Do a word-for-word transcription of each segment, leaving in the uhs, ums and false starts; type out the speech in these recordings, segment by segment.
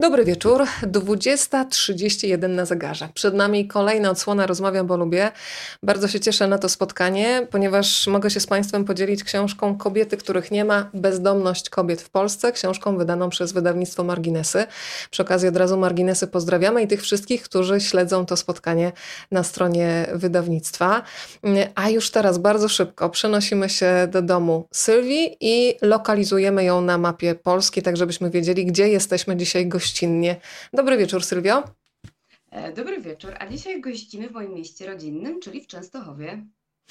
Dobry wieczór, dwudziesta trzydzieści jeden na zegarze. Przed nami kolejna odsłona Rozmawiam, bo lubię. Bardzo się cieszę na to spotkanie, ponieważ mogę się z Państwem podzielić książką Kobiety, których nie ma. Bezdomność kobiet w Polsce. Książką wydaną przez wydawnictwo Marginesy. Przy okazji od razu Marginesy pozdrawiamy i tych wszystkich, którzy śledzą to spotkanie na stronie wydawnictwa. A już teraz bardzo szybko przenosimy się do domu Sylwii i lokalizujemy ją na mapie Polski, tak żebyśmy wiedzieli, gdzie jesteśmy dzisiaj gościnnie. Dobry wieczór, Sylwio. Dobry wieczór, a dzisiaj gościmy w moim mieście rodzinnym, czyli w Częstochowie.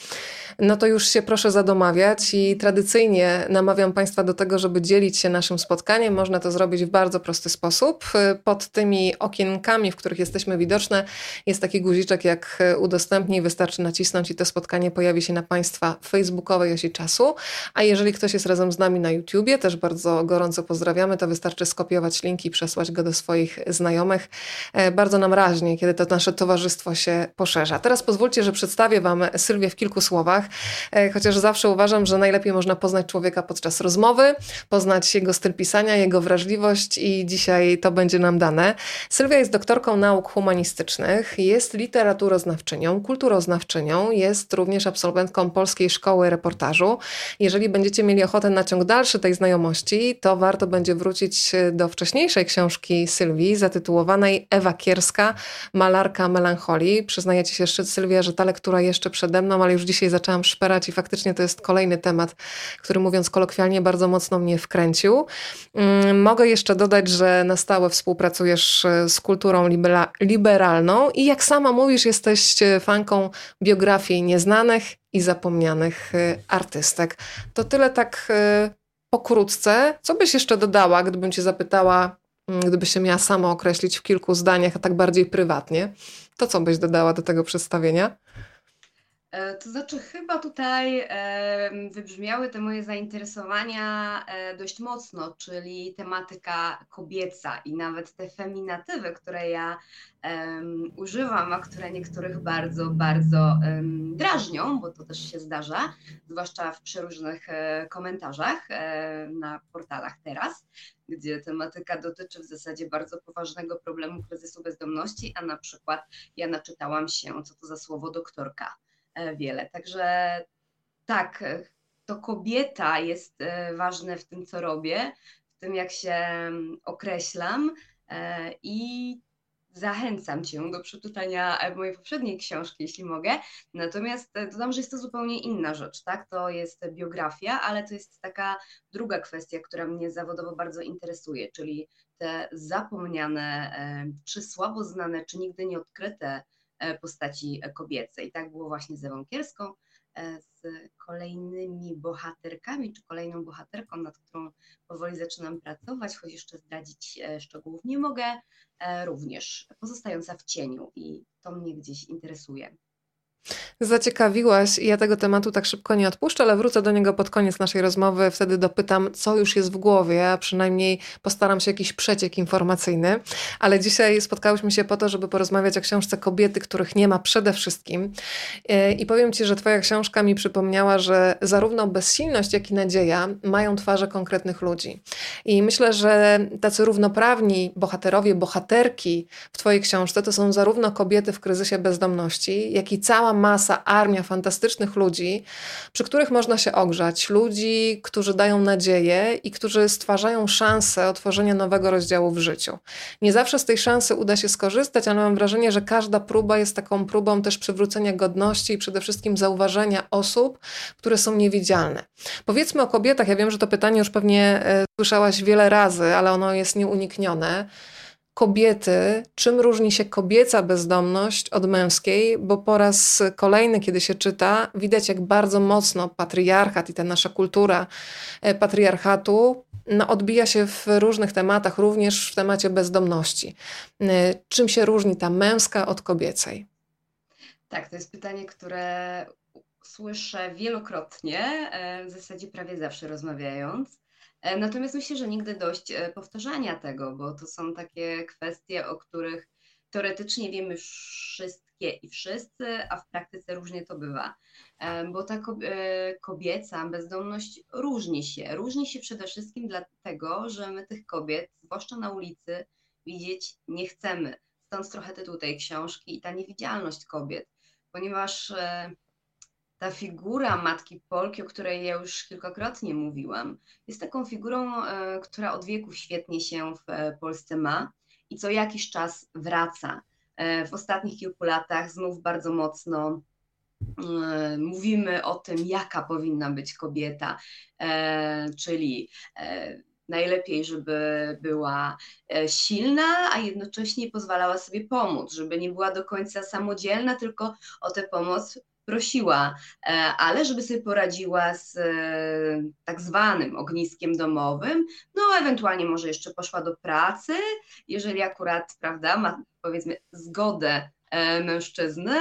No to już się proszę zadomawiać i tradycyjnie namawiam Państwa do tego, żeby dzielić się naszym spotkaniem. Można to zrobić w bardzo prosty sposób. Pod tymi okienkami, w których jesteśmy widoczne, jest taki guziczek jak udostępnij. Wystarczy nacisnąć i to spotkanie pojawi się na Państwa facebookowej osi czasu. A jeżeli ktoś jest razem z nami na YouTubie, też bardzo gorąco pozdrawiamy, to wystarczy skopiować link i przesłać go do swoich znajomych. Bardzo nam raźnie, kiedy to nasze towarzystwo się poszerza. Teraz pozwólcie, że przedstawię Wam Sylwię w kilku słowach. Chociaż zawsze uważam, że najlepiej można poznać człowieka podczas rozmowy, poznać jego styl pisania, jego wrażliwość i dzisiaj to będzie nam dane. Sylwia jest doktorką nauk humanistycznych, jest literaturoznawczynią, kulturoznawczynią, jest również absolwentką Polskiej Szkoły Reportażu. Jeżeli będziecie mieli ochotę na ciąg dalszy tej znajomości, to warto będzie wrócić do wcześniejszej książki Sylwii zatytułowanej Ewa Kierska, Malarka melancholii. Przyznajecie się, Sylwia, że ta lektura jeszcze przede mną, ale już dzisiaj zaczęłam szperać i faktycznie to jest kolejny temat, który mówiąc kolokwialnie bardzo mocno mnie wkręcił. Mogę jeszcze dodać, że na stałe współpracujesz z kulturą liberalną i jak sama mówisz, jesteś fanką biografii nieznanych i zapomnianych artystek. To tyle tak pokrótce. Co byś jeszcze dodała, gdybym cię zapytała, gdybyś się miała sama określić w kilku zdaniach, a tak bardziej prywatnie, to co byś dodała do tego przedstawienia? To znaczy, chyba tutaj wybrzmiały te moje zainteresowania dość mocno, czyli tematyka kobieca i nawet te feminatywy, które ja um, używam, a które niektórych bardzo, bardzo um, drażnią, bo to też się zdarza, zwłaszcza w przeróżnych e, komentarzach e, na portalach teraz, gdzie tematyka dotyczy w zasadzie bardzo poważnego problemu kryzysu bezdomności, a na przykład ja naczytałam się, co to za słowo doktorka. Wiele. Także tak, to kobieta jest ważne w tym, co robię, w tym, jak się określam i zachęcam Cię do przeczytania mojej poprzedniej książki, jeśli mogę. Natomiast dodam, że jest to zupełnie inna rzecz, tak? To jest biografia, ale to jest taka druga kwestia, która mnie zawodowo bardzo interesuje, czyli te zapomniane, czy słabo znane, czy nigdy nie odkryte postaci kobiece. I tak było właśnie z Ewą Kierską, z kolejnymi bohaterkami, czy kolejną bohaterką, nad którą powoli zaczynam pracować, choć jeszcze zdradzić szczegółów nie mogę, również pozostająca w cieniu i to mnie gdzieś interesuje. Zaciekawiłaś i ja tego tematu tak szybko nie odpuszczę, ale wrócę do niego pod koniec naszej rozmowy. Wtedy dopytam, co już jest w głowie, a przynajmniej postaram się jakiś przeciek informacyjny. Ale dzisiaj spotkałyśmy się po to, żeby porozmawiać o książce Kobiety, których nie ma przede wszystkim. I powiem Ci, że Twoja książka mi przypomniała, że zarówno bezsilność, jak i nadzieja mają twarze konkretnych ludzi. I myślę, że tacy równoprawni bohaterowie, bohaterki w Twojej książce to są zarówno kobiety w kryzysie bezdomności, jak i cała masa, armia fantastycznych ludzi, przy których można się ogrzać. Ludzi, którzy dają nadzieję i którzy stwarzają szansę otworzenia nowego rozdziału w życiu. Nie zawsze z tej szansy uda się skorzystać, ale mam wrażenie, że każda próba jest taką próbą też przywrócenia godności i przede wszystkim zauważenia osób, które są niewidzialne. Powiedzmy o kobietach. Ja wiem, że to pytanie już pewnie e, słyszałaś wiele razy, ale ono jest nieuniknione. Kobiety, czym różni się kobieca bezdomność od męskiej, bo po raz kolejny, kiedy się czyta, widać jak bardzo mocno patriarchat i ta nasza kultura patriarchatu no, odbija się w różnych tematach, również w temacie bezdomności. Czym się różni ta męska od kobiecej? Tak, to jest pytanie, które słyszę wielokrotnie, w zasadzie prawie zawsze rozmawiając. Natomiast myślę, że nigdy dość powtarzania tego, bo to są takie kwestie, o których teoretycznie wiemy wszystkie i wszyscy, a w praktyce różnie to bywa. Bo ta kobieca bezdomność różni się. Różni się przede wszystkim dlatego, że my tych kobiet, zwłaszcza na ulicy, widzieć nie chcemy. Stąd trochę tytuł tej książki i ta niewidzialność kobiet, ponieważ ta figura Matki Polki, o której ja już kilkakrotnie mówiłam, jest taką figurą, która od wieków świetnie się w Polsce ma i co jakiś czas wraca. W ostatnich kilku latach znów bardzo mocno mówimy o tym, jaka powinna być kobieta, czyli najlepiej, żeby była silna, a jednocześnie pozwalała sobie pomóc, żeby nie była do końca samodzielna, tylko o tę pomoc prosiła, ale żeby sobie poradziła z tak zwanym ogniskiem domowym, no ewentualnie może jeszcze poszła do pracy, jeżeli akurat, prawda, ma powiedzmy zgodę mężczyzny,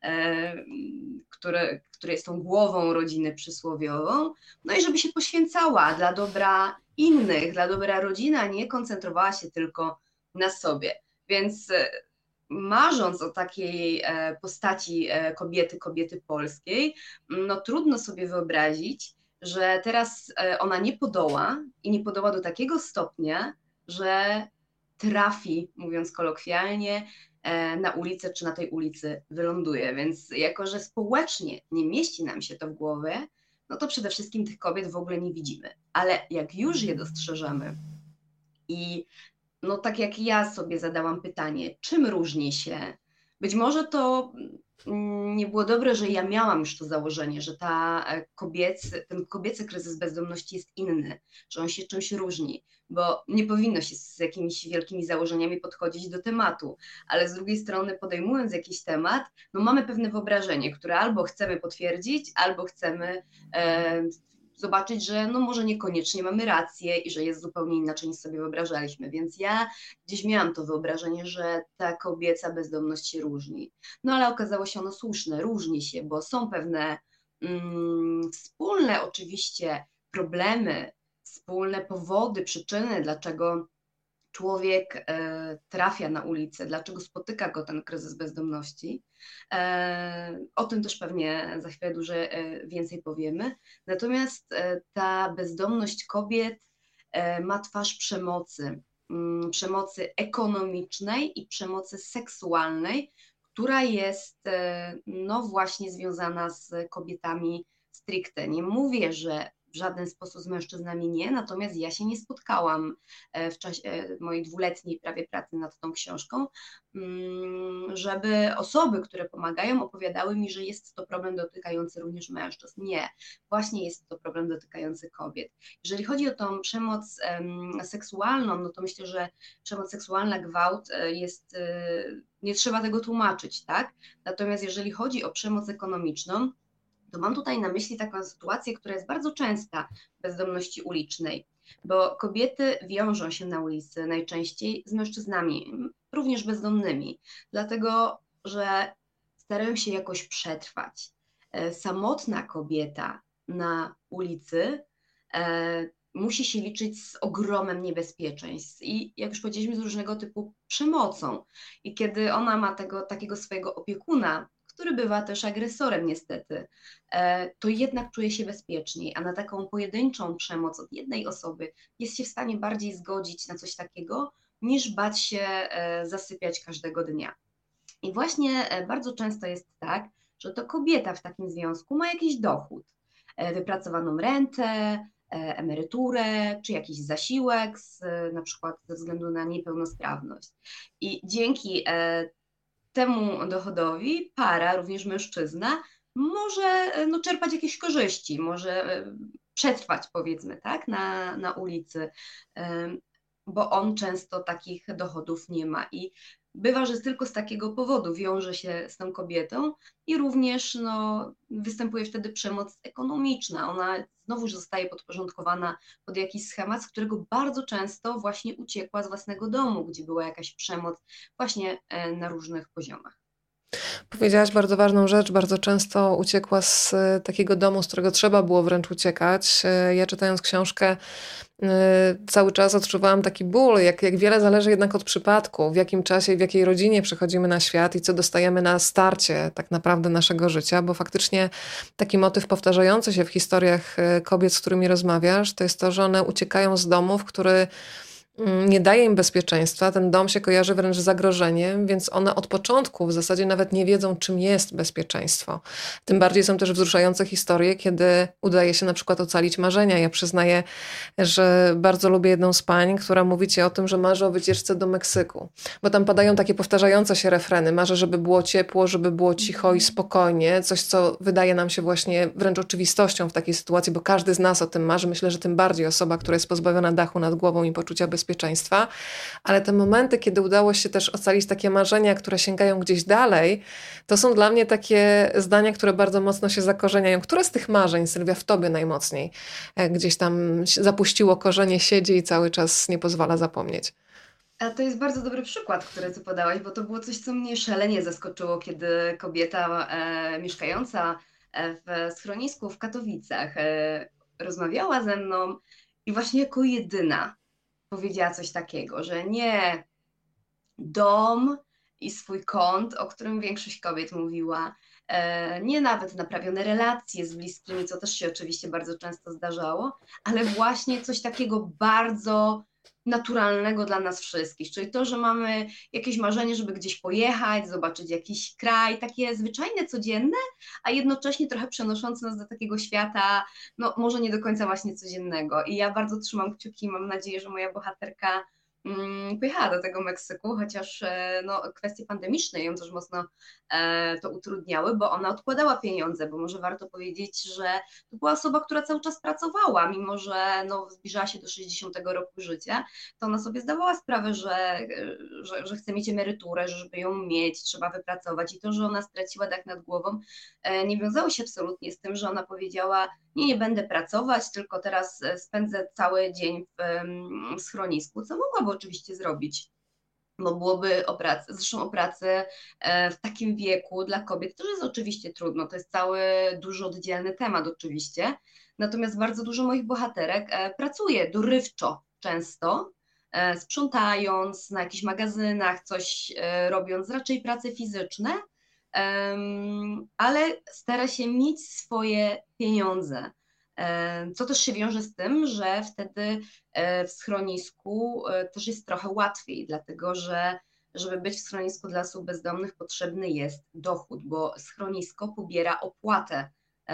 który, który jest tą głową rodziny przysłowiową, no i żeby się poświęcała dla dobra innych, dla dobra rodziny, a nie koncentrowała się tylko na sobie. Więc marząc o takiej postaci kobiety, kobiety polskiej, no trudno sobie wyobrazić, że teraz ona nie podoła i nie podoła do takiego stopnia, że trafi, mówiąc kolokwialnie, na ulicę, czy na tej ulicy wyląduje. Więc jako, że społecznie nie mieści nam się to w głowie, no to przede wszystkim tych kobiet w ogóle nie widzimy. Ale jak już je dostrzeżemy i no tak jak ja sobie zadałam pytanie, czym różni się? Być może to nie było dobre, że ja miałam już to założenie, że ta kobiecy, ten kobiecy kryzys bezdomności jest inny, że on się czymś różni, bo nie powinno się z jakimiś wielkimi założeniami podchodzić do tematu, ale z drugiej strony podejmując jakiś temat, no mamy pewne wyobrażenie, które albo chcemy potwierdzić, albo chcemy e, zobaczyć, że no może niekoniecznie mamy rację i że jest zupełnie inaczej niż sobie wyobrażaliśmy. Więc ja gdzieś miałam to wyobrażenie, że ta kobieca bezdomność się różni. No ale okazało się ono słuszne, różni się, bo są pewne mm, wspólne oczywiście problemy, wspólne powody, przyczyny, dlaczego człowiek e, trafia na ulicę, dlaczego spotyka go ten kryzys bezdomności. E, o tym też pewnie za chwilę dużo e, więcej powiemy. Natomiast e, ta bezdomność kobiet e, ma twarz przemocy, m, przemocy ekonomicznej i przemocy seksualnej, która jest e, no właśnie związana z kobietami stricte. Nie mówię, że w żaden sposób z mężczyznami nie, natomiast ja się nie spotkałam w czasie mojej dwuletniej prawie pracy nad tą książką, żeby osoby, które pomagają, opowiadały mi, że jest to problem dotykający również mężczyzn. Nie, właśnie jest to problem dotykający kobiet. Jeżeli chodzi o tą przemoc seksualną, no to myślę, że przemoc seksualna, gwałt jest, nie trzeba tego tłumaczyć, tak? Natomiast jeżeli chodzi o przemoc ekonomiczną, to mam tutaj na myśli taką sytuację, która jest bardzo częsta w bezdomności ulicznej, bo kobiety wiążą się na ulicy najczęściej z mężczyznami, również bezdomnymi, dlatego że starają się jakoś przetrwać. Samotna kobieta na ulicy e, musi się liczyć z ogromem niebezpieczeństw i, jak już powiedzieliśmy, z różnego typu przemocą. I kiedy ona ma tego takiego swojego opiekuna, który bywa też agresorem niestety, to jednak czuje się bezpieczniej, a na taką pojedynczą przemoc od jednej osoby jest się w stanie bardziej zgodzić na coś takiego, niż bać się zasypiać każdego dnia. I właśnie bardzo często jest tak, że to kobieta w takim związku ma jakiś dochód, wypracowaną rentę, emeryturę, czy jakiś zasiłek, z, na przykład ze względu na niepełnosprawność. I dzięki temu dochodowi para, również mężczyzna, może no, czerpać jakieś korzyści, może przetrwać, powiedzmy, tak, na, na ulicy, bo on często takich dochodów nie ma i bywa, że tylko z takiego powodu wiąże się z tą kobietą i również no, występuje wtedy przemoc ekonomiczna. Ona znowu zostaje podporządkowana pod jakiś schemat, z którego bardzo często właśnie uciekła z własnego domu, gdzie była jakaś przemoc właśnie na różnych poziomach. Powiedziałaś bardzo ważną rzecz, bardzo często uciekła z takiego domu, z którego trzeba było wręcz uciekać. Ja czytając książkę cały czas odczuwałam taki ból, jak, jak wiele zależy jednak od przypadku, w jakim czasie i w jakiej rodzinie przychodzimy na świat i co dostajemy na starcie tak naprawdę naszego życia, bo faktycznie taki motyw powtarzający się w historiach kobiet, z którymi rozmawiasz, to jest to, że one uciekają z domów, który nie daje im bezpieczeństwa. Ten dom się kojarzy wręcz z zagrożeniem, więc one od początku w zasadzie nawet nie wiedzą, czym jest bezpieczeństwo. Tym bardziej są też wzruszające historie, kiedy udaje się na przykład ocalić marzenia. Ja przyznaję, że bardzo lubię jedną z pań, która mówi ci o tym, że marzy o wycieczce do Meksyku, bo tam padają takie powtarzające się refreny. Marzę, żeby było ciepło, żeby było cicho i spokojnie. Coś, co wydaje nam się właśnie wręcz oczywistością w takiej sytuacji, bo każdy z nas o tym marzy. Myślę, że tym bardziej osoba, która jest pozbawiona dachu nad głową i poczucia bezpieczeństwa. bezpieczeństwa, ale te momenty, kiedy udało się też ocalić takie marzenia, które sięgają gdzieś dalej, to są dla mnie takie zdania, które bardzo mocno się zakorzeniają. Które z tych marzeń, Sylwia, w tobie najmocniej gdzieś tam zapuściło korzenie, siedzi i cały czas nie pozwala zapomnieć? A to jest bardzo dobry przykład, który ty podałaś, bo to było coś, co mnie szalenie zaskoczyło, kiedy kobieta e, mieszkająca w schronisku w Katowicach e, rozmawiała ze mną i właśnie jako jedyna powiedziała coś takiego, że nie dom i swój kąt, o którym większość kobiet mówiła, e, nie nawet naprawione relacje z bliskimi, co też się oczywiście bardzo często zdarzało, ale właśnie coś takiego bardzo naturalnego dla nas wszystkich, czyli to, że mamy jakieś marzenie, żeby gdzieś pojechać, zobaczyć jakiś kraj, takie zwyczajne, codzienne, a jednocześnie trochę przenoszące nas do takiego świata, no może nie do końca właśnie codziennego. I ja bardzo trzymam kciuki i mam nadzieję, że moja bohaterka mm, pojechała do tego Meksyku, chociaż e, no, kwestie pandemiczne ją też mocno e, to utrudniały, bo ona odkładała pieniądze, bo może warto powiedzieć, że to była osoba, która cały czas pracowała, mimo że no, zbliżała się do sześćdziesiątego roku życia, to ona sobie zdawała sprawę, że, że, że chce mieć emeryturę, że żeby ją mieć, trzeba wypracować i to, że ona straciła dach nad głową, e, nie wiązało się absolutnie z tym, że ona powiedziała, nie, nie będę pracować, tylko teraz spędzę cały dzień w, w schronisku, co mogłaby oczywiście zrobić, bo byłoby o pracy, zresztą o pracy w takim wieku dla kobiet też jest oczywiście trudno, to jest cały duży oddzielny temat oczywiście, natomiast bardzo dużo moich bohaterek pracuje dorywczo często, sprzątając na jakichś magazynach, coś robiąc, raczej prace fizyczne, ale stara się mieć swoje pieniądze. Co też się wiąże z tym, że wtedy w schronisku też jest trochę łatwiej, dlatego że żeby być w schronisku dla osób bezdomnych potrzebny jest dochód, bo schronisko pobiera opłatę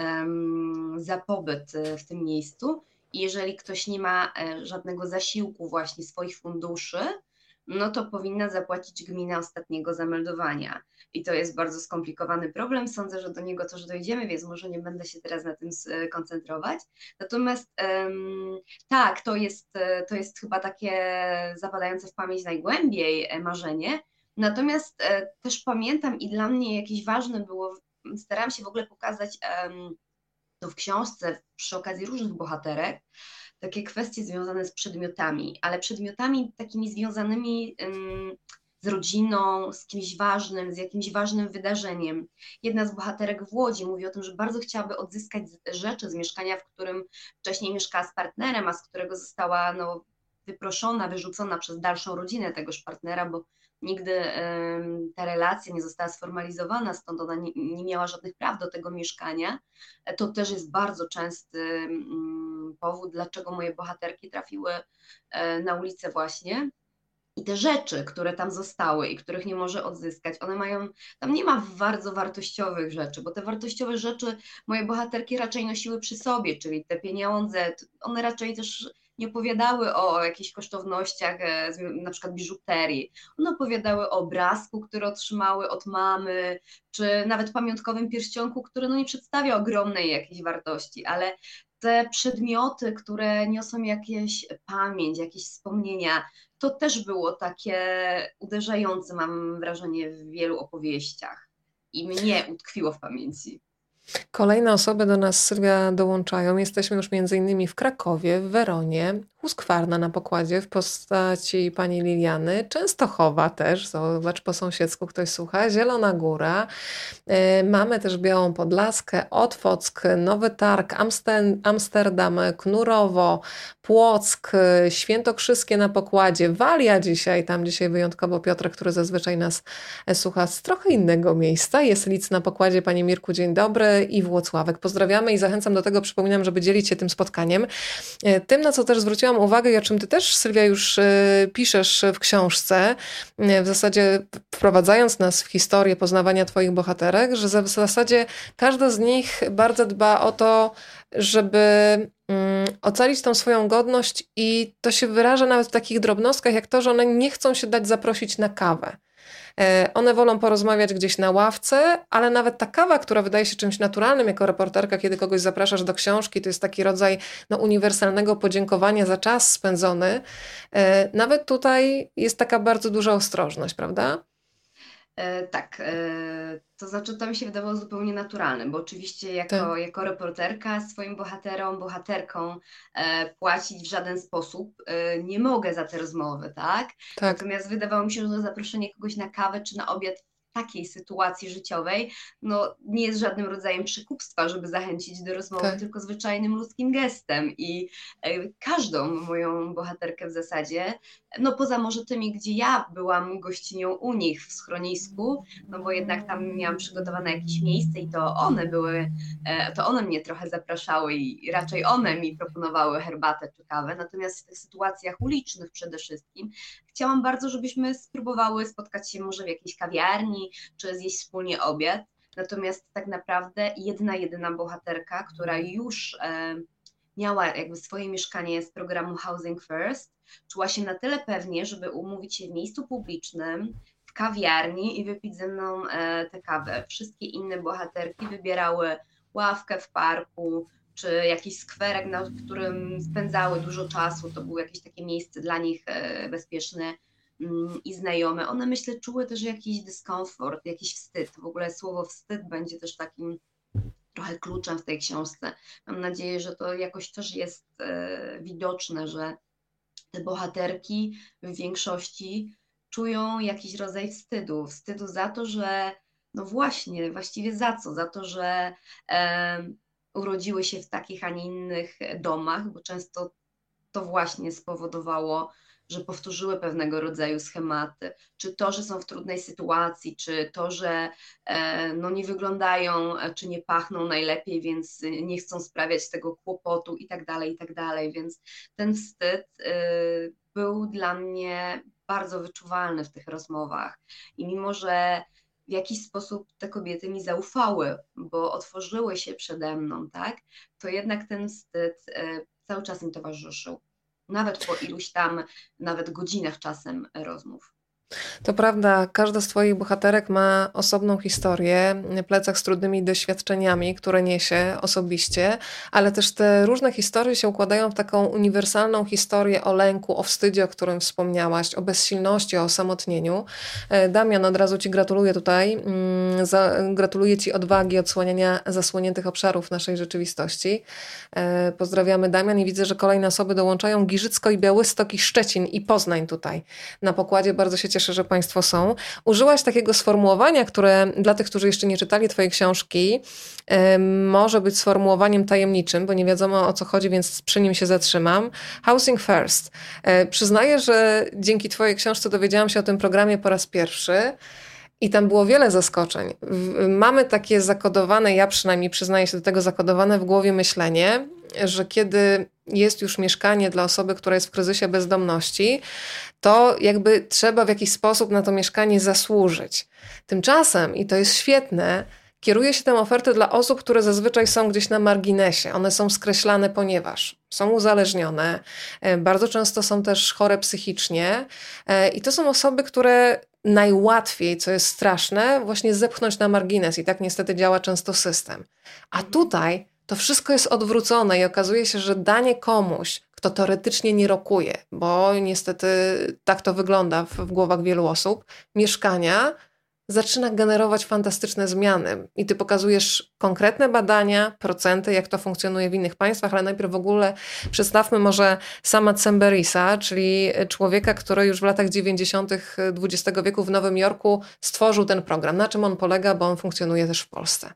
za pobyt w tym miejscu i jeżeli ktoś nie ma żadnego zasiłku, właśnie swoich funduszy, no to powinna zapłacić gmina ostatniego zameldowania. I to jest bardzo skomplikowany problem. Sądzę, że do niego też dojdziemy, więc może nie będę się teraz na tym koncentrować. Natomiast um, tak, to jest, to jest chyba takie zapadające w pamięć najgłębiej marzenie. Natomiast e, też pamiętam i dla mnie jakieś ważne było, starałam się w ogóle pokazać um, to w książce przy okazji różnych bohaterek, takie kwestie związane z przedmiotami, ale przedmiotami takimi związanymi um, z rodziną, z kimś ważnym, z jakimś ważnym wydarzeniem. Jedna z bohaterek w Łodzi mówi o tym, że bardzo chciałaby odzyskać rzeczy z mieszkania, w którym wcześniej mieszkała z partnerem, a z którego została no, wyproszona, wyrzucona przez dalszą rodzinę tegoż partnera, bo nigdy um, ta relacja nie została sformalizowana, stąd ona nie, nie miała żadnych praw do tego mieszkania. To też jest bardzo częsty um, powód, dlaczego moje bohaterki trafiły um, na ulicę właśnie. I te rzeczy, które tam zostały i których nie może odzyskać, one mają, tam nie ma bardzo wartościowych rzeczy, bo te wartościowe rzeczy moje bohaterki raczej nosiły przy sobie, czyli te pieniądze, one raczej też nie opowiadały o jakichś kosztownościach, na przykład biżuterii. One opowiadały o obrazku, który otrzymały od mamy, czy nawet pamiątkowym pierścionku, który no nie przedstawia ogromnej jakiejś wartości, ale te przedmioty, które niosą jakieś pamięć, jakieś wspomnienia, to też było takie uderzające, mam wrażenie, w wielu opowieściach i mnie utkwiło w pamięci. Kolejne osoby do nas, Sylwia, dołączają. Jesteśmy już między innymi w Krakowie, w Weronie, Huskwarna na pokładzie w postaci pani Liliany, Częstochowa też, zobacz po sąsiedzku ktoś słucha, Zielona Góra. Mamy też Białą Podlaskę, Otwock, Nowy Targ, Amster- Amsterdam, Knurowo, Płock, Świętokrzyskie na pokładzie, Walia dzisiaj, tam dzisiaj wyjątkowo Piotrek, który zazwyczaj nas słucha z trochę innego miejsca. Jest Lidz na pokładzie, panie Mirku, dzień dobry, i Włocławek. Pozdrawiamy i zachęcam do tego, przypominam, żeby dzielić się tym spotkaniem. Tym, na co też zwróciłam zwróciłam uwagę i o czym ty też, Sylwia, już piszesz w książce, w zasadzie wprowadzając nas w historię poznawania twoich bohaterek, że w zasadzie każda z nich bardzo dba o to, żeby um, ocalić tą swoją godność i to się wyraża nawet w takich drobnostkach, jak to, że one nie chcą się dać zaprosić na kawę. One wolą porozmawiać gdzieś na ławce, ale nawet ta kawa, która wydaje się czymś naturalnym jako reporterka, kiedy kogoś zapraszasz do książki, to jest taki rodzaj no, uniwersalnego podziękowania za czas spędzony. Nawet tutaj jest taka bardzo duża ostrożność, prawda? E, tak, e, to znaczy to mi się wydawało zupełnie naturalne, bo oczywiście jako, Tak. jako reporterka swoim bohaterom, bohaterkom e, płacić w żaden sposób e, nie mogę za te rozmowy, tak? Tak. Natomiast wydawało mi się, że zaproszenie kogoś na kawę czy na obiad w takiej sytuacji życiowej, no nie jest żadnym rodzajem przekupstwa, żeby zachęcić do rozmowy, Tak. tylko zwyczajnym ludzkim gestem i e, każdą moją bohaterkę w zasadzie, no poza może tymi, gdzie ja byłam gościnią u nich w schronisku, no bo jednak tam miałam przygotowane jakieś miejsce i to one były, to one mnie trochę zapraszały i raczej one mi proponowały herbatę czy kawę, natomiast w tych sytuacjach ulicznych przede wszystkim chciałam bardzo, żebyśmy spróbowały spotkać się może w jakiejś kawiarni, czy zjeść wspólnie obiad, natomiast tak naprawdę jedna, jedyna bohaterka, która już e, miała jakby swoje mieszkanie z programu Housing First, czuła się na tyle pewnie, żeby umówić się w miejscu publicznym, w kawiarni i wypić ze mną e, tę kawę. Wszystkie inne bohaterki wybierały ławkę w parku, czy jakiś skwerek, na którym spędzały dużo czasu. To było jakieś takie miejsce dla nich e, bezpieczne mm, i znajome. One, myślę, czuły też jakiś dyskomfort, jakiś wstyd. W ogóle słowo wstyd będzie też takim trochę kluczem w tej książce. Mam nadzieję, że to jakoś też jest e, widoczne, że te bohaterki w większości czują jakiś rodzaj wstydu. Wstydu za to, że no właśnie, właściwie za co? Za to, że e, urodziły się w takich, a nie innych domach, bo często to właśnie spowodowało, że powtórzyły pewnego rodzaju schematy. Czy to, że są w trudnej sytuacji, czy to, że e, no nie wyglądają, czy nie pachną najlepiej, więc nie chcą sprawiać tego kłopotu i tak dalej, i tak dalej. Więc ten wstyd y, był dla mnie bardzo wyczuwalny w tych rozmowach. I mimo, że w jakiś sposób te kobiety mi zaufały, bo otworzyły się przede mną, tak, to jednak ten wstyd y, cały czas mi towarzyszył. Nawet po iluś tam, nawet godzinach czasem rozmów. To prawda, każda z twoich bohaterek ma osobną historię, plecak z trudnymi doświadczeniami, które niesie osobiście, ale też te różne historie się układają w taką uniwersalną historię o lęku, o wstydzie, o którym wspomniałaś, o bezsilności, o osamotnieniu. Damian, od razu ci gratuluję tutaj. Gratuluję ci odwagi odsłaniania zasłoniętych obszarów naszej rzeczywistości. Pozdrawiamy, Damian, i widzę, że kolejne osoby dołączają. Giżycko i Białystok i Szczecin i Poznań tutaj na pokładzie. Bardzo się cieszę, że państwo są. Użyłaś takiego sformułowania, które dla tych, którzy jeszcze nie czytali twojej książki, yy, może być sformułowaniem tajemniczym, bo nie wiadomo, o co chodzi, więc przy nim się zatrzymam. Housing First. Yy, przyznaję, że dzięki twojej książce dowiedziałam się o tym programie po raz pierwszy. I tam było wiele zaskoczeń. Mamy takie zakodowane, ja przynajmniej przyznaję się do tego, zakodowane w głowie myślenie, że kiedy jest już mieszkanie dla osoby, która jest w kryzysie bezdomności, to jakby trzeba w jakiś sposób na to mieszkanie zasłużyć. Tymczasem, i to jest świetne, kieruje się tę ofertę dla osób, które zazwyczaj są gdzieś na marginesie. One są skreślane, ponieważ są uzależnione, bardzo często są też chore psychicznie i to są osoby, które najłatwiej, co jest straszne, właśnie zepchnąć na margines i tak niestety działa często system. A tutaj to wszystko jest odwrócone i okazuje się, że danie komuś, kto teoretycznie nie rokuje, bo niestety tak to wygląda w, w głowach wielu osób, mieszkania zaczyna generować fantastyczne zmiany. I ty pokazujesz konkretne badania, procenty, jak to funkcjonuje w innych państwach, ale najpierw w ogóle przedstawmy może sama Cemberisa, czyli człowieka, który już w latach dziewięćdziesiątych dwudziestego wieku w Nowym Jorku stworzył ten program. Na czym on polega, bo on funkcjonuje też w Polsce?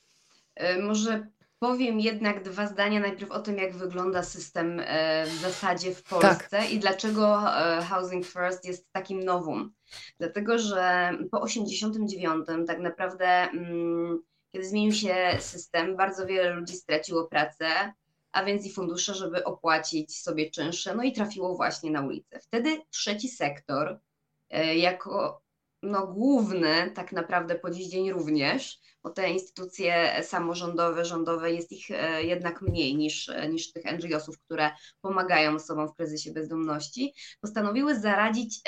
Może powiem jednak dwa zdania najpierw o tym, jak wygląda system w zasadzie w Polsce tak. I dlaczego Housing First jest takim nowum. Dlatego, że po osiemdziesiątym dziewiątym tak naprawdę, kiedy zmienił się system, bardzo wiele ludzi straciło pracę, a więc i fundusze, żeby opłacić sobie czynsze, no i trafiło właśnie na ulicę. Wtedy trzeci sektor jako no, główny tak naprawdę po dziś dzień również, bo te instytucje samorządowe, rządowe jest ich jednak mniej niż, niż tych N G O sów, które pomagają osobom w kryzysie bezdomności, postanowiły zaradzić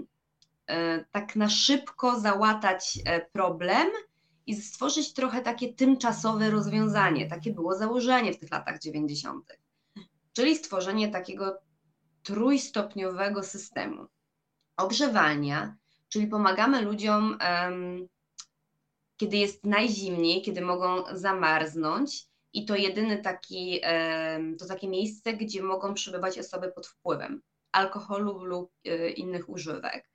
tak na szybko załatać problem i stworzyć trochę takie tymczasowe rozwiązanie. Takie było założenie w tych latach dziewięćdziesiątych. Czyli stworzenie takiego trójstopniowego systemu. Ogrzewalnia, czyli pomagamy ludziom, um, kiedy jest najzimniej, kiedy mogą zamarznąć i to jedyny taki, um, to takie miejsce, gdzie mogą przebywać osoby pod wpływem alkoholu lub y, innych używek.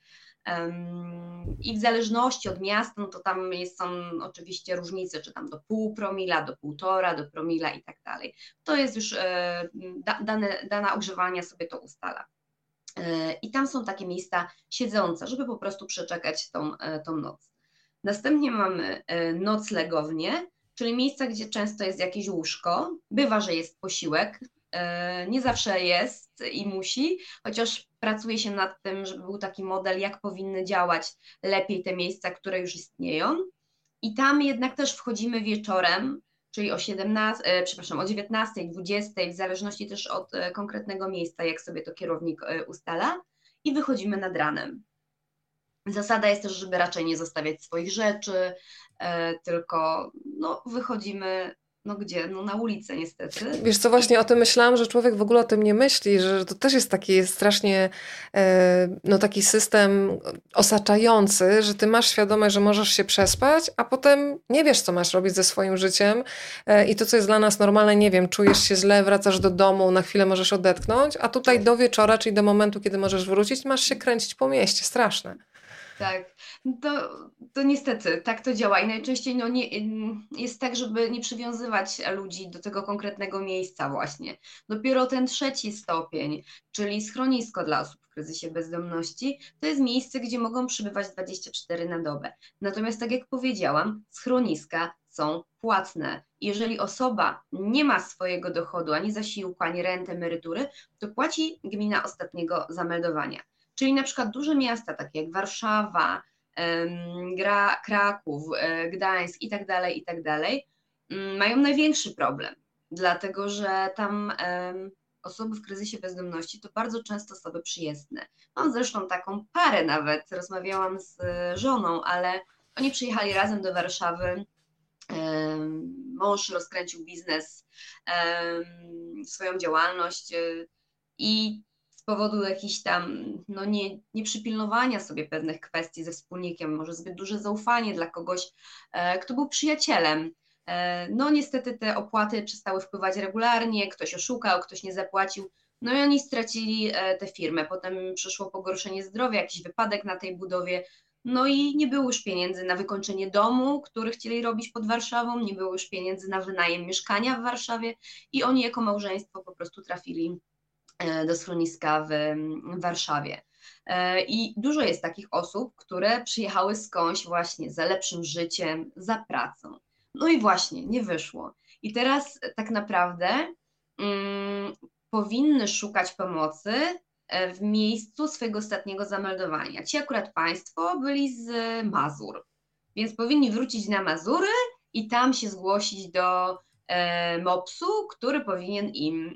Um, I w zależności od miasta, no to tam jest, są oczywiście różnice, czy tam do pół promila, do półtora, do promila i tak dalej. To jest już e, da, dane, dana ogrzewalnia sobie to ustala. E, I tam są takie miejsca siedzące, żeby po prostu przeczekać tą, e, tą noc. Następnie mamy e, noclegownie, czyli miejsca, gdzie często jest jakieś łóżko. Bywa, że jest posiłek. Nie zawsze jest i musi, chociaż pracuje się nad tym, żeby był taki model, jak powinny działać lepiej te miejsca, które już istnieją. I tam jednak też wchodzimy wieczorem, czyli o siedemnastej, przepraszam, o dziewiętnastej, dwudziestej, w zależności też od konkretnego miejsca, jak sobie to kierownik ustala, i wychodzimy nad ranem. Zasada jest też, żeby raczej nie zostawiać swoich rzeczy, tylko no, wychodzimy. No gdzie? No na ulicę niestety. Wiesz co, właśnie o tym myślałam, że człowiek w ogóle o tym nie myśli, że to też jest taki strasznie, no taki system osaczający, że ty masz świadomość, że możesz się przespać, a potem nie wiesz, co masz robić ze swoim życiem i to, co jest dla nas normalne, nie wiem, czujesz się źle, wracasz do domu, na chwilę możesz odetchnąć, a tutaj do wieczora, czyli do momentu, kiedy możesz wrócić, masz się kręcić po mieście. Straszne. Tak, to, to niestety tak to działa i najczęściej no nie, jest tak, żeby nie przywiązywać ludzi do tego konkretnego miejsca właśnie. Dopiero ten trzeci stopień, czyli schronisko dla osób w kryzysie bezdomności, to jest miejsce, gdzie mogą przybywać dwadzieścia cztery na dobę. Natomiast tak jak powiedziałam, schroniska są płatne. Jeżeli osoba nie ma swojego dochodu, ani zasiłku, ani renty, emerytury, to płaci gmina ostatniego zameldowania. Czyli na przykład duże miasta, takie jak Warszawa, Gra, Kraków, Gdańsk i tak dalej, i tak dalej, mają największy problem, dlatego że tam osoby w kryzysie bezdomności to bardzo często osoby przyjezdne. Mam zresztą taką parę nawet, rozmawiałam z żoną, ale oni przyjechali razem do Warszawy, mąż rozkręcił biznes, swoją działalność i z powodu jakichś tam no nie, nieprzypilnowania sobie pewnych kwestii ze wspólnikiem, może zbyt duże zaufanie dla kogoś, e, kto był przyjacielem. E, no niestety te opłaty przestały wpływać regularnie, ktoś oszukał, ktoś nie zapłacił, no i oni stracili e, tę firmę. Potem przyszło pogorszenie zdrowia, jakiś wypadek na tej budowie, no i nie było już pieniędzy na wykończenie domu, który chcieli robić pod Warszawą, nie było już pieniędzy na wynajem mieszkania w Warszawie i oni jako małżeństwo po prostu trafili do schroniska w Warszawie. I dużo jest takich osób, które przyjechały skądś właśnie za lepszym życiem, za pracą. No i właśnie, nie wyszło. I teraz tak naprawdę um, powinny szukać pomocy w miejscu swojego ostatniego zameldowania. Ci akurat państwo byli z Mazur, więc powinni wrócić na Mazury i tam się zgłosić do mopsu, który powinien im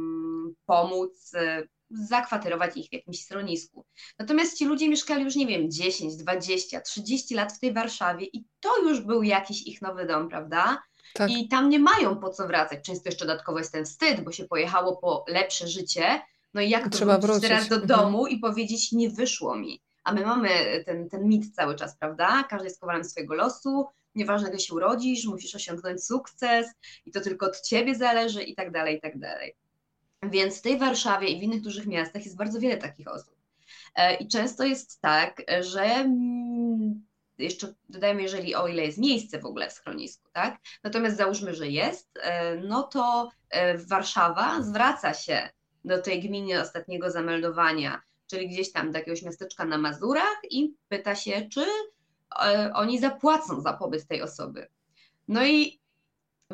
pomóc zakwaterować ich w jakimś schronisku. Natomiast ci ludzie mieszkali już, nie wiem, dziesięć, dwadzieścia, trzydzieści lat w tej Warszawie i to już był jakiś ich nowy dom, prawda? Tak. I tam nie mają po co wracać. Często jeszcze dodatkowo jest ten wstyd, bo się pojechało po lepsze życie, no i jak to Trzeba wrócić, wrócić teraz do mhm. domu i powiedzieć, nie wyszło mi. A my mamy ten, ten mit cały czas, prawda? Każdy jest kowalem swojego losu, nieważne gdzie się urodzisz, musisz osiągnąć sukces i to tylko od ciebie zależy i tak dalej, i tak dalej. Więc w tej Warszawie i w innych dużych miastach jest bardzo wiele takich osób. I często jest tak, że jeszcze dodajmy, jeżeli o ile jest miejsce w ogóle w schronisku, tak? Natomiast załóżmy, że jest, no to Warszawa zwraca się do tej gminy ostatniego zameldowania, czyli gdzieś tam do jakiegoś miasteczka na Mazurach i pyta się, czy oni zapłacą za pobyt tej osoby. No i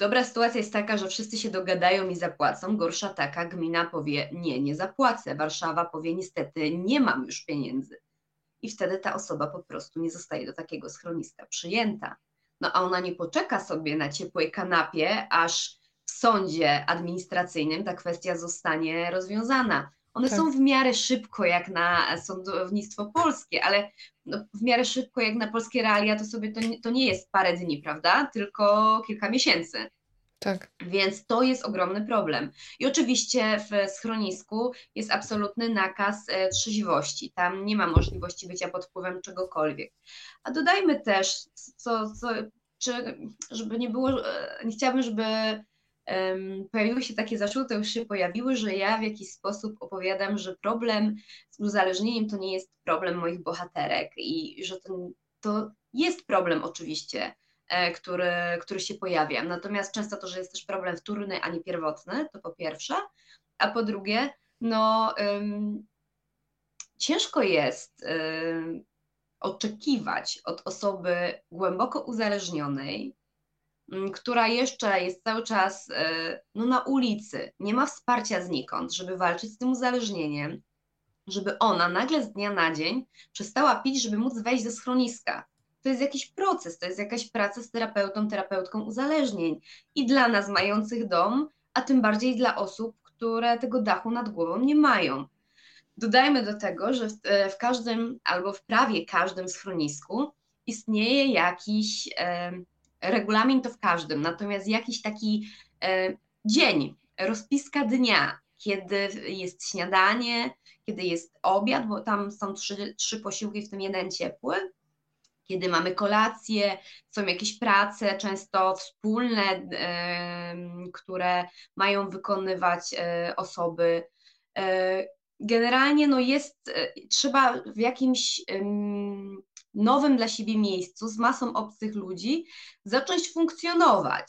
Dobra sytuacja jest taka, że wszyscy się dogadają i zapłacą. Gorsza taka, gmina powie nie, nie zapłacę. Warszawa powie niestety nie mam już pieniędzy. I wtedy ta osoba po prostu nie zostaje do takiego schroniska przyjęta. No a ona nie poczeka sobie na ciepłej kanapie, aż w sądzie administracyjnym ta kwestia zostanie rozwiązana. One Tak. są w miarę szybko jak na sądownictwo polskie, ale no, w miarę szybko jak na polskie realia to sobie to, to nie jest parę dni, prawda? Tylko kilka miesięcy. Tak. Więc to jest ogromny problem. I oczywiście w schronisku jest absolutny nakaz e, trzeźwości. Tam nie ma możliwości bycia pod wpływem czegokolwiek. A dodajmy też, co, co, czy, żeby nie było, e, nie chciałabym, żeby um, pojawiły się takie zarzuty, już się pojawiły, że ja w jakiś sposób opowiadam, że problem z uzależnieniem to nie jest problem moich bohaterek i że to, to jest problem oczywiście, Który, który się pojawia. Natomiast często to, że jest też problem wtórny, a nie pierwotny, to po pierwsze, a po drugie, no ym, ciężko jest ym, oczekiwać od osoby głęboko uzależnionej, ym, która jeszcze jest cały czas y, no, na ulicy, nie ma wsparcia znikąd, żeby walczyć z tym uzależnieniem, żeby ona nagle z dnia na dzień przestała pić, żeby móc wejść do schroniska. To jest jakiś proces, to jest jakaś praca z terapeutą, terapeutką uzależnień i dla nas mających dom, a tym bardziej dla osób, które tego dachu nad głową nie mają. Dodajmy do tego, że w, w każdym albo w prawie każdym schronisku istnieje jakiś e, regulamin, to w każdym, natomiast jakiś taki e, dzień, rozpiska dnia, kiedy jest śniadanie, kiedy jest obiad, bo tam są trzy, trzy posiłki, w tym jeden ciepły, kiedy mamy kolację, są jakieś prace, często wspólne, które mają wykonywać osoby. Generalnie no jest, trzeba w jakimś nowym dla siebie miejscu z masą obcych ludzi zacząć funkcjonować.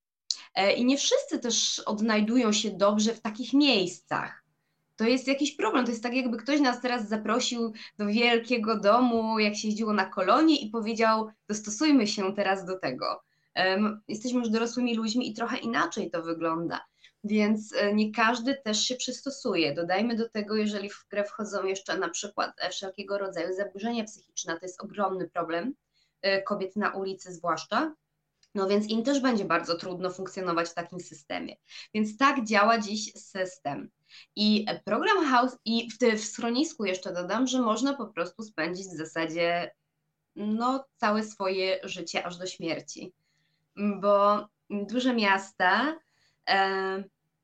I nie wszyscy też odnajdują się dobrze w takich miejscach. To jest jakiś problem, to jest tak jakby ktoś nas teraz zaprosił do wielkiego domu, jak się jeździło na kolonie i powiedział, dostosujmy się teraz do tego. Um, jesteśmy już dorosłymi ludźmi i trochę inaczej to wygląda, więc nie każdy też się przystosuje. Dodajmy do tego, jeżeli w grę wchodzą jeszcze na przykład wszelkiego rodzaju zaburzenia psychiczne, to jest ogromny problem kobiet na ulicy zwłaszcza, no więc im też będzie bardzo trudno funkcjonować w takim systemie. Więc tak działa dziś system. I program House, i w, w schronisku jeszcze dodam, że można po prostu spędzić w zasadzie no, całe swoje życie aż do śmierci. Bo duże miasta e,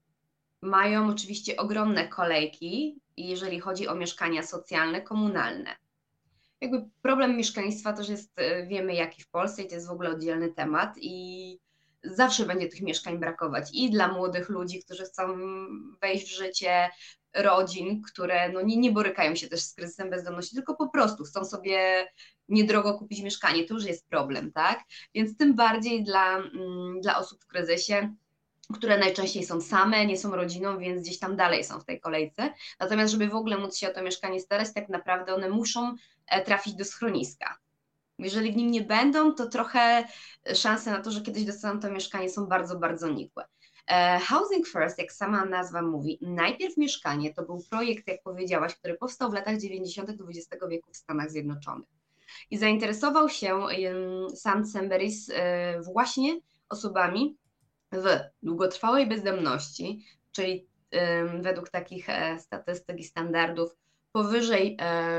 mają oczywiście ogromne kolejki, jeżeli chodzi o mieszkania socjalne, komunalne. Jakby problem mieszkalnictwa też jest, wiemy jaki w Polsce i to jest w ogóle oddzielny temat i zawsze będzie tych mieszkań brakować i dla młodych ludzi, którzy chcą wejść w życie, rodzin, które no nie, nie borykają się też z kryzysem bezdomności, tylko po prostu chcą sobie niedrogo kupić mieszkanie, to już jest problem, tak? Więc tym bardziej dla, dla osób w kryzysie, które najczęściej są same, nie są rodziną, więc gdzieś tam dalej są w tej kolejce. Natomiast żeby w ogóle móc się o to mieszkanie starać, tak naprawdę one muszą trafić do schroniska. Jeżeli w nim nie będą, to trochę szanse na to, że kiedyś dostaną to mieszkanie są bardzo, bardzo nikłe. Housing First, jak sama nazwa mówi, najpierw mieszkanie to był projekt, jak powiedziałaś, który powstał w latach dziewięćdziesiątych dwudziestego wieku w Stanach Zjednoczonych. I zainteresował się Sam Semberis właśnie osobami w długotrwałej bezdomności, czyli według takich statystyk i standardów powyżej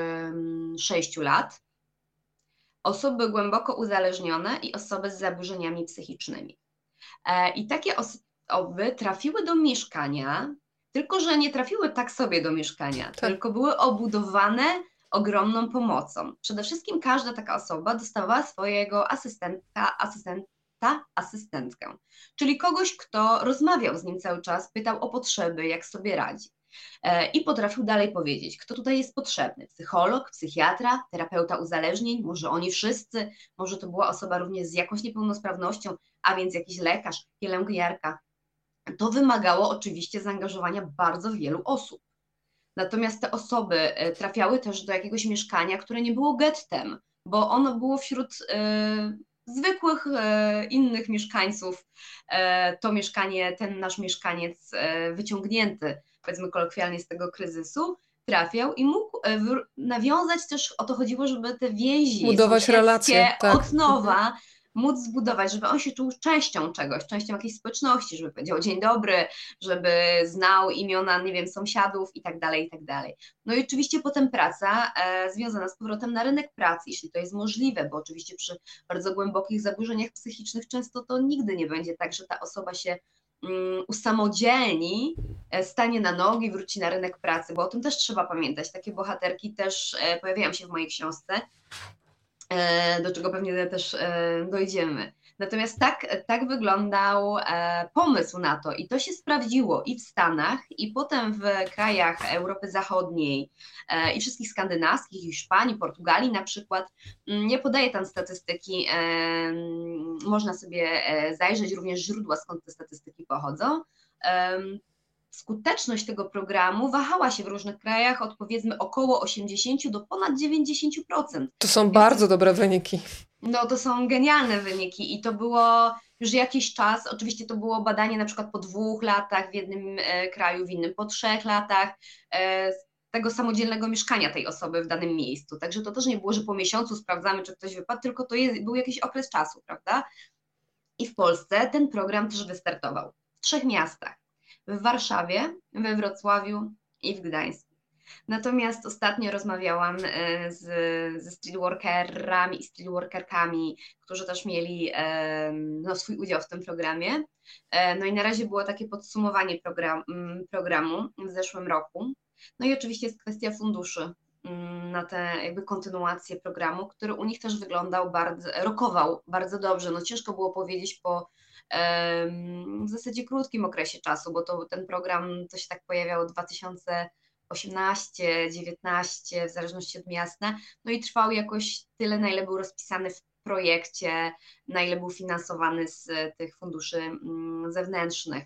sześciu lat, osoby głęboko uzależnione i osoby z zaburzeniami psychicznymi. I takie osoby trafiły do mieszkania, tylko że nie trafiły tak sobie do mieszkania, tak. Tylko były obudowane ogromną pomocą. Przede wszystkim każda taka osoba dostawała swojego asystentka, asystenta, asystentkę, czyli kogoś, kto rozmawiał z nim cały czas, pytał o potrzeby, jak sobie radzi. I potrafił dalej powiedzieć, kto tutaj jest potrzebny. Psycholog, psychiatra, terapeuta uzależnień, może oni wszyscy, może to była osoba również z jakąś niepełnosprawnością, a więc jakiś lekarz, pielęgniarka. To wymagało oczywiście zaangażowania bardzo wielu osób. Natomiast te osoby trafiały też do jakiegoś mieszkania, które nie było gettem, bo ono było wśród zwykłych e, innych mieszkańców e, to mieszkanie, ten nasz mieszkaniec e, wyciągnięty, powiedzmy kolokwialnie, z tego kryzysu, trafiał i mógł e, wr- nawiązać też, o to chodziło, żeby te więzi Budować relacje, sąsiedzkie tak. od nowa móc zbudować, żeby on się czuł częścią czegoś, częścią jakiejś społeczności, żeby powiedział dzień dobry, żeby znał imiona, nie wiem, sąsiadów i tak dalej, i tak dalej. No i oczywiście potem praca e, związana z powrotem na rynek pracy, jeśli to jest możliwe, bo oczywiście przy bardzo głębokich zaburzeniach psychicznych często to nigdy nie będzie tak, że ta osoba się mm, usamodzielni, e, stanie na nogi, wróci na rynek pracy, bo o tym też trzeba pamiętać. Takie bohaterki też e, pojawiają się w mojej książce, e, do czego pewnie też e, dojdziemy. Natomiast tak, tak wyglądał e, pomysł na to i to się sprawdziło i w Stanach, i potem w krajach Europy Zachodniej e, i wszystkich skandynawskich, i Hiszpanii, Portugalii na przykład. Mm, Nie podaję tam statystyki, e, można sobie e, zajrzeć również źródła, skąd te statystyki pochodzą. Em, Skuteczność tego programu wahała się w różnych krajach od powiedzmy około osiemdziesiąt do ponad dziewięćdziesiąt procent. To są Więc bardzo dobre wyniki. no to są genialne wyniki i to było już jakiś czas, oczywiście to było badanie na przykład po dwóch latach w jednym e, kraju, w innym po trzech latach e, z tego samodzielnego mieszkania tej osoby w danym miejscu. Także to też nie było, że po miesiącu sprawdzamy, czy ktoś wypadł, tylko to jest, był jakiś okres czasu, prawda? I w Polsce ten program też wystartował w trzech miastach. W Warszawie, we Wrocławiu i w Gdańsku. Natomiast ostatnio rozmawiałam e, z, ze streetworkerami i streetworkerkami, którzy też mieli e, no, swój udział w tym programie. E, No i na razie było takie podsumowanie program, mm, programu w zeszłym roku. No i oczywiście jest kwestia funduszy mm, na tę jakby kontynuację programu, który u nich też wyglądał bardzo, rokował bardzo dobrze. No ciężko było powiedzieć po em, w zasadzie krótkim okresie czasu, bo to ten program to się tak pojawiał w dwa tysiące osiemnaście, dziewiętnaście, w zależności od miasta, no i trwał jakoś tyle, na ile był rozpisany w projekcie, na ile był finansowany z tych funduszy mm, zewnętrznych.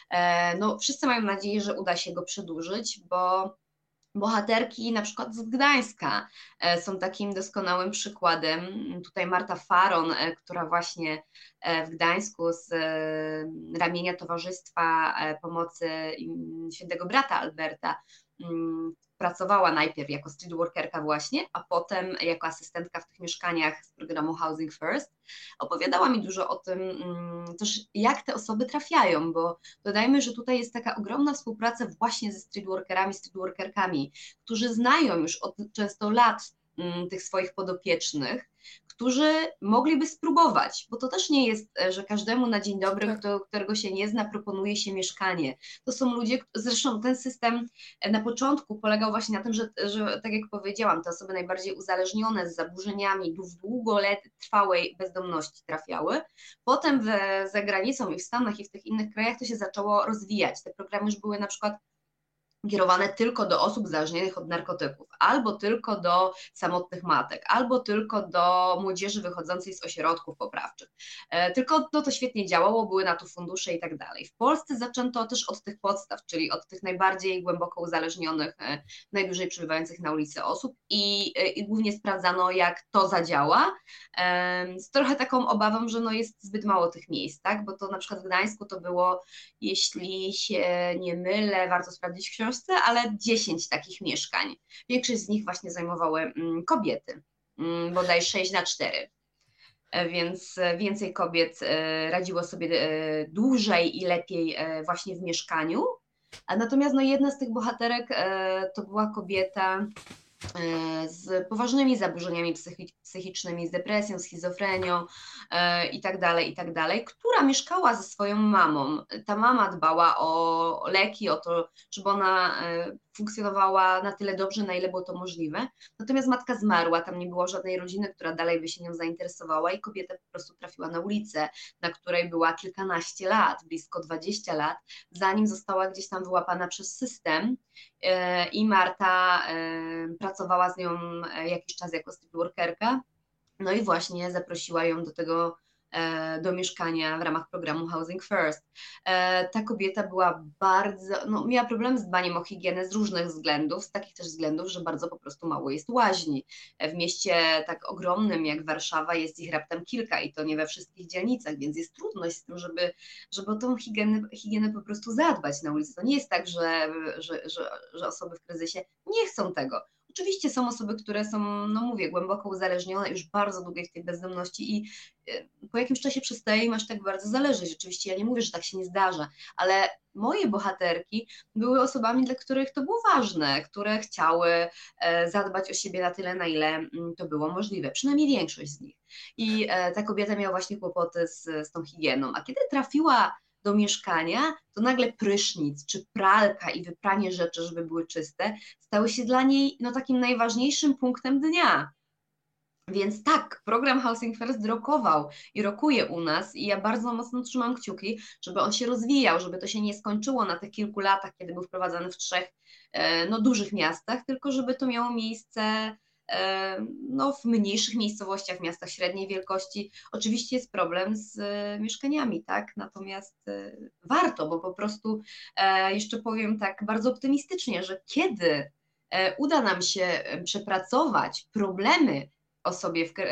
E, No, wszyscy mają nadzieję, że uda się go przedłużyć, bo bohaterki na przykład z Gdańska e, są takim doskonałym przykładem. Tutaj Marta Faron, e, która właśnie e, w Gdańsku z e, ramienia Towarzystwa e, Pomocy im, Świętego Brata Alberta mm, pracowała najpierw jako streetworkerka właśnie, a potem jako asystentka w tych mieszkaniach z programu Housing First. Opowiadała mi dużo o tym mm, też, jak te osoby trafiają, bo dodajmy, że tutaj jest taka ogromna współpraca właśnie ze streetworkerami, streetworkerkami, którzy znają już od często lat mm, tych swoich podopiecznych, którzy mogliby spróbować, bo to też nie jest, e, że każdemu na dzień dobry, Tak. kto, którego się nie zna, proponuje się mieszkanie. To są ludzie, k- zresztą ten system e, na początku polegał właśnie na tym, że, że tak jak powiedziałam, te osoby najbardziej uzależnione z zaburzeniami w długotrwałej bezdomności trafiały. Potem w, za granicą i w Stanach i w tych innych krajach to się zaczęło rozwijać. Te programy już były na przykład kierowane tylko do osób uzależnionych od narkotyków, albo tylko do samotnych matek, albo tylko do młodzieży wychodzącej z ośrodków poprawczych. E, Tylko no, to świetnie działało, były na to fundusze i tak dalej. W Polsce zaczęto też od tych podstaw, czyli od tych najbardziej głęboko uzależnionych, e, najdłużej przebywających na ulicy osób i, e, i głównie sprawdzano, jak to zadziała, e, z trochę taką obawą, że no jest zbyt mało tych miejsc, tak? Bo to na przykład w Gdańsku to było, jeśli się nie mylę, warto sprawdzić w książce, ale dziesięć takich mieszkań. Większość z nich właśnie zajmowały mm, kobiety, mm, bodaj sześć na cztery. E, Więc e, więcej kobiet e, radziło sobie e, dłużej i lepiej e, właśnie w mieszkaniu. A natomiast no, jedna z tych bohaterek e, to była kobieta e, z poważnymi zaburzeniami psychi- psychicznymi, z depresją, schizofrenią e, i tak dalej, i tak dalej, która mieszkała ze swoją mamą. Ta mama dbała o leki, o to, żeby ona e, funkcjonowała na tyle dobrze, na ile było to możliwe. Natomiast matka zmarła, tam nie było żadnej rodziny, która dalej by się nią zainteresowała i kobieta po prostu trafiła na ulicę, na której była kilkanaście lat, blisko dwadzieścia lat, zanim została gdzieś tam wyłapana przez system. E, I Marta e, pracowała z nią e, jakiś czas jako streetworkerka, no i właśnie zaprosiła ją do tego do mieszkania w ramach programu Housing First. Ta kobieta była bardzo, no, miała problem z dbaniem o higienę z różnych względów, z takich też względów, że bardzo po prostu mało jest łaźni. W mieście tak ogromnym jak Warszawa jest ich raptem kilka i to nie we wszystkich dzielnicach, więc jest trudność z tym, żeby, żeby o tą higienę, higienę po prostu zadbać na ulicy. To nie jest tak, że, że, że, że osoby w kryzysie nie chcą tego. Oczywiście są osoby, które są, no mówię, głęboko uzależnione już bardzo długo w tej bezdomności i po jakimś czasie przestaje im aż tak bardzo zależeć. Oczywiście ja nie mówię, że tak się nie zdarza, ale moje bohaterki były osobami, dla których to było ważne, które chciały zadbać o siebie na tyle, na ile to było możliwe, przynajmniej większość z nich. I ta kobieta miała właśnie kłopoty z, z tą higieną, a kiedy trafiła do mieszkania, to nagle prysznic, czy pralka i wypranie rzeczy, żeby były czyste, stały się dla niej no, takim najważniejszym punktem dnia. Więc tak, program Housing First rokował i rokuje u nas i ja bardzo mocno trzymam kciuki, żeby on się rozwijał, żeby to się nie skończyło na tych kilku latach, kiedy był wprowadzany w trzech no, dużych miastach, tylko żeby to miało miejsce no, w mniejszych miejscowościach, miastach średniej wielkości. Oczywiście jest problem z mieszkaniami, tak? Natomiast warto, bo po prostu jeszcze powiem tak bardzo optymistycznie, że kiedy uda nam się przepracować problemy osobie w,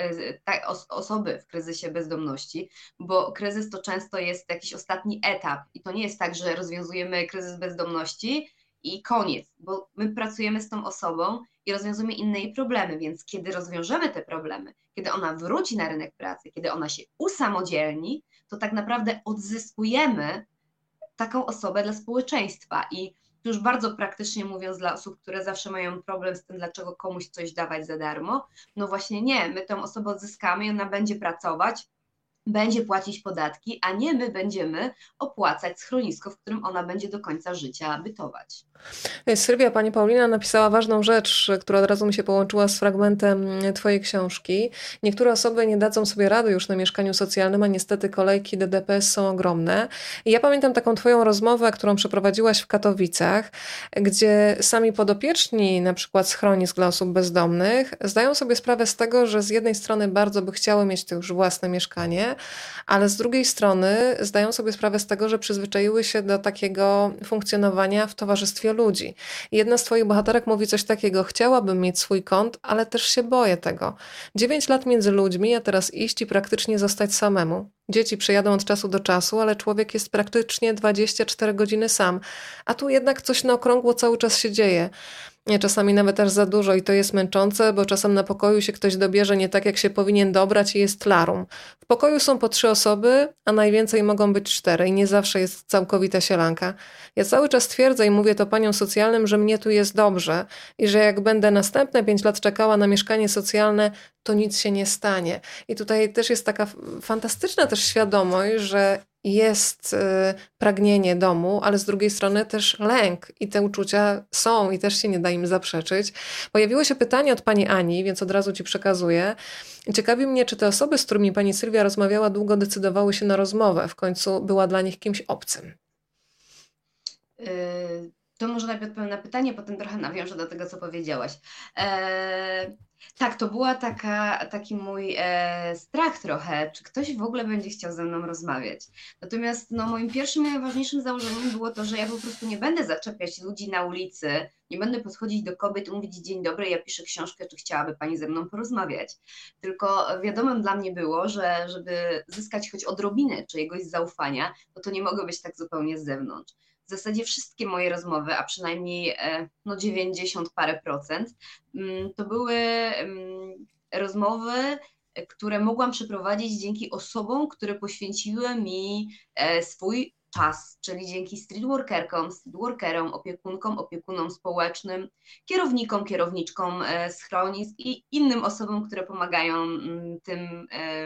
osoby w kryzysie bezdomności, bo kryzys to często jest jakiś ostatni etap i to nie jest tak, że rozwiązujemy kryzys bezdomności i koniec, bo my pracujemy z tą osobą i rozwiązujemy inne jej problemy, więc kiedy rozwiążemy te problemy, kiedy ona wróci na rynek pracy, kiedy ona się usamodzielni, to tak naprawdę odzyskujemy taką osobę dla społeczeństwa i już bardzo praktycznie mówiąc dla osób, które zawsze mają problem z tym, dlaczego komuś coś dawać za darmo, no właśnie nie, my tę osobę odzyskamy i ona będzie pracować, będzie płacić podatki, a nie my będziemy opłacać schronisko, w którym ona będzie do końca życia bytować. Sylwia, pani Paulina napisała ważną rzecz, która od razu mi się połączyła z fragmentem twojej książki. Niektóre osoby nie dadzą sobie rady już na mieszkaniu socjalnym, a niestety kolejki do D P S są ogromne. I ja pamiętam taką twoją rozmowę, którą przeprowadziłaś w Katowicach, gdzie sami podopieczni, na przykład schronisk dla osób bezdomnych, zdają sobie sprawę z tego, że z jednej strony bardzo by chciały mieć to już własne mieszkanie, ale z drugiej strony zdają sobie sprawę z tego, że przyzwyczaiły się do takiego funkcjonowania w towarzystwie ludzi. Jedna z twoich bohaterek mówi coś takiego: chciałabym mieć swój kąt, ale też się boję tego. Dziewięć lat między ludźmi, a teraz iść i praktycznie zostać samemu. Dzieci przyjadą od czasu do czasu, ale człowiek jest praktycznie dwadzieścia cztery godziny sam. A tu jednak coś na okrągło cały czas się dzieje. Czasami nawet aż za dużo i to jest męczące, bo czasem na pokoju się ktoś dobierze nie tak, jak się powinien dobrać i jest larum. W pokoju są po trzy osoby, a najwięcej mogą być cztery i nie zawsze jest całkowita sielanka. Ja cały czas twierdzę i mówię to paniom socjalnym, że mnie tu jest dobrze i że jak będę następne pięć lat czekała na mieszkanie socjalne, to nic się nie stanie. I tutaj też jest taka fantastyczna też świadomość, że jest y, pragnienie domu, ale z drugiej strony też lęk i te uczucia są i też się nie da im zaprzeczyć. Pojawiło się pytanie od pani Ani, więc od razu ci przekazuję. Ciekawi mnie, czy te osoby, z którymi pani Sylwia rozmawiała, długo decydowały się na rozmowę, w końcu była dla nich kimś obcym. Yy, to może najpierw odpowiem na pytanie, potem trochę nawiążę do tego, co powiedziałaś. Eee... Tak, to była taka, taki mój e, strach trochę, czy ktoś w ogóle będzie chciał ze mną rozmawiać. Natomiast no, moim pierwszym i najważniejszym założeniem było to, że ja po prostu nie będę zaczepiać ludzi na ulicy, nie będę podchodzić do kobiet i mówić: dzień dobry, ja piszę książkę, czy chciałaby pani ze mną porozmawiać. Tylko wiadomym dla mnie było, że żeby zyskać choć odrobinę czyjegoś zaufania, no to nie mogę być tak zupełnie z zewnątrz. W zasadzie wszystkie moje rozmowy, a przynajmniej no dziewięćdziesiąt parę procent, to były rozmowy, które mogłam przeprowadzić dzięki osobom, które poświęciły mi swój czas, czyli dzięki streetworkerkom, streetworkerom, opiekunkom, opiekunom społecznym, kierownikom, kierowniczkom schronisk i innym osobom, które pomagają tym,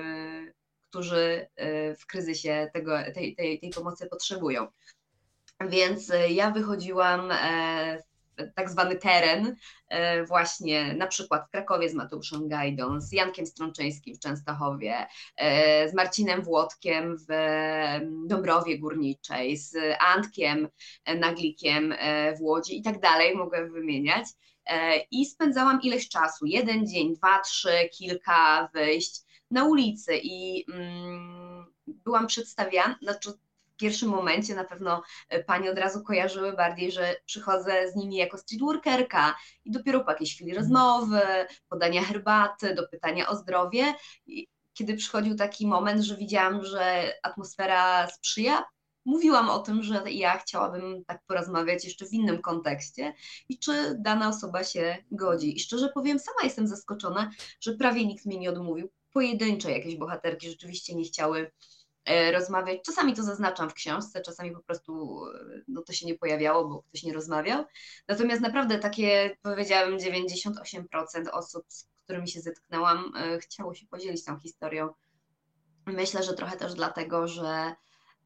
którzy w kryzysie tego, tej, tej, tej pomocy potrzebują. Więc ja wychodziłam w tak zwany teren, właśnie na przykład w Krakowie z Mateuszem Gajdą, z Jankiem Strączyńskim w Częstochowie, z Marcinem Włodkiem w Dąbrowie Górniczej, z Antkiem Naglikiem w Łodzi i tak dalej, mogę wymieniać. i spędzałam ileś czasu, jeden dzień, dwa, trzy, kilka wyjść na ulicy i mm, byłam przedstawiana, znaczy w pierwszym momencie na pewno panie od razu kojarzyły bardziej, że przychodzę z nimi jako streetworkerka i dopiero po jakiejś chwili rozmowy, podania herbaty, dopytania o zdrowie, kiedy przychodził taki moment, że widziałam, że atmosfera sprzyja, mówiłam o tym, że ja chciałabym tak porozmawiać jeszcze w innym kontekście i czy dana osoba się godzi. I szczerze powiem, sama jestem zaskoczona, że prawie nikt mi nie odmówił. Pojedyncze jakieś bohaterki rzeczywiście nie chciały rozmawiać. Czasami to zaznaczam w książce, czasami po prostu no, to się nie pojawiało, bo ktoś nie rozmawiał. Natomiast naprawdę takie, powiedziałabym, dziewięćdziesiąt osiem procent osób, z którymi się zetknęłam, chciało się podzielić tą historią. Myślę, że trochę też dlatego, że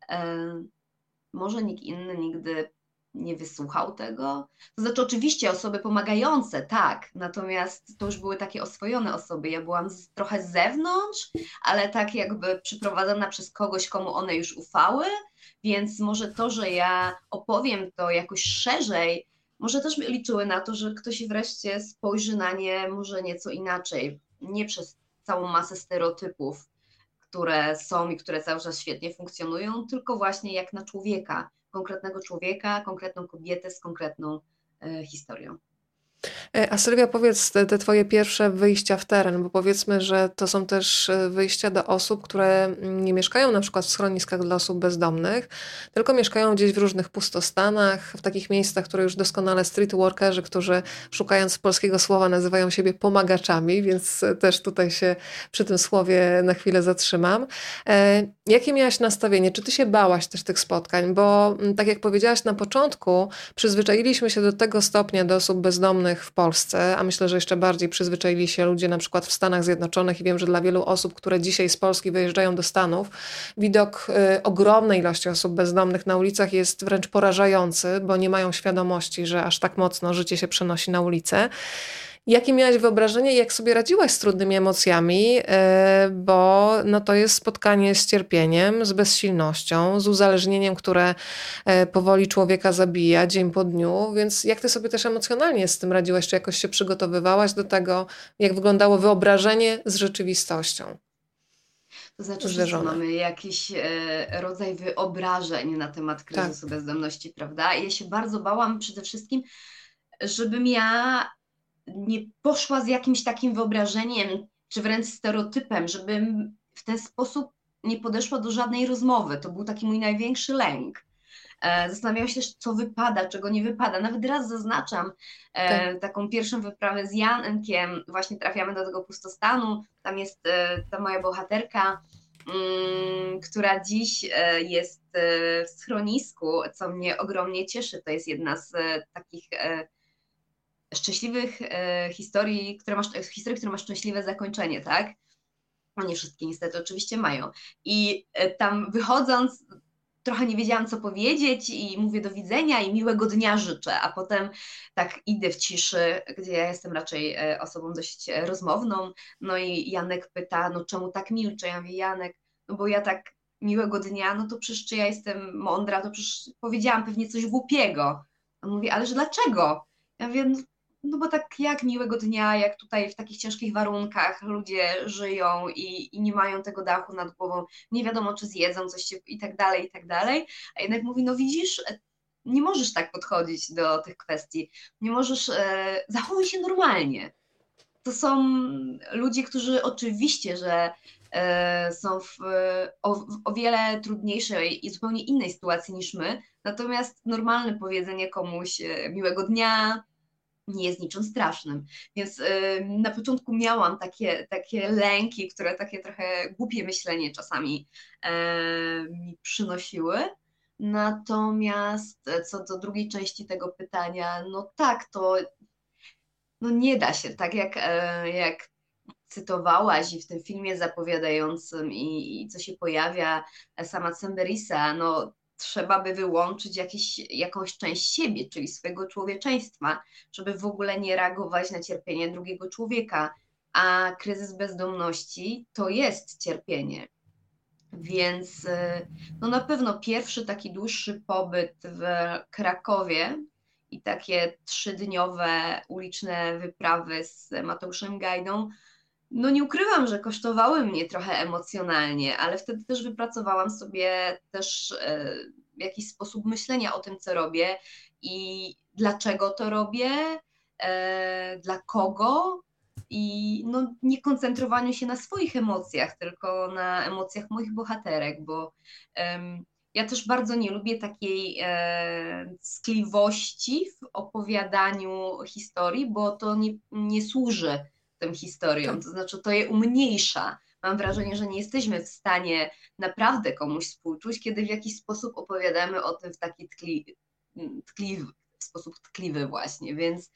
może nikt inny nigdy nie wysłuchał tego. To znaczy oczywiście osoby pomagające, tak, natomiast to już były takie oswojone osoby. Ja byłam z, trochę z zewnątrz, ale tak jakby przyprowadzona przez kogoś, komu one już ufały, więc może to, że ja opowiem to jakoś szerzej, może też liczyły na to, że ktoś wreszcie spojrzy na nie może nieco inaczej, nie przez całą masę stereotypów, które są i które cały czas świetnie funkcjonują, tylko właśnie jak na człowieka, konkretnego człowieka, konkretną kobietę z konkretną e, historią. A Sylwia, powiedz te, te twoje pierwsze wyjścia w teren, bo powiedzmy, że to są też wyjścia do osób, które nie mieszkają na przykład w schroniskach dla osób bezdomnych, tylko mieszkają gdzieś w różnych pustostanach, w takich miejscach, które już doskonale streetworkerzy, którzy szukając polskiego słowa nazywają siebie pomagaczami, więc też tutaj się przy tym słowie na chwilę zatrzymam. E, jakie miałaś nastawienie? Czy ty się bałaś też tych spotkań? Bo tak jak powiedziałaś na początku, przyzwyczailiśmy się do tego stopnia do osób bezdomnych w Polsce, a myślę, że jeszcze bardziej przyzwyczaili się ludzie na przykład w Stanach Zjednoczonych i wiem, że dla wielu osób, które dzisiaj z Polski wyjeżdżają do Stanów, widok y, ogromnej ilości osób bezdomnych na ulicach jest wręcz porażający, bo nie mają świadomości, że aż tak mocno życie się przenosi na ulicę. Jakie miałaś wyobrażenie i jak sobie radziłaś z trudnymi emocjami, bo no to jest spotkanie z cierpieniem, z bezsilnością, z uzależnieniem, które powoli człowieka zabija dzień po dniu, więc jak ty sobie też emocjonalnie z tym radziłaś, czy jakoś się przygotowywałaś do tego, jak wyglądało wyobrażenie z rzeczywistością? To znaczy wszyscy mamy jakiś e, rodzaj wyobrażeń na temat kryzysu tak. bezdomności, prawda? I ja się bardzo bałam przede wszystkim, żebym ja nie poszła z jakimś takim wyobrażeniem, czy wręcz stereotypem, żebym w ten sposób nie podeszła do żadnej rozmowy. To był taki mój największy lęk. E, zastanawiałam się też, co wypada, czego nie wypada. Nawet raz zaznaczam e, tak. taką pierwszą wyprawę z Jankiem. Właśnie trafiamy do tego pustostanu. Tam jest e, ta moja bohaterka, mm, która dziś e, jest e, w schronisku, co mnie ogromnie cieszy. To jest jedna z e, takich e, szczęśliwych e, historii, które masz, historii, które ma szczęśliwe zakończenie, tak? No nie wszystkie niestety oczywiście mają. I e, tam wychodząc, trochę nie wiedziałam, co powiedzieć i mówię do widzenia i miłego dnia życzę, a potem tak idę w ciszy, gdzie ja jestem raczej e, osobą dość rozmowną, no i Janek pyta, no czemu tak milczę? Ja mówię, Janek, no bo ja tak miłego dnia, no to przecież czy ja jestem mądra, to przecież powiedziałam pewnie coś głupiego. On mówi, ależ dlaczego? Ja mówię, no, no bo tak jak miłego dnia, jak tutaj w takich ciężkich warunkach ludzie żyją i, i nie mają tego dachu nad głową, nie wiadomo czy zjedzą coś i tak dalej, i tak dalej. A jednak mówi, no widzisz, nie możesz tak podchodzić do tych kwestii, nie możesz, e, zachowuj się normalnie. To są ludzie, którzy oczywiście, że e, są w o, w o wiele trudniejszej i zupełnie innej sytuacji niż my, natomiast normalne powiedzenie komuś e, miłego dnia nie jest niczym strasznym. Więc y, na początku miałam takie, takie lęki, które takie trochę głupie myślenie czasami y, mi przynosiły. Natomiast co do drugiej części tego pytania, no tak, to no nie da się, tak jak, y, jak cytowałaś i w tym filmie zapowiadającym i, i co się pojawia sama Cemberisa, no trzeba by wyłączyć jakieś, jakąś część siebie, czyli swojego człowieczeństwa, żeby w ogóle nie reagować na cierpienie drugiego człowieka. A kryzys bezdomności to jest cierpienie. Więc no na pewno pierwszy taki dłuższy pobyt w Krakowie i takie trzydniowe uliczne wyprawy z Mateuszem Gajdą, no nie ukrywam, że kosztowały mnie trochę emocjonalnie, ale wtedy też wypracowałam sobie też e, jakiś sposób myślenia o tym, co robię i dlaczego to robię, e, dla kogo i no, nie koncentrowaniu się na swoich emocjach, tylko na emocjach moich bohaterek, bo em, ja też bardzo nie lubię takiej e, ckliwości w opowiadaniu historii, bo to nie, nie służy tym historiom, to znaczy to je umniejsza. Mam wrażenie, że nie jesteśmy w stanie naprawdę komuś współczuć, kiedy w jakiś sposób opowiadamy o tym w taki tkli, tkliwy, w sposób tkliwy właśnie, więc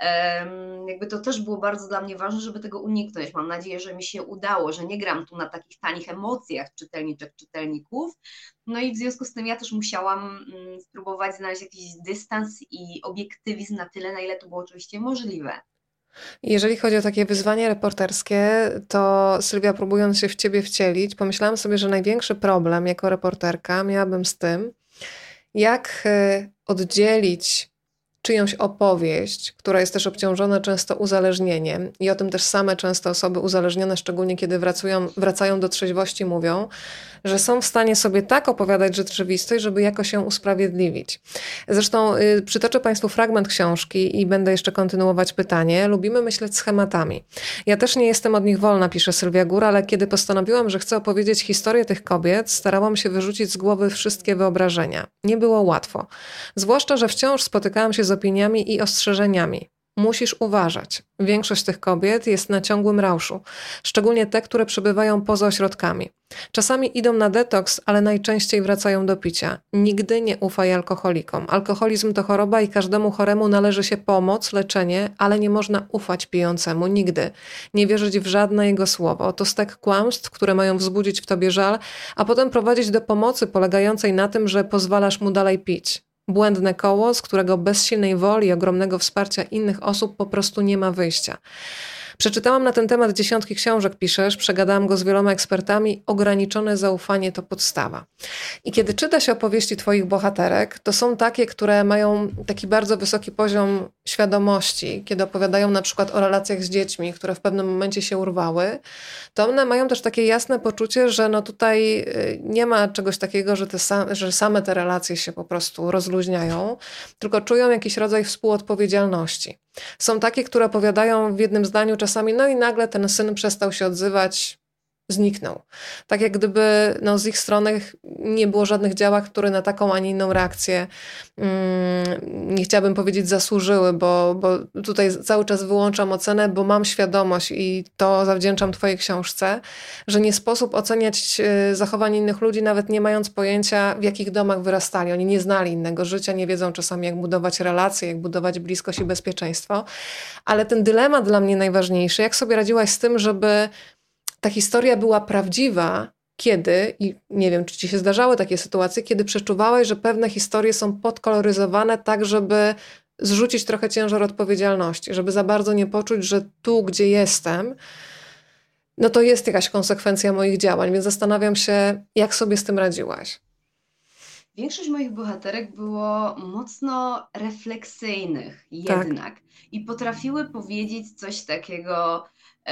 um, jakby to też było bardzo dla mnie ważne, żeby tego uniknąć. Mam nadzieję, że mi się udało, że nie gram tu na takich tanich emocjach czytelniczek, czytelników, no i w związku z tym ja też musiałam um, spróbować znaleźć jakiś dystans i obiektywizm na tyle, na ile to było oczywiście możliwe. Jeżeli chodzi o takie wyzwanie reporterskie, to Sylwia, próbując się w ciebie wcielić, pomyślałam sobie, że największy problem jako reporterka miałabym z tym, jak y, oddzielić czyjąś opowieść, która jest też obciążona często uzależnieniem i o tym też same często osoby uzależnione, szczególnie kiedy wracają, wracają do trzeźwości, mówią, że są w stanie sobie tak opowiadać rzeczywistość, żeby jakoś się usprawiedliwić. Zresztą y, przytoczę Państwu fragment książki i będę jeszcze kontynuować pytanie. Lubimy myśleć schematami. Ja też nie jestem od nich wolna, pisze Sylwia Gór, ale kiedy postanowiłam, że chcę opowiedzieć historię tych kobiet, starałam się wyrzucić z głowy wszystkie wyobrażenia. Nie było łatwo. Zwłaszcza, że wciąż spotykałam się z opiniami i ostrzeżeniami. Musisz uważać. Większość tych kobiet jest na ciągłym rauszu, szczególnie te, które przebywają poza ośrodkami. Czasami idą na detoks, ale najczęściej wracają do picia. Nigdy nie ufaj alkoholikom. Alkoholizm to choroba i każdemu choremu należy się pomoc, leczenie, ale nie można ufać pijącemu nigdy. Nie wierzyć w żadne jego słowo. To stek kłamstw, które mają wzbudzić w tobie żal, a potem prowadzić do pomocy polegającej na tym, że pozwalasz mu dalej pić. Błędne koło, z którego bez silnej woli i ogromnego wsparcia innych osób po prostu nie ma wyjścia. Przeczytałam na ten temat dziesiątki książek, piszesz, przegadałam go z wieloma ekspertami. Ograniczone zaufanie to podstawa. I kiedy czyta się opowieści twoich bohaterek, to są takie, które mają taki bardzo wysoki poziom świadomości. Kiedy opowiadają na przykład o relacjach z dziećmi, które w pewnym momencie się urwały, to one mają też takie jasne poczucie, że no tutaj nie ma czegoś takiego, że, te sam, że same te relacje się po prostu rozluźniają, tylko czują jakiś rodzaj współodpowiedzialności. Są takie, które opowiadają w jednym zdaniu czasami, no i nagle ten syn przestał się odzywać, zniknął. Tak jak gdyby no, z ich strony nie było żadnych działań, które na taką, a nie inną reakcję, mm, nie chciałabym powiedzieć zasłużyły, bo, bo tutaj cały czas wyłączam ocenę, bo mam świadomość i to zawdzięczam twojej książce, że nie sposób oceniać zachowań innych ludzi, nawet nie mając pojęcia, w jakich domach wyrastali. Oni nie znali innego życia, nie wiedzą czasami, jak budować relacje, jak budować bliskość i bezpieczeństwo. Ale ten dylemat dla mnie najważniejszy, jak sobie radziłaś z tym, żeby ta historia była prawdziwa, kiedy, i nie wiem, czy ci się zdarzały takie sytuacje, kiedy przeczuwałeś, że pewne historie są podkoloryzowane tak, żeby zrzucić trochę ciężar odpowiedzialności, żeby za bardzo nie poczuć, że tu, gdzie jestem, no to jest jakaś konsekwencja moich działań, więc zastanawiam się, jak sobie z tym radziłaś. Większość moich bohaterek było mocno refleksyjnych jednak tak. I potrafiły powiedzieć coś takiego,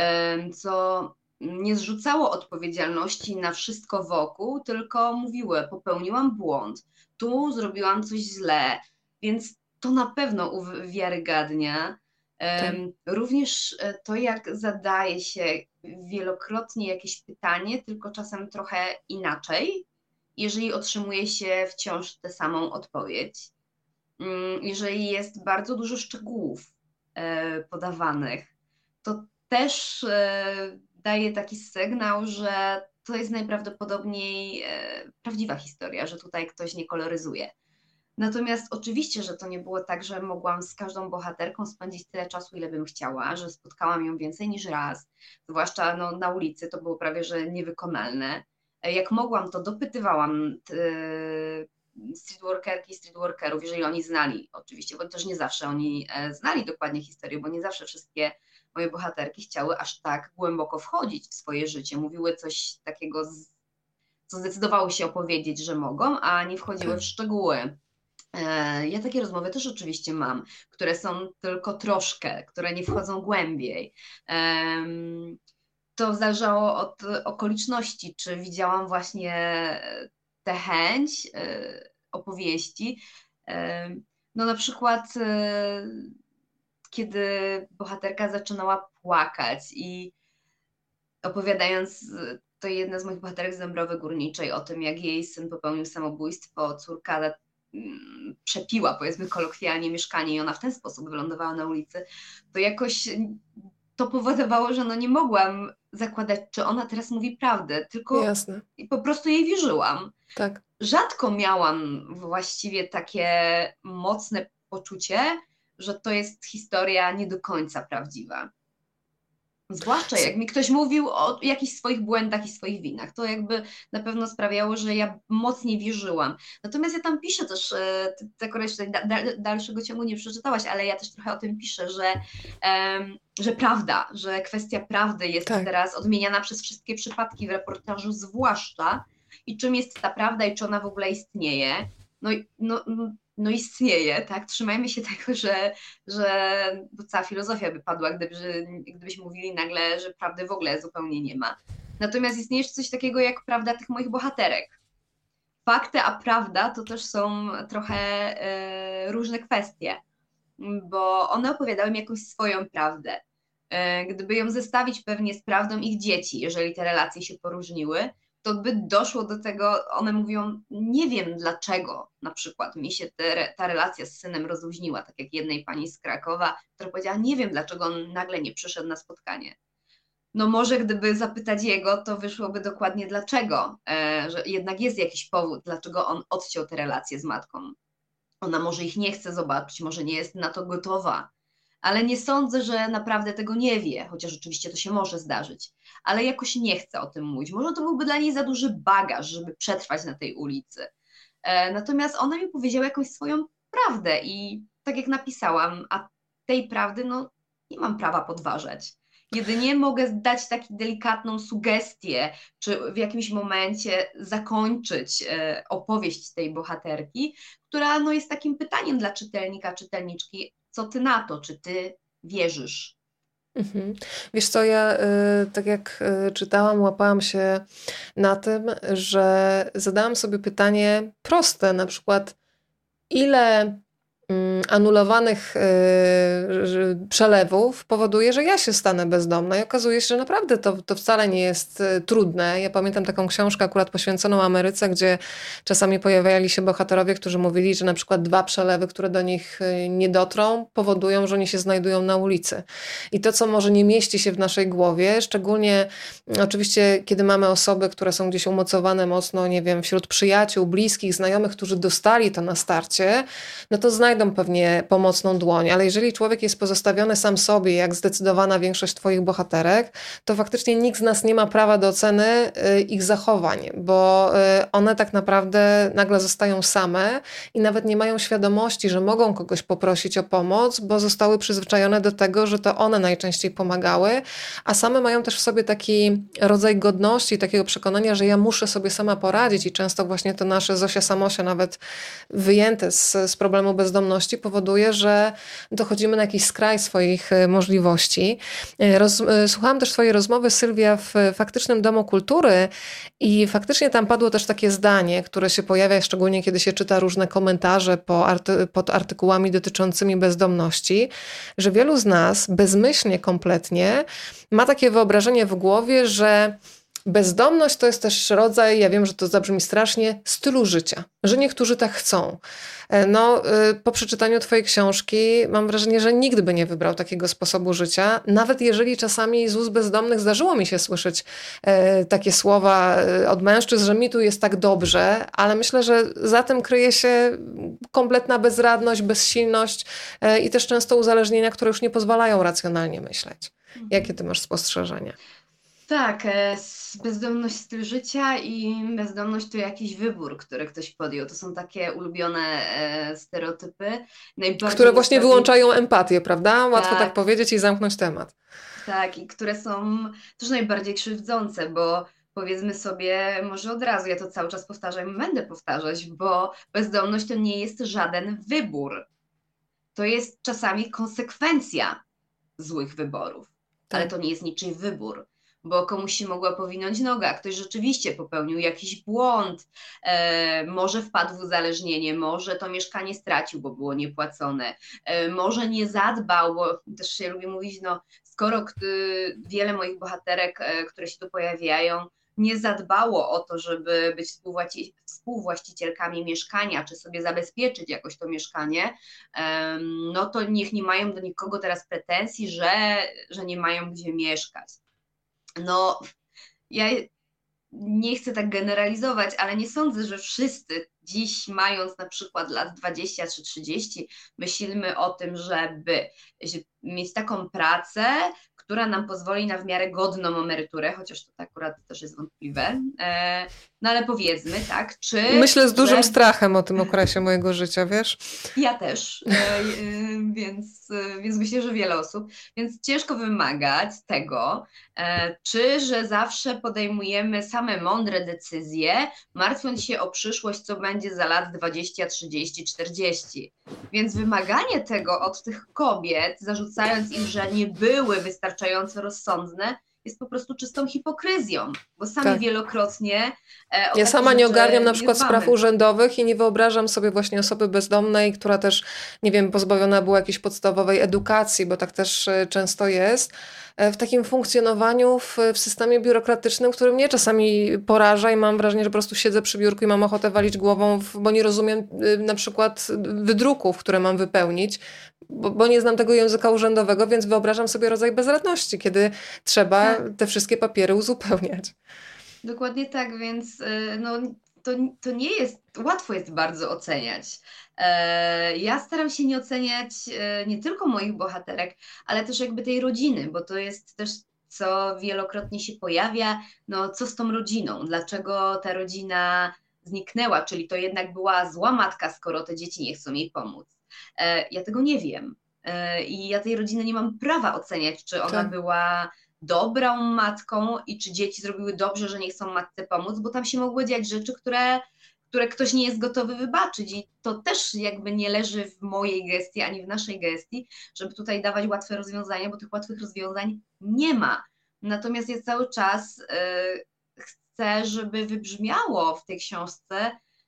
co nie zrzucało odpowiedzialności na wszystko wokół, tylko mówiły, popełniłam błąd, tu zrobiłam coś źle, więc to na pewno uwiarygadnia. Tak. Również to, jak zadaje się wielokrotnie jakieś pytanie, tylko czasem trochę inaczej, jeżeli otrzymuje się wciąż tę samą odpowiedź. Jeżeli jest bardzo dużo szczegółów podawanych, to też daje taki sygnał, że to jest najprawdopodobniej prawdziwa historia, że tutaj ktoś nie koloryzuje. Natomiast oczywiście, że to nie było tak, że mogłam z każdą bohaterką spędzić tyle czasu, ile bym chciała, że spotkałam ją więcej niż raz, zwłaszcza no, na ulicy to było prawie że niewykonalne. Jak mogłam, to dopytywałam streetworkerki i streetworkerów, jeżeli oni znali oczywiście, bo też nie zawsze oni znali dokładnie historię, bo nie zawsze wszystkie moje bohaterki chciały aż tak głęboko wchodzić w swoje życie. Mówiły coś takiego, co zdecydowały się opowiedzieć, że mogą, a nie wchodziły w szczegóły. E, Ja takie rozmowy też oczywiście mam, które są tylko troszkę, które nie wchodzą głębiej. Em, To zależało od okoliczności, czy widziałam właśnie tę chęć e, opowieści. E, No na przykład, e, kiedy bohaterka zaczynała płakać i opowiadając, e, to jedna z moich bohaterek z Dąbrowy Górniczej o tym, jak jej syn popełnił samobójstwo, córka mm, przepiła, powiedzmy kolokwialnie, mieszkanie i ona w ten sposób wylądowała na ulicy, to jakoś to powodowało, że no nie mogłam zakładać, czy ona teraz mówi prawdę, tylko Jasne, po prostu jej wierzyłam. tak. Rzadko miałam właściwie takie mocne poczucie, że to jest historia nie do końca prawdziwa. Zwłaszcza jak mi ktoś mówił o jakichś swoich błędach i swoich winach. To jakby na pewno sprawiało, że ja mocniej wierzyłam. Natomiast ja tam piszę też, e, ty ty akurat tutaj da, da, dalszego ciągu nie przeczytałaś, ale ja też trochę o tym piszę, że, em, że prawda, że kwestia prawdy jest Tak. teraz odmieniana przez wszystkie przypadki w reportażu zwłaszcza i czym jest ta prawda i czy ona w ogóle istnieje. No, i- no, no, no istnieje, tak? Trzymajmy się tego, że, że bo cała filozofia by padła, gdyby, że, gdybyśmy mówili nagle, że prawdy w ogóle zupełnie nie ma. Natomiast istnieje jeszcze coś takiego jak prawda tych moich bohaterek. Fakty a prawda to też są trochę e, różne kwestie, bo one opowiadały mi jakąś swoją prawdę. E, gdyby ją zestawić pewnie z prawdą ich dzieci, jeżeli te relacje się poróżniły, to by doszło do tego, one mówią, nie wiem dlaczego na przykład mi się te, ta relacja z synem rozluźniła, tak jak jednej pani z Krakowa, która powiedziała, nie wiem dlaczego on nagle nie przyszedł na spotkanie. No może gdyby zapytać jego, to wyszłoby dokładnie dlaczego, e, że jednak jest jakiś powód, dlaczego on odciął te relacje z matką. Ona może ich nie chce zobaczyć, może nie jest na to gotowa, ale nie sądzę, że naprawdę tego nie wie, chociaż oczywiście to się może zdarzyć, ale jakoś nie chce o tym mówić. Może to byłby dla niej za duży bagaż, żeby przetrwać na tej ulicy. E, natomiast ona mi powiedziała jakąś swoją prawdę i tak jak napisałam, a tej prawdy no nie mam prawa podważać. Jedynie mogę dać taką delikatną sugestię, czy w jakimś momencie zakończyć e, opowieść tej bohaterki, która no, jest takim pytaniem dla czytelnika, czytelniczki, co ty na to, czy ty wierzysz? Mhm. Wiesz co, ja y, tak jak y, czytałam, łapałam się na tym, że zadałam sobie pytanie proste, na przykład ile mm, anulowanych y, że- przelewów powoduje, że ja się stanę bezdomna i okazuje się, że naprawdę to, to wcale nie jest y, trudne. Ja pamiętam taką książkę akurat poświęconą Ameryce, gdzie czasami pojawiali się bohaterowie, którzy mówili, że na przykład dwa przelewy, które do nich y, nie dotrą, powodują, że oni się znajdują na ulicy. I to, co może nie mieści się w naszej głowie, szczególnie mm, oczywiście, kiedy mamy osoby, które są gdzieś umocowane mocno, nie wiem, wśród przyjaciół, bliskich, znajomych, którzy dostali to na starcie, no to znajdą pewnie pomocną dłoń, ale jeżeli człowiek jest pozostawiony sam sobie, jak zdecydowana większość twoich bohaterek, to faktycznie nikt z nas nie ma prawa do oceny y, ich zachowań, bo y, one tak naprawdę nagle zostają same i nawet nie mają świadomości, że mogą kogoś poprosić o pomoc, bo zostały przyzwyczajone do tego, że to one najczęściej pomagały, a same mają też w sobie taki rodzaj godności, takiego przekonania, że ja muszę sobie sama poradzić i często właśnie to nasze Zosia Samosia nawet wyjęte z, z problemu bezdomności powoduje, że dochodzimy na jakiś skraj swoich e, możliwości. E, Roz, e, słuchałam też twojej rozmowy, Sylwia, w Faktycznym Domu Kultury i faktycznie tam padło też takie zdanie, które się pojawia szczególnie, kiedy się czyta różne komentarze po arty, pod artykułami dotyczącymi bezdomności, że wielu z nas bezmyślnie kompletnie ma takie wyobrażenie w głowie, że bezdomność to jest też rodzaj, ja wiem, że to zabrzmi strasznie, stylu życia, że niektórzy tak chcą. E, No, y, po przeczytaniu twojej książki mam wrażenie, że nikt by nie wybrał takiego sposobu życia, nawet jeżeli czasami z ust bezdomnych zdarzyło mi się słyszeć e, takie słowa e, od mężczyzn, że mi tu jest tak dobrze, ale myślę, że za tym kryje się kompletna bezradność, bezsilność e, i też często uzależnienia, które już nie pozwalają racjonalnie myśleć. Jakie ty masz spostrzeżenia? Tak, e, s- bezdomność styl życia i bezdomność to jakiś wybór, który ktoś podjął. To są takie ulubione e, stereotypy. Które Najbardziej właśnie niestety, wyłączają empatię, prawda? Łatwo tak tak, powiedzieć i zamknąć temat. tak, i które są też najbardziej krzywdzące, bo powiedzmy sobie może od razu, ja to cały czas powtarzam i będę powtarzać, bo bezdomność to nie jest żaden wybór. To jest czasami konsekwencja złych wyborów, ale Tak. to nie jest niczyj wybór, bo komuś się mogła powinąć noga, ktoś rzeczywiście popełnił jakiś błąd, e, może wpadł w uzależnienie, może to mieszkanie stracił, bo było niepłacone, e, może nie zadbał, bo też się lubię mówić, no skoro y, wiele moich bohaterek, e, które się tu pojawiają, nie zadbało o to, żeby być współwłaci- współwłaścicielkami mieszkania, czy sobie zabezpieczyć jakoś to mieszkanie, no to niech nie mają do nikogo teraz pretensji, że, że nie mają gdzie mieszkać. No, ja nie chcę tak generalizować, ale nie sądzę, że wszyscy dziś, mając na przykład lat dwadzieścia czy trzydzieści, myślimy o tym, żeby mieć taką pracę, która nam pozwoli na w miarę godną emeryturę, chociaż to akurat też jest wątpliwe. No ale powiedzmy, tak, czy... Myślę z dużym że... strachem o tym okresie mojego życia, wiesz? Ja też, więc, więc myślę, że wiele osób. Więc ciężko wymagać tego, czy że zawsze podejmujemy same mądre decyzje, martwiąc się o przyszłość, co będzie za lat dwadzieścia, trzydzieści, czterdzieści. Więc wymaganie tego od tych kobiet, zarzucając im, że nie były wystarczająco rozsądne, jest po prostu czystą hipokryzją, bo sami Tak. wielokrotnie e, o Ja takie sama nie rzeczy ogarniam na nie przykład dbamy. spraw urzędowych i nie wyobrażam sobie właśnie osoby bezdomnej, która też, nie wiem, pozbawiona była jakiejś podstawowej edukacji, bo tak też e, często jest, e, w takim funkcjonowaniu w, w systemie biurokratycznym, który mnie czasami poraża i mam wrażenie, że po prostu siedzę przy biurku i mam ochotę walić głową, w, bo nie rozumiem e, na przykład wydruków, które mam wypełnić, bo, bo nie znam tego języka urzędowego, więc wyobrażam sobie rodzaj bezradności, kiedy trzeba Tak. te wszystkie papiery uzupełniać. Dokładnie tak, więc y, no, to, to nie jest, łatwo jest bardzo oceniać. E, Ja staram się nie oceniać e, nie tylko moich bohaterek, ale też jakby tej rodziny, bo to jest też, co wielokrotnie się pojawia, no co z tą rodziną, dlaczego ta rodzina zniknęła, czyli to jednak była zła matka, skoro te dzieci nie chcą jej pomóc. E, Ja tego nie wiem. E, I ja tej rodziny nie mam prawa oceniać, czy ona Tak. była dobrą matką i czy dzieci zrobiły dobrze, że nie chcą matce pomóc, bo tam się mogły dziać rzeczy, które, które ktoś nie jest gotowy wybaczyć i to też jakby nie leży w mojej gestii ani w naszej gestii, żeby tutaj dawać łatwe rozwiązania, bo tych łatwych rozwiązań nie ma. Natomiast ja cały czas y, chcę, żeby wybrzmiało w tej książce,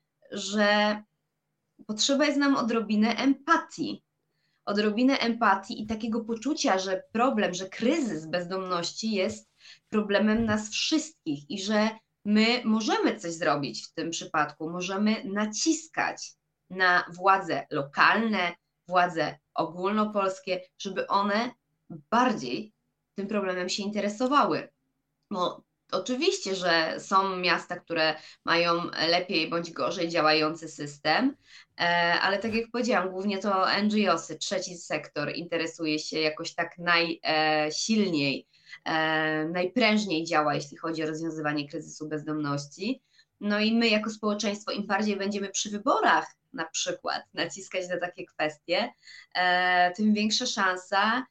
że potrzeba jest nam odrobinę empatii, odrobinę empatii i takiego poczucia, że problem, że kryzys bezdomności jest problemem nas wszystkich i że my możemy coś zrobić w tym przypadku, możemy naciskać na władze lokalne, władze ogólnopolskie, żeby one bardziej tym problemem się interesowały. Bo oczywiście, że są miasta, które mają lepiej bądź gorzej działający system, ale tak jak powiedziałam, głównie to N G O sy, trzeci sektor interesuje się jakoś tak najsilniej, najprężniej działa, jeśli chodzi o rozwiązywanie kryzysu bezdomności. No i my jako społeczeństwo, im bardziej będziemy przy wyborach na przykład naciskać na takie kwestie, tym większa szansa,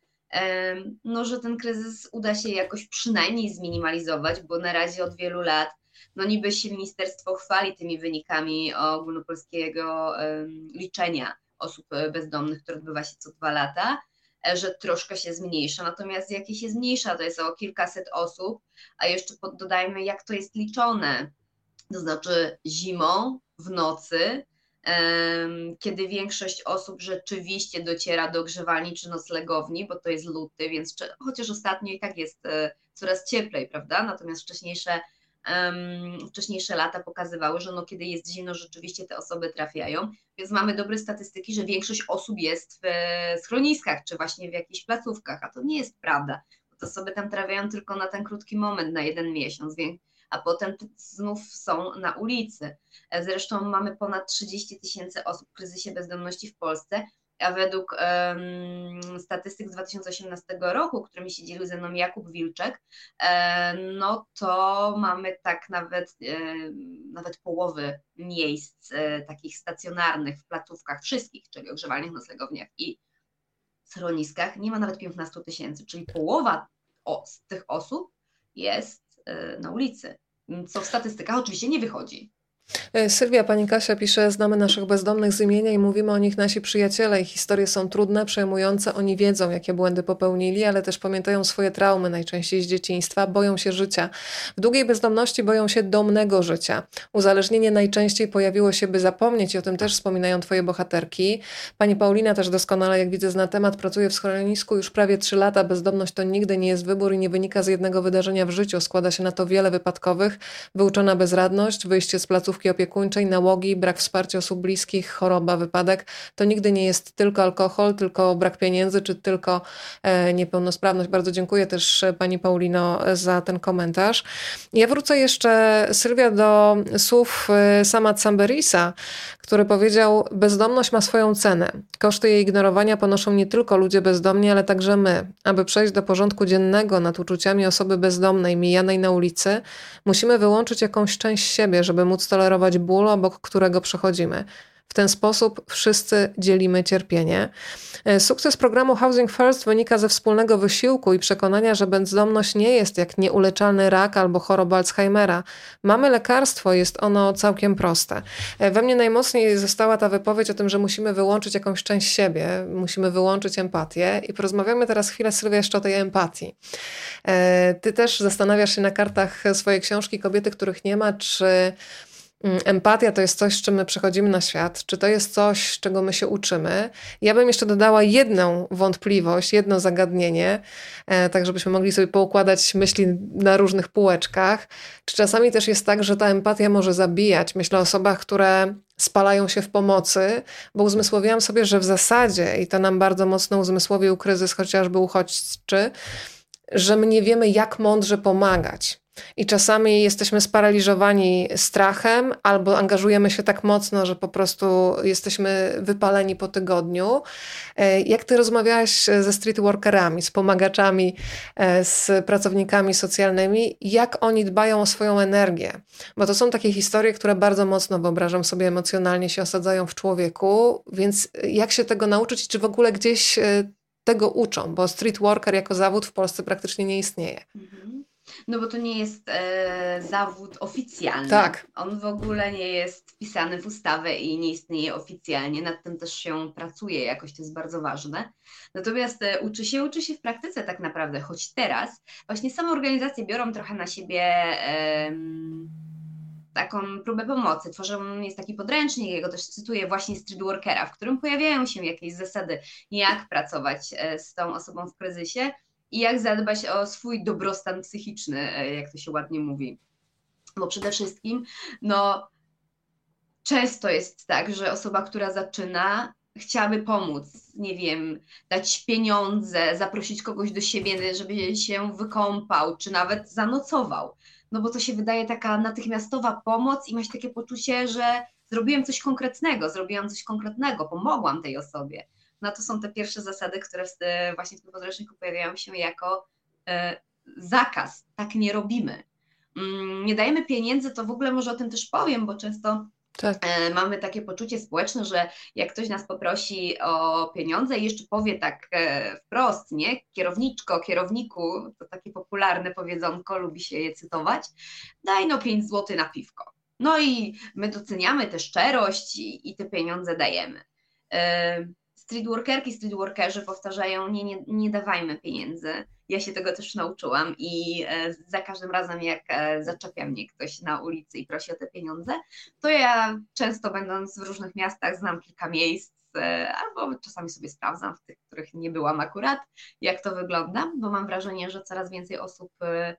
no, że ten kryzys uda się jakoś przynajmniej zminimalizować, bo na razie od wielu lat, no niby się ministerstwo chwali tymi wynikami ogólnopolskiego um, liczenia osób bezdomnych, które odbywa się co dwa lata, że troszkę się zmniejsza, natomiast jakie się zmniejsza, to jest o kilkaset osób, a jeszcze dodajmy, jak to jest liczone, to znaczy zimą, w nocy, kiedy większość osób rzeczywiście dociera do grzewalni czy noclegowni, bo to jest luty, więc chociaż ostatnio i tak jest coraz cieplej, prawda? Natomiast wcześniejsze, um, wcześniejsze lata pokazywały, że no, kiedy jest zimno, rzeczywiście te osoby trafiają, więc mamy dobre statystyki, że większość osób jest w schroniskach czy właśnie w jakichś placówkach, a to nie jest prawda, bo te osoby tam trafiają tylko na ten krótki moment, na jeden miesiąc, więc a potem znów są na ulicy. Zresztą mamy ponad trzydzieści tysięcy osób w kryzysie bezdomności w Polsce, a według um, statystyk z dwa tysiące osiemnastego roku, którymi się dzielił ze mną Jakub Wilczek, e, no to mamy tak nawet, e, nawet połowy miejsc e, takich stacjonarnych w placówkach wszystkich, czyli ogrzewalniach, noclegowniach i schroniskach, nie ma nawet piętnaście tysięcy, czyli połowa o, z tych osób jest e, na ulicy. co w statystykach oczywiście nie wychodzi. Sylwia, pani Kasia pisze, znamy naszych bezdomnych z imienia i mówimy o nich nasi przyjaciele. Ich historie są trudne, przejmujące. Oni wiedzą, jakie błędy popełnili, ale też pamiętają swoje traumy, najczęściej z dzieciństwa. Boją się życia. W długiej bezdomności boją się domnego życia. Uzależnienie najczęściej pojawiło się, by zapomnieć i o tym też wspominają twoje bohaterki. Pani Paulina też doskonale, jak widzę, zna temat. Pracuje w schronisku już prawie trzy lata. Bezdomność to nigdy nie jest wybór i nie wynika z jednego wydarzenia w życiu. Składa się na to wiele wypadkowych. Wyuczona bezradność, wyjście z placówki opiekuńczej, nałogi, brak wsparcia osób bliskich, choroba, wypadek. To nigdy nie jest tylko alkohol, tylko brak pieniędzy, czy tylko e, niepełnosprawność. Bardzo dziękuję też pani Paulino za ten komentarz. Ja wrócę jeszcze, Sylwia, do słów Sama Samberisa, który powiedział: bezdomność ma swoją cenę. Koszty jej ignorowania ponoszą nie tylko ludzie bezdomni, ale także my. Aby przejść do porządku dziennego nad uczuciami osoby bezdomnej, mijanej na ulicy, musimy wyłączyć jakąś część siebie, żeby móc tolerować ból, obok którego przechodzimy. W ten sposób wszyscy dzielimy cierpienie. Sukces programu Housing First wynika ze wspólnego wysiłku i przekonania, że bezdomność nie jest jak nieuleczalny rak albo choroba Alzheimera. Mamy lekarstwo, jest ono całkiem proste. We mnie najmocniej została ta wypowiedź o tym, że musimy wyłączyć jakąś część siebie, musimy wyłączyć empatię i porozmawiamy teraz chwilę, Sylwia, jeszcze o tej empatii. Ty też zastanawiasz się na kartach swojej książki Kobiety, których nie ma, czy empatia to jest coś, z czym my przychodzimy na świat, czy to jest coś, czego my się uczymy. Ja bym jeszcze dodała jedną wątpliwość, jedno zagadnienie, tak żebyśmy mogli sobie poukładać myśli na różnych półeczkach. Czy czasami też jest tak, że ta empatia może zabijać? Myślę o osobach, które spalają się w pomocy, bo uzmysłowiłam sobie, że w zasadzie, i to nam bardzo mocno uzmysłowił kryzys chociażby uchodźczy, że my nie wiemy, jak mądrze pomagać. I czasami jesteśmy sparaliżowani strachem albo angażujemy się tak mocno, że po prostu jesteśmy wypaleni po tygodniu. Jak ty rozmawiałaś ze streetworkerami, z pomagaczami, z pracownikami socjalnymi, jak oni dbają o swoją energię? Bo to są takie historie, które bardzo mocno, wyobrażam sobie, emocjonalnie się osadzają w człowieku, więc jak się tego nauczyć i czy w ogóle gdzieś tego uczą? Bo streetworker jako zawód w Polsce praktycznie nie istnieje. Mhm. No bo to nie jest e, zawód oficjalny. Tak. On w ogóle nie jest wpisany w ustawę i nie istnieje oficjalnie. Nad tym też się pracuje jakoś, to jest bardzo ważne. Natomiast e, uczy się, uczy się w praktyce tak naprawdę, choć teraz właśnie same organizacje biorą trochę na siebie e, taką próbę pomocy. Tworzą, jest taki podręcznik, jego też cytuję, właśnie Streetworkera, w którym pojawiają się jakieś zasady, jak pracować e, z tą osobą w kryzysie i jak zadbać o swój dobrostan psychiczny, jak to się ładnie mówi. Bo przede wszystkim, no, często jest tak, że osoba, która zaczyna, chciałaby pomóc, nie wiem, dać pieniądze, zaprosić kogoś do siebie, żeby się wykąpał, czy nawet zanocował. No bo to się wydaje taka natychmiastowa pomoc i masz takie poczucie, że zrobiłem coś konkretnego, zrobiłam coś konkretnego, pomogłam tej osobie. No to są te pierwsze zasady, które w, właśnie w tym podręczniku pojawiają się jako e, zakaz. Tak nie robimy. Mm, nie dajemy pieniędzy, to w ogóle może o tym też powiem, bo często Tak. e, mamy takie poczucie społeczne, że jak ktoś nas poprosi o pieniądze i jeszcze powie tak e, wprost, nie? Kierowniczko, kierowniku, to takie popularne powiedzonko, lubi się je cytować, daj no pięć złotych na piwko. No i my doceniamy tę szczerość i, i te pieniądze dajemy. E, Streetworkerki, streetworkerzy powtarzają, nie, nie, nie dawajmy pieniędzy. Ja się tego też nauczyłam i e, za każdym razem, jak e, zaczepia mnie ktoś na ulicy i prosi o te pieniądze, to ja często, będąc w różnych miastach, znam kilka miejsc, e, albo czasami sobie sprawdzam w tych, w których nie byłam akurat, jak to wygląda, bo mam wrażenie, że coraz więcej osób e,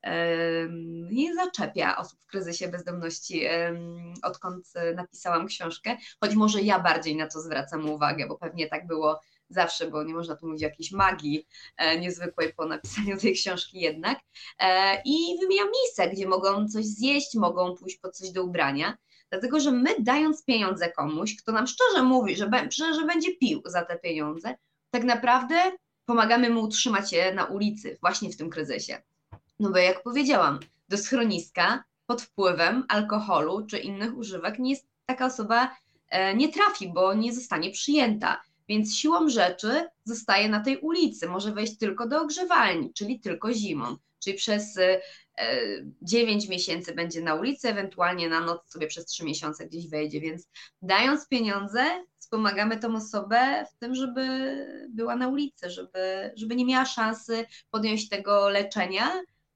nie zaczepia osób w kryzysie bezdomności, odkąd napisałam książkę, choć może ja bardziej na to zwracam uwagę, bo pewnie tak było zawsze, bo nie można tu mówić o jakiejś magii niezwykłej po napisaniu tej książki jednak. I wymieniam miejsca, gdzie mogą coś zjeść, mogą pójść po coś do ubrania, dlatego że my, dając pieniądze komuś, kto nam szczerze mówi, że, że, że będzie pił za te pieniądze, tak naprawdę pomagamy mu utrzymać się na ulicy właśnie w tym kryzysie. No bo jak powiedziałam, do schroniska pod wpływem alkoholu czy innych używek nie jest, taka osoba e, nie trafi, bo nie zostanie przyjęta. Więc siłą rzeczy zostaje na tej ulicy. Może wejść tylko do ogrzewalni, czyli tylko zimą. Czyli przez dziewięć miesięcy będzie na ulicy, ewentualnie na noc sobie przez trzy miesiące gdzieś wejdzie, więc dając pieniądze wspomagamy tą osobę w tym, żeby była na ulicy, żeby, żeby nie miała szansy podjąć tego leczenia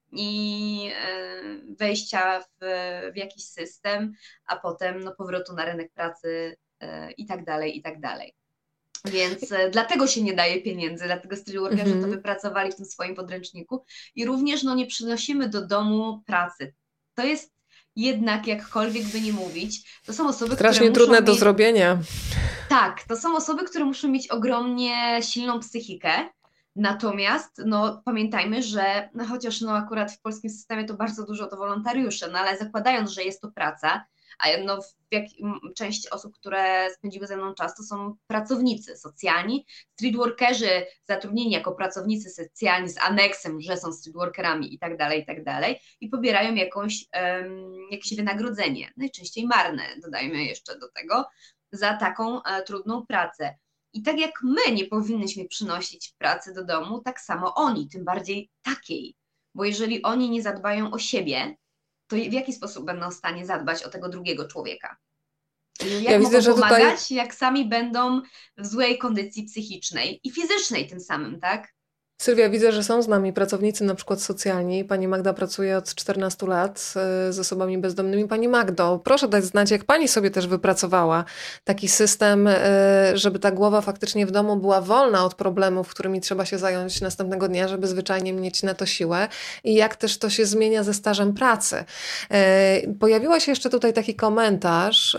i wejścia w, w jakiś system, a potem no, powrotu na rynek pracy i tak dalej, i tak dalej. Więc dlatego się nie daje pieniędzy, dlatego streetworkerzy mm-hmm. to wypracowali w tym swoim podręczniku i również no, nie przynosimy do domu pracy. To jest jednak, jakkolwiek by nie mówić, to są osoby, strasznie które trudne muszą do mieć... zrobienia. Tak, to są osoby, które muszą mieć ogromnie silną psychikę. Natomiast no, pamiętajmy, że no, chociaż no, akurat w polskim systemie to bardzo dużo to wolontariusze, no ale zakładając, że jest to praca, a no, w jak, część osób, które spędziły ze mną czas, to są pracownicy socjalni, streetworkerzy zatrudnieni jako pracownicy socjalni z aneksem, że są streetworkerami i tak dalej, i tak dalej i pobierają jakąś, um, jakieś wynagrodzenie, najczęściej marne, dodajmy jeszcze do tego, za taką e, trudną pracę. I tak jak my nie powinnyśmy przynosić pracy do domu, tak samo oni, tym bardziej takiej, bo jeżeli oni nie zadbają o siebie, to w jaki sposób będą w stanie zadbać o tego drugiego człowieka? Jak ja mogą widzę, pomagać, tutaj... jak sami będą w złej kondycji psychicznej i fizycznej tym samym, tak? Sylwia, widzę, że są z nami pracownicy na przykład socjalni. Pani Magda pracuje od czternastu lat z osobami bezdomnymi. Pani Magdo, proszę dać znać, jak Pani sobie też wypracowała taki system, żeby ta głowa faktycznie w domu była wolna od problemów, którymi trzeba się zająć następnego dnia, żeby zwyczajnie mieć na to siłę i jak też to się zmienia ze stażem pracy. Pojawiła się jeszcze tutaj taki komentarz.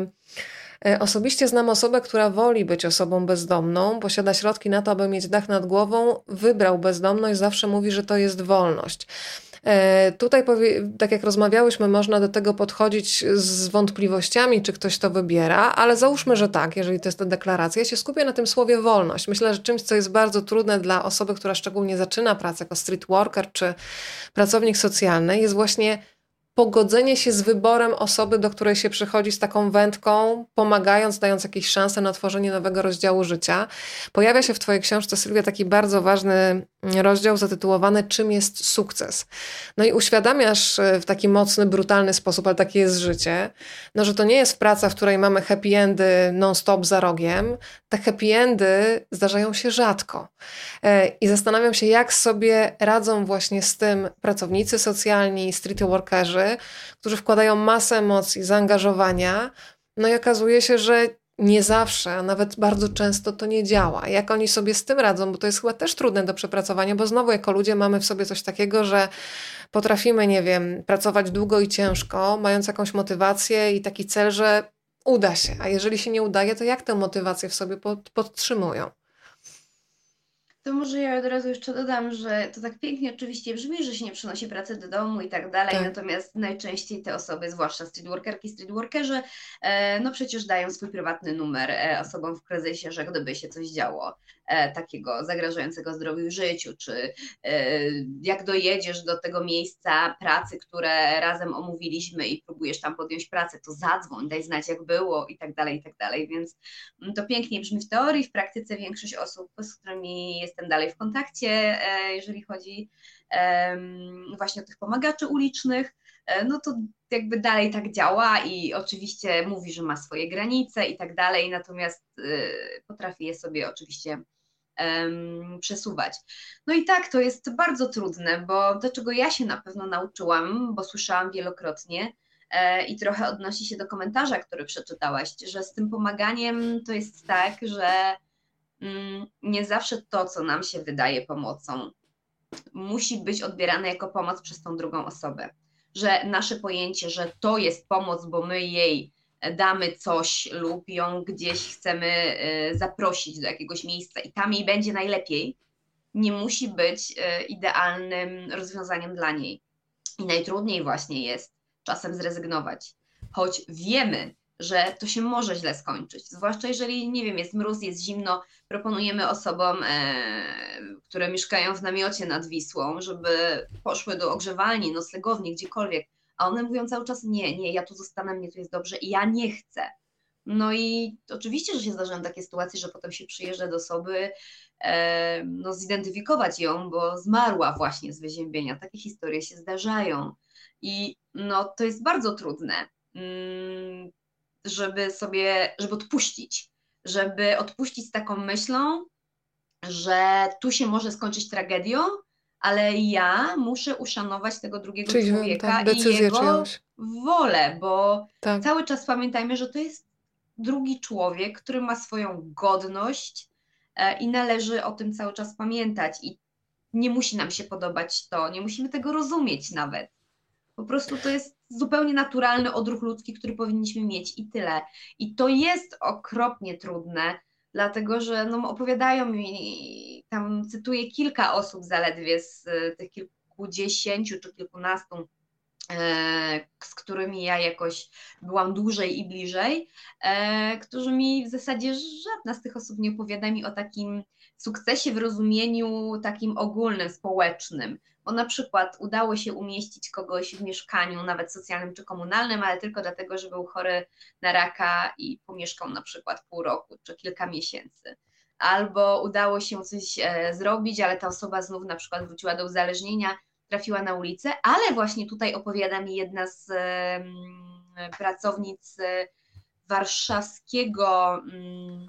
Osobiście znam osobę, która woli być osobą bezdomną, posiada środki na to, aby mieć dach nad głową, wybrał bezdomność, zawsze mówi, że to jest wolność. Tutaj, tak jak rozmawiałyśmy, można do tego podchodzić z wątpliwościami, czy ktoś to wybiera, ale załóżmy, że tak, jeżeli to jest ta deklaracja. Ja się skupię na tym słowie wolność. Myślę, że czymś, co jest bardzo trudne dla osoby, która szczególnie zaczyna pracę jako street worker czy pracownik socjalny, jest właśnie pogodzenie się z wyborem osoby, do której się przychodzi z taką wędką, pomagając, dając jakieś szanse na tworzenie nowego rozdziału życia. Pojawia się w Twojej książce, Sylwia, taki bardzo ważny rozdział zatytułowany Czym jest sukces? No i uświadamiasz w taki mocny, brutalny sposób, ale takie jest życie, no, że to nie jest praca, w której mamy happy endy non-stop za rogiem. Te happy endy zdarzają się rzadko. I zastanawiam się, jak sobie radzą właśnie z tym pracownicy socjalni, street workerzy, którzy wkładają masę emocji, zaangażowania, no i okazuje się, że nie zawsze, a nawet bardzo często to nie działa. Jak oni sobie z tym radzą, bo to jest chyba też trudne do przepracowania, bo znowu jako ludzie mamy w sobie coś takiego, że potrafimy, nie wiem, pracować długo i ciężko, mając jakąś motywację i taki cel, że uda się, a jeżeli się nie udaje, to jak tę motywację w sobie pod, podtrzymują? To może ja od razu jeszcze dodam, że to tak pięknie oczywiście brzmi, że się nie przynosi pracy do domu i tak dalej, tak. Natomiast najczęściej te osoby, zwłaszcza streetworkerki, streetworkerzy, e, no przecież dają swój prywatny numer e, osobom w kryzysie, że gdyby się coś działo e, takiego zagrażającego zdrowiu i życiu, czy e, jak dojedziesz do tego miejsca pracy, które razem omówiliśmy i próbujesz tam podjąć pracę, to zadzwoń, daj znać jak było i tak dalej, i tak dalej, więc to pięknie brzmi w teorii, w praktyce większość osób, z którymi jestem dalej w kontakcie, jeżeli chodzi właśnie o tych pomagaczy ulicznych, no to jakby dalej tak działa i oczywiście mówi, że ma swoje granice i tak dalej, natomiast potrafi je sobie oczywiście przesuwać. No i tak, to jest bardzo trudne, bo do czego ja się na pewno nauczyłam, bo słyszałam wielokrotnie i trochę odnosi się do komentarza, który przeczytałaś, że z tym pomaganiem to jest tak, że nie zawsze to, co nam się wydaje pomocą, musi być odbierane jako pomoc przez tą drugą osobę. Że nasze pojęcie, że to jest pomoc, bo my jej damy coś lub ją gdzieś chcemy zaprosić do jakiegoś miejsca i tam jej będzie najlepiej, nie musi być idealnym rozwiązaniem dla niej. I najtrudniej właśnie jest czasem zrezygnować, choć wiemy, że to się może źle skończyć, zwłaszcza jeżeli, nie wiem, jest mróz, jest zimno, proponujemy osobom, e, które mieszkają w namiocie nad Wisłą, żeby poszły do ogrzewalni, noclegowni, gdziekolwiek, a one mówią cały czas nie, nie, ja tu zostanę, mnie tu jest dobrze i ja nie chcę, No i oczywiście, że się zdarzają takie sytuacje, że potem się przyjeżdża do osoby, e, no zidentyfikować ją, bo zmarła właśnie z wyziębienia. Takie historie się zdarzają. I no to jest bardzo trudne, mm, żeby sobie, żeby odpuścić, żeby odpuścić z taką myślą, że tu się może skończyć tragedią, ale ja muszę uszanować tego drugiego Czyli e, tak, człowieka i decyzję jego czyjąś. wolę, bo Tak. cały czas pamiętajmy, że to jest drugi człowiek, który ma swoją godność e, i należy o tym cały czas pamiętać. I nie musi nam się podobać to, nie musimy tego rozumieć nawet. Po prostu to jest zupełnie naturalny odruch ludzki, który powinniśmy mieć i tyle. I to jest okropnie trudne, dlatego że no, opowiadają mi, tam cytuję kilka osób zaledwie z y, tych kilkudziesięciu czy kilkunastu, e, z którymi ja jakoś byłam dłużej i bliżej, e, którzy mi w zasadzie żadna z tych osób nie opowiada mi o takim sukcesie w rozumieniu takim ogólnym, społecznym. Bo na przykład udało się umieścić kogoś w mieszkaniu, nawet socjalnym czy komunalnym, ale tylko dlatego, że był chory na raka i pomieszkał na przykład pół roku czy kilka miesięcy. Albo udało się coś e, zrobić, ale ta osoba znów na przykład wróciła do uzależnienia, trafiła na ulicę, ale właśnie tutaj opowiada mi jedna z e, pracownic e, warszawskiego mm,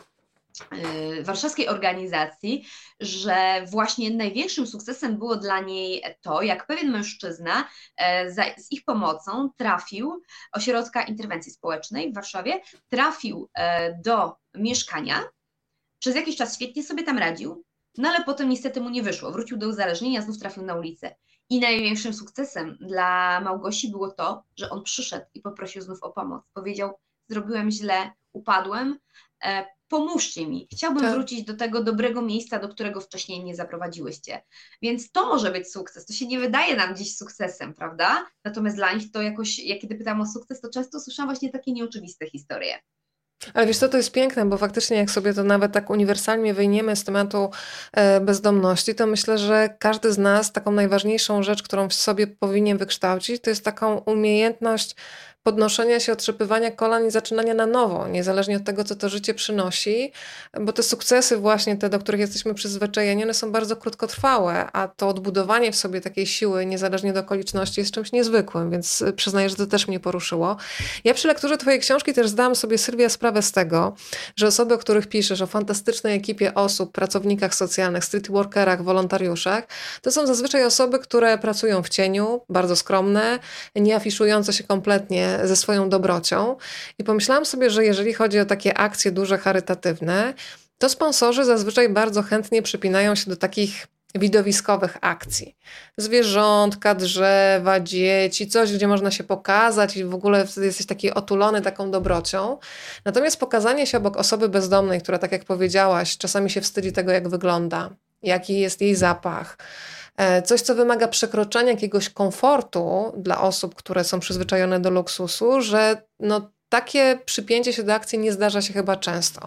y, warszawskiej organizacji, że właśnie największym sukcesem było dla niej to, jak pewien mężczyzna e, za, z ich pomocą trafił, ośrodka interwencji społecznej w Warszawie, trafił e, do mieszkania, przez jakiś czas świetnie sobie tam radził, no ale potem niestety mu nie wyszło, wrócił do uzależnienia, znów trafił na ulicę. I największym sukcesem dla Małgosi było to, że on przyszedł i poprosił znów o pomoc. Powiedział, zrobiłem źle, upadłem, e, pomóżcie mi, chciałbym Tak. wrócić do tego dobrego miejsca, do którego wcześniej mnie zaprowadziłyście. Więc to może być sukces, to się nie wydaje nam dziś sukcesem, prawda? Natomiast dla nich to jakoś, jak kiedy pytam o sukces, to często słyszałam właśnie takie nieoczywiste historie. Ale wiesz co, to jest piękne, bo faktycznie jak sobie to nawet tak uniwersalnie wyjmiemy z tematu e, bezdomności, to myślę, że każdy z nas taką najważniejszą rzecz, którą w sobie powinien wykształcić, to jest taką umiejętność podnoszenia się, otrzepywania kolan i zaczynania na nowo, niezależnie od tego, co to życie przynosi, bo te sukcesy właśnie te, do których jesteśmy przyzwyczajeni, one są bardzo krótkotrwałe, a to odbudowanie w sobie takiej siły, niezależnie od okoliczności, jest czymś niezwykłym, więc przyznaję, że to też mnie poruszyło. Ja przy lekturze twojej książki też zdałam sobie, Sylwia, sprawę z tego, że osoby, o których piszesz, o fantastycznej ekipie osób, pracownikach socjalnych, street workerach, wolontariuszach, to są zazwyczaj osoby, które pracują w cieniu, bardzo skromne, nie afiszujące się kompletnie ze swoją dobrocią. I pomyślałam sobie, że jeżeli chodzi o takie akcje duże, charytatywne, to sponsorzy zazwyczaj bardzo chętnie przypinają się do takich widowiskowych akcji. Zwierzątka, drzewa, dzieci, coś, gdzie można się pokazać i w ogóle wtedy jesteś taki otulony taką dobrocią. Natomiast pokazanie się obok osoby bezdomnej, która, tak jak powiedziałaś, czasami się wstydzi tego, jak wygląda, jaki jest jej zapach, coś, co wymaga przekroczenia jakiegoś komfortu dla osób, które są przyzwyczajone do luksusu, że no, takie przypięcie się do akcji nie zdarza się chyba często.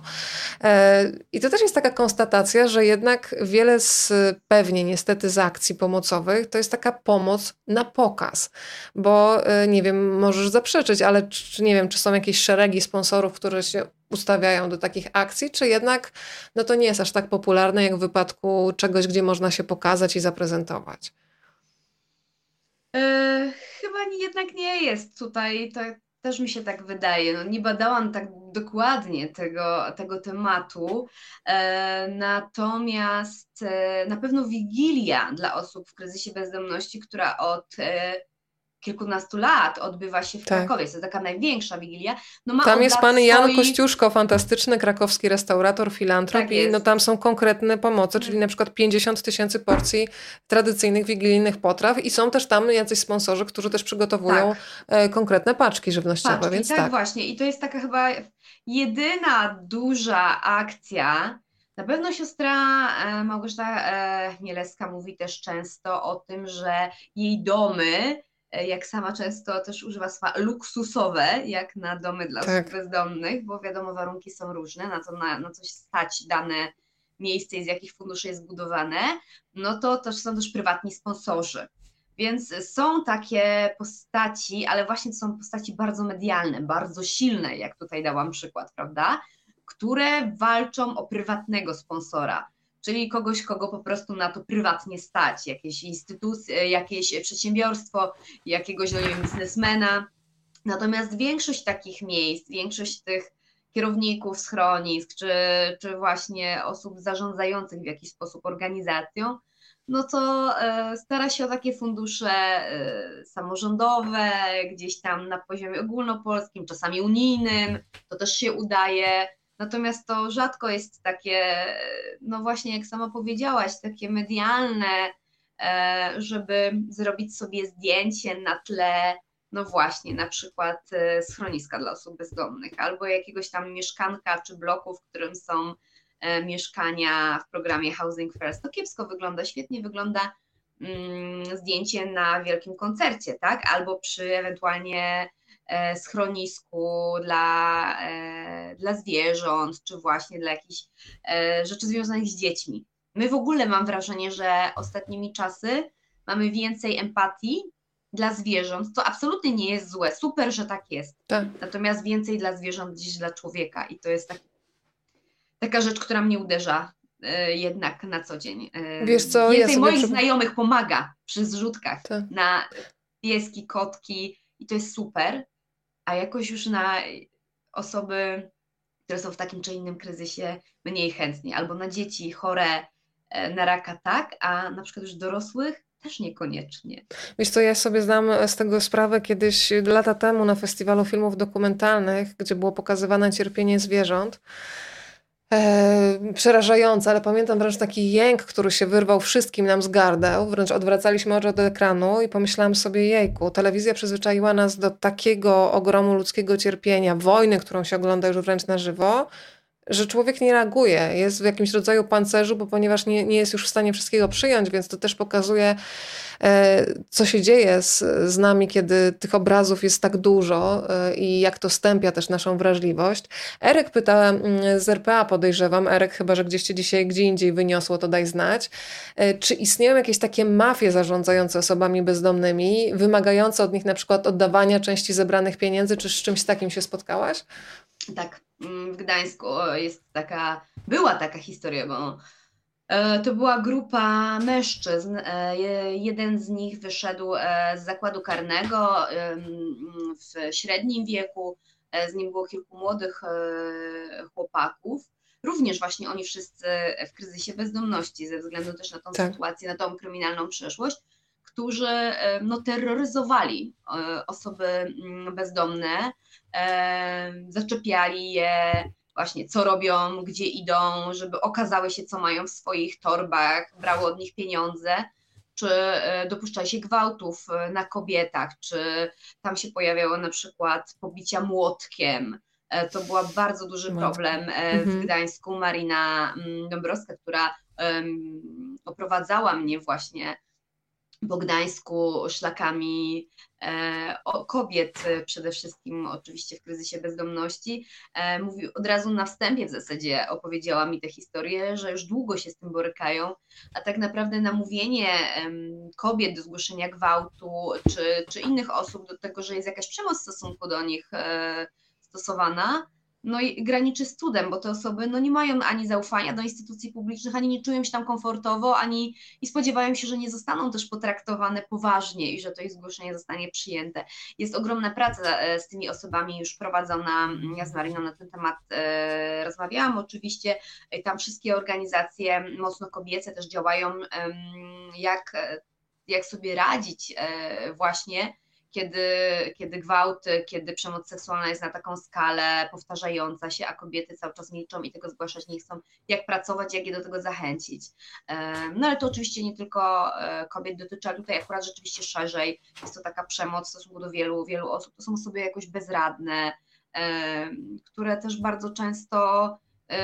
I to też jest taka konstatacja, że jednak wiele z pewnie niestety z akcji pomocowych to jest taka pomoc na pokaz, bo nie wiem, możesz zaprzeczyć, ale czy, nie wiem, czy są jakieś szeregi sponsorów, które się ustawiają do takich akcji, czy jednak no to nie jest aż tak popularne jak w wypadku czegoś, gdzie można się pokazać i zaprezentować. Yy, chyba nie- jednak nie jest tutaj, tak, też mi się tak wydaje. No, nie badałam tak dokładnie tego, tego tematu, e, natomiast e, na pewno Wigilia dla osób w kryzysie bezdomności, która od e, kilkunastu lat odbywa się w Tak. Krakowie, to jest taka największa Wigilia, no ma Tam od jest lat pan Jan swoich... Kościuszko, fantastyczny krakowski restaurator, filantrop Tak i no jest. tam są konkretne pomoce, czyli na przykład pięćdziesiąt tysięcy porcji tradycyjnych wigilijnych potraw i są też tam jacyś sponsorzy, którzy też przygotowują Tak. e, konkretne paczki żywnościowe, Paczki, więc tak, tak. właśnie. I to jest taka chyba jedyna duża akcja. Na pewno siostra e, Małgorzata e, Chmielewska mówi też często o tym, że jej domy, e, jak sama często też używa słowa luksusowe, jak na domy dla osób Tak. bezdomnych, bo wiadomo, warunki są różne, na to na, na coś stać dane miejsce i z jakich funduszy jest zbudowane, no to też są też prywatni sponsorzy. Więc są takie postaci, ale właśnie to są postaci bardzo medialne, bardzo silne, jak tutaj dałam przykład, prawda? Które walczą o prywatnego sponsora, czyli kogoś, kogo po prostu na to prywatnie stać, jakieś instytucje, jakieś przedsiębiorstwo, jakiegoś, no nie wiem, biznesmena. Natomiast większość takich miejsc, większość tych kierowników schronisk, czy, czy właśnie osób zarządzających w jakiś sposób organizacją, no to e, stara się o takie fundusze e, samorządowe, gdzieś tam na poziomie ogólnopolskim, czasami unijnym, to też się udaje. Natomiast to rzadko jest takie, no właśnie jak sama powiedziałaś, takie medialne, e, żeby zrobić sobie zdjęcie na tle, no właśnie, na przykład e, schroniska dla osób bezdomnych, albo jakiegoś tam mieszkanka czy bloku, w którym są e, mieszkania w programie Housing First. To kiepsko wygląda, świetnie wygląda mm, zdjęcie na wielkim koncercie, tak? Albo przy ewentualnie e, schronisku dla, e, dla zwierząt, czy właśnie dla jakichś e, rzeczy związanych z dziećmi. My w ogóle mam wrażenie, że ostatnimi czasy mamy więcej empatii dla zwierząt, co absolutnie nie jest złe, super, że tak jest. Tak. Natomiast więcej dla zwierząt niż dla człowieka i to jest tak, taka rzecz, która mnie uderza y, jednak na co dzień. Y, Wiesz co, ja więcej sobie moich przy... znajomych pomaga przy zrzutkach Tak. na pieski, kotki i to jest super, a jakoś już na osoby, które są w takim czy innym kryzysie mniej chętnie, albo na dzieci chore e, na raka tak, a na przykład już dorosłych też niekoniecznie. Wiesz co, ja sobie zdam z tego sprawę kiedyś lata temu na festiwalu filmów dokumentalnych, gdzie było pokazywane cierpienie zwierząt. E, przerażające, ale pamiętam wręcz taki jęk, który się wyrwał wszystkim nam z gardeł. Wręcz odwracaliśmy oczy od ekranu i pomyślałam sobie, jejku, telewizja przyzwyczaiła nas do takiego ogromu ludzkiego cierpienia, wojny, którą się ogląda już wręcz na żywo, że człowiek nie reaguje, jest w jakimś rodzaju pancerzu, bo ponieważ nie, nie jest już w stanie wszystkiego przyjąć, więc to też pokazuje, e, co się dzieje z, z nami, kiedy tych obrazów jest tak dużo e, i jak to stępia też naszą wrażliwość. Erek pyta mm, z R P A, podejrzewam, Erek, chyba że gdzieś cię dzisiaj gdzie indziej wyniosło, to daj znać, e, czy istnieją jakieś takie mafie zarządzające osobami bezdomnymi, wymagające od nich na przykład oddawania części zebranych pieniędzy, czy z czymś takim się spotkałaś? Tak, w Gdańsku jest taka, była taka historia, bo e, to była grupa mężczyzn. E, jeden z nich wyszedł e, z zakładu karnego e, w średnim wieku, e, z nim było kilku młodych e, chłopaków. Również właśnie oni wszyscy w kryzysie bezdomności, ze względu też na tą Tak. sytuację, na tą kryminalną przeszłość, którzy e, no, terroryzowali e, osoby mm, bezdomne, e, zaczepiali je, właśnie co robią, gdzie idą, żeby okazały się, co mają w swoich torbach, brały od nich pieniądze, czy e, dopuszczali się gwałtów e, na kobietach, czy tam się pojawiało na przykład pobicia młotkiem. E, To był bardzo duży Matko. problem e, w Mhm. Gdańsku. Marina mm, Dąbrowska, która em, oprowadzała mnie właśnie po Gdańsku szlakami e, o, kobiet e, przede wszystkim oczywiście w kryzysie bezdomności. E, mówi od razu na wstępie w zasadzie opowiedziała mi tę historię, że już długo się z tym borykają, a tak naprawdę namówienie em, kobiet do zgłoszenia gwałtu czy, czy innych osób do tego, że jest jakaś przemoc w stosunku do nich e, stosowana, no i graniczy z cudem, bo te osoby no, nie mają ani zaufania do instytucji publicznych, ani nie czują się tam komfortowo, ani i spodziewają się, że nie zostaną też potraktowane poważnie i że to ich zgłoszenie zostanie przyjęte. Jest ogromna praca e, z tymi osobami już prowadzona. Ja z Mariną na ten temat e, rozmawiałam oczywiście. E, Tam wszystkie organizacje mocno kobiece też działają, em, jak, jak sobie radzić e, właśnie kiedy, kiedy gwałty, kiedy przemoc seksualna jest na taką skalę powtarzająca się, a kobiety cały czas milczą i tego zgłaszać nie chcą, jak pracować, jak je do tego zachęcić. No ale to oczywiście nie tylko kobiet dotyczy, ale tutaj akurat rzeczywiście szerzej. Jest to taka przemoc w stosunku do wielu, wielu osób. To są osoby jakoś bezradne, które też bardzo często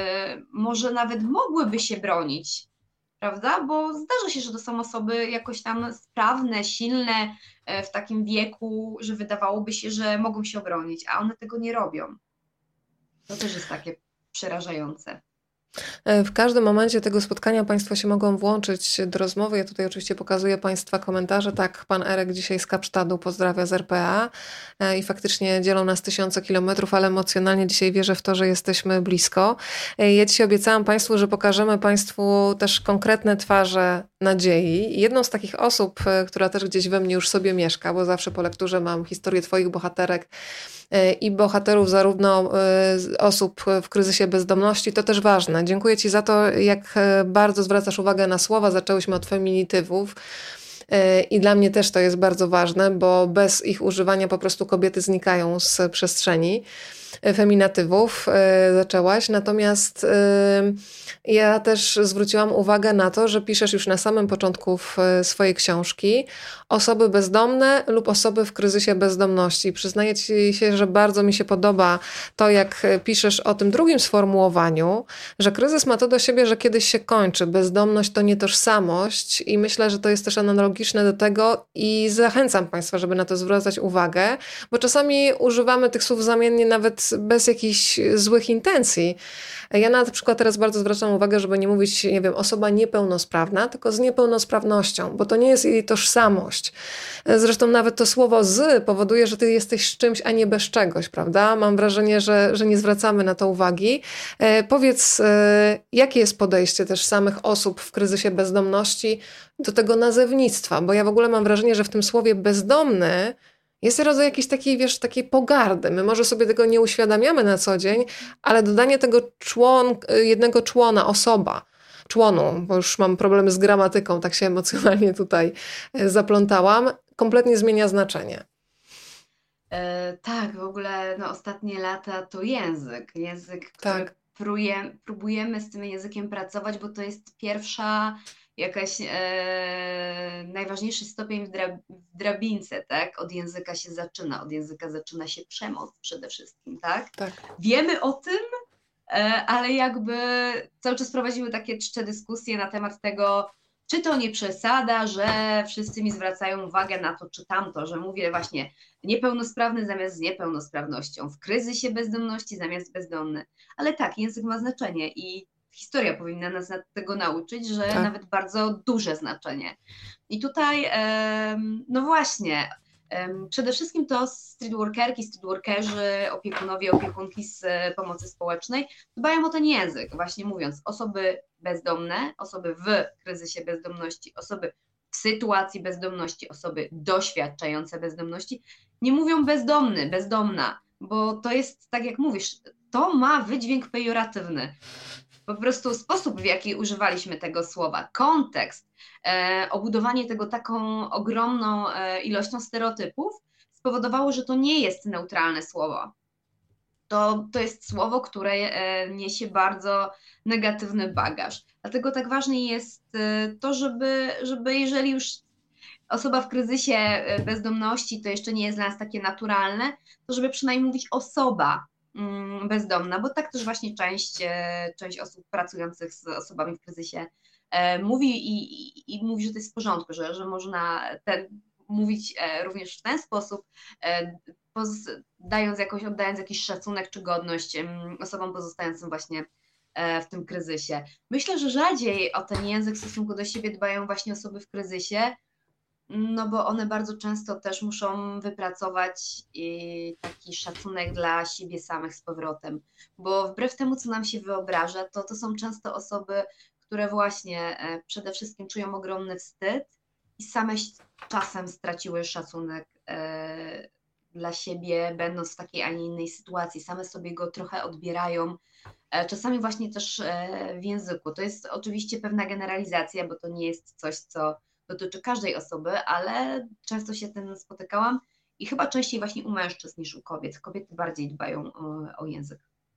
może nawet mogłyby się bronić, prawda? Bo zdarza się, że to są osoby jakoś tam sprawne, silne w takim wieku, że wydawałoby się, że mogą się obronić, a one tego nie robią. To też jest takie przerażające. W każdym momencie tego spotkania Państwo się mogą włączyć do rozmowy. Ja tutaj oczywiście pokazuję Państwa komentarze. Tak, pan Erek dzisiaj z Kapsztadu pozdrawia z R P A i faktycznie dzielą nas tysiące kilometrów, ale emocjonalnie dzisiaj wierzę w to, że jesteśmy blisko. Ja dzisiaj obiecałam Państwu, że pokażemy Państwu też konkretne twarze nadziei. I jedną z takich osób, która też gdzieś we mnie już sobie mieszka, bo zawsze po lekturze mam historię Twoich bohaterek i bohaterów zarówno osób w kryzysie bezdomności, to też ważne. Dziękuję Ci za to, jak bardzo zwracasz uwagę na słowa. Zaczęłyśmy od feminitywów i dla mnie też to jest bardzo ważne, bo bez ich używania po prostu kobiety znikają z przestrzeni. Feminatywów zaczęłaś, natomiast ja też zwróciłam uwagę na to, że piszesz już na samym początku swojej książki osoby bezdomne lub osoby w kryzysie bezdomności. Przyznaję Ci się, że bardzo mi się podoba to, jak piszesz o tym drugim sformułowaniu, że kryzys ma to do siebie, że kiedyś się kończy. Bezdomność to nie tożsamość i myślę, że to jest też analogiczne do tego i zachęcam Państwa, żeby na to zwracać uwagę, bo czasami używamy tych słów zamiennie nawet bez jakichś złych intencji. Ja na przykład teraz bardzo zwracam uwagę, żeby nie mówić, nie wiem, osoba niepełnosprawna, tylko z niepełnosprawnością, bo to nie jest jej tożsamość. Zresztą nawet to słowo z powoduje, że ty jesteś z czymś, a nie bez czegoś, prawda? Mam wrażenie, że, że nie zwracamy na to uwagi. E, powiedz, e, jakie jest podejście też samych osób w kryzysie bezdomności do tego nazewnictwa, bo ja w ogóle mam wrażenie, że w tym słowie bezdomny jest rodzaj jakiejś takiej, wiesz, takiej pogardy. My może sobie tego nie uświadamiamy na co dzień, ale dodanie tego człon, jednego człona, osoba, członu, bo już mam problemy z gramatyką, tak się emocjonalnie tutaj zaplątałam, kompletnie zmienia znaczenie. E, tak, w ogóle no, ostatnie lata to język. Język, który Tak. próbuje, próbujemy z tym językiem pracować, bo to jest pierwsza jakaś e, najważniejszy stopień w, drab, w drabince, tak? Od języka się zaczyna, od języka zaczyna się przemoc przede wszystkim, tak? Tak. Wiemy o tym, e, ale jakby cały czas prowadzimy takie czcze dyskusje na temat tego, czy to nie przesada, że wszyscy mi zwracają uwagę na to czy tamto, że mówię właśnie niepełnosprawny zamiast z niepełnosprawnością, w kryzysie bezdomności zamiast bezdomny. Ale tak, język ma znaczenie i historia powinna nas tego nauczyć, że tak. Nawet bardzo duże znaczenie. I tutaj, no właśnie, przede wszystkim to streetworkerki, streetworkerzy, opiekunowie, opiekunki z pomocy społecznej dbają o ten język, właśnie mówiąc osoby bezdomne, osoby w kryzysie bezdomności, osoby w sytuacji bezdomności, osoby doświadczające bezdomności, nie mówią bezdomny, bezdomna, bo to jest, tak jak mówisz, to ma wydźwięk pejoratywny. Po prostu sposób, w jaki używaliśmy tego słowa, kontekst, e, obudowanie tego taką ogromną e, ilością stereotypów spowodowało, że to nie jest neutralne słowo. To, to jest słowo, które e, niesie bardzo negatywny bagaż. Dlatego tak ważne jest e, to, żeby, żeby jeżeli już osoba w kryzysie bezdomności to jeszcze nie jest dla nas takie naturalne, to żeby przynajmniej mówić osoba bezdomna, bo tak też właśnie część, część osób pracujących z osobami w kryzysie mówi i, i, i mówi, że to jest w porządku, że, że można ten, mówić również w ten sposób, dając jakoś, oddając jakiś szacunek czy godność osobom pozostającym właśnie w tym kryzysie. Myślę, że rzadziej o ten język w stosunku do siebie dbają właśnie osoby w kryzysie, no bo one bardzo często też muszą wypracować taki szacunek dla siebie samych z powrotem, bo wbrew temu, co nam się wyobraża, to to są często osoby, które właśnie przede wszystkim czują ogromny wstyd i same czasem straciły szacunek dla siebie, będąc w takiej, a nie innej sytuacji, same sobie go trochę odbierają, czasami właśnie też w języku. To jest oczywiście pewna generalizacja, bo to nie jest coś, co dotyczy każdej osoby, ale często się tym spotykałam i chyba częściej właśnie u mężczyzn niż u kobiet. Kobiety bardziej dbają o, o język.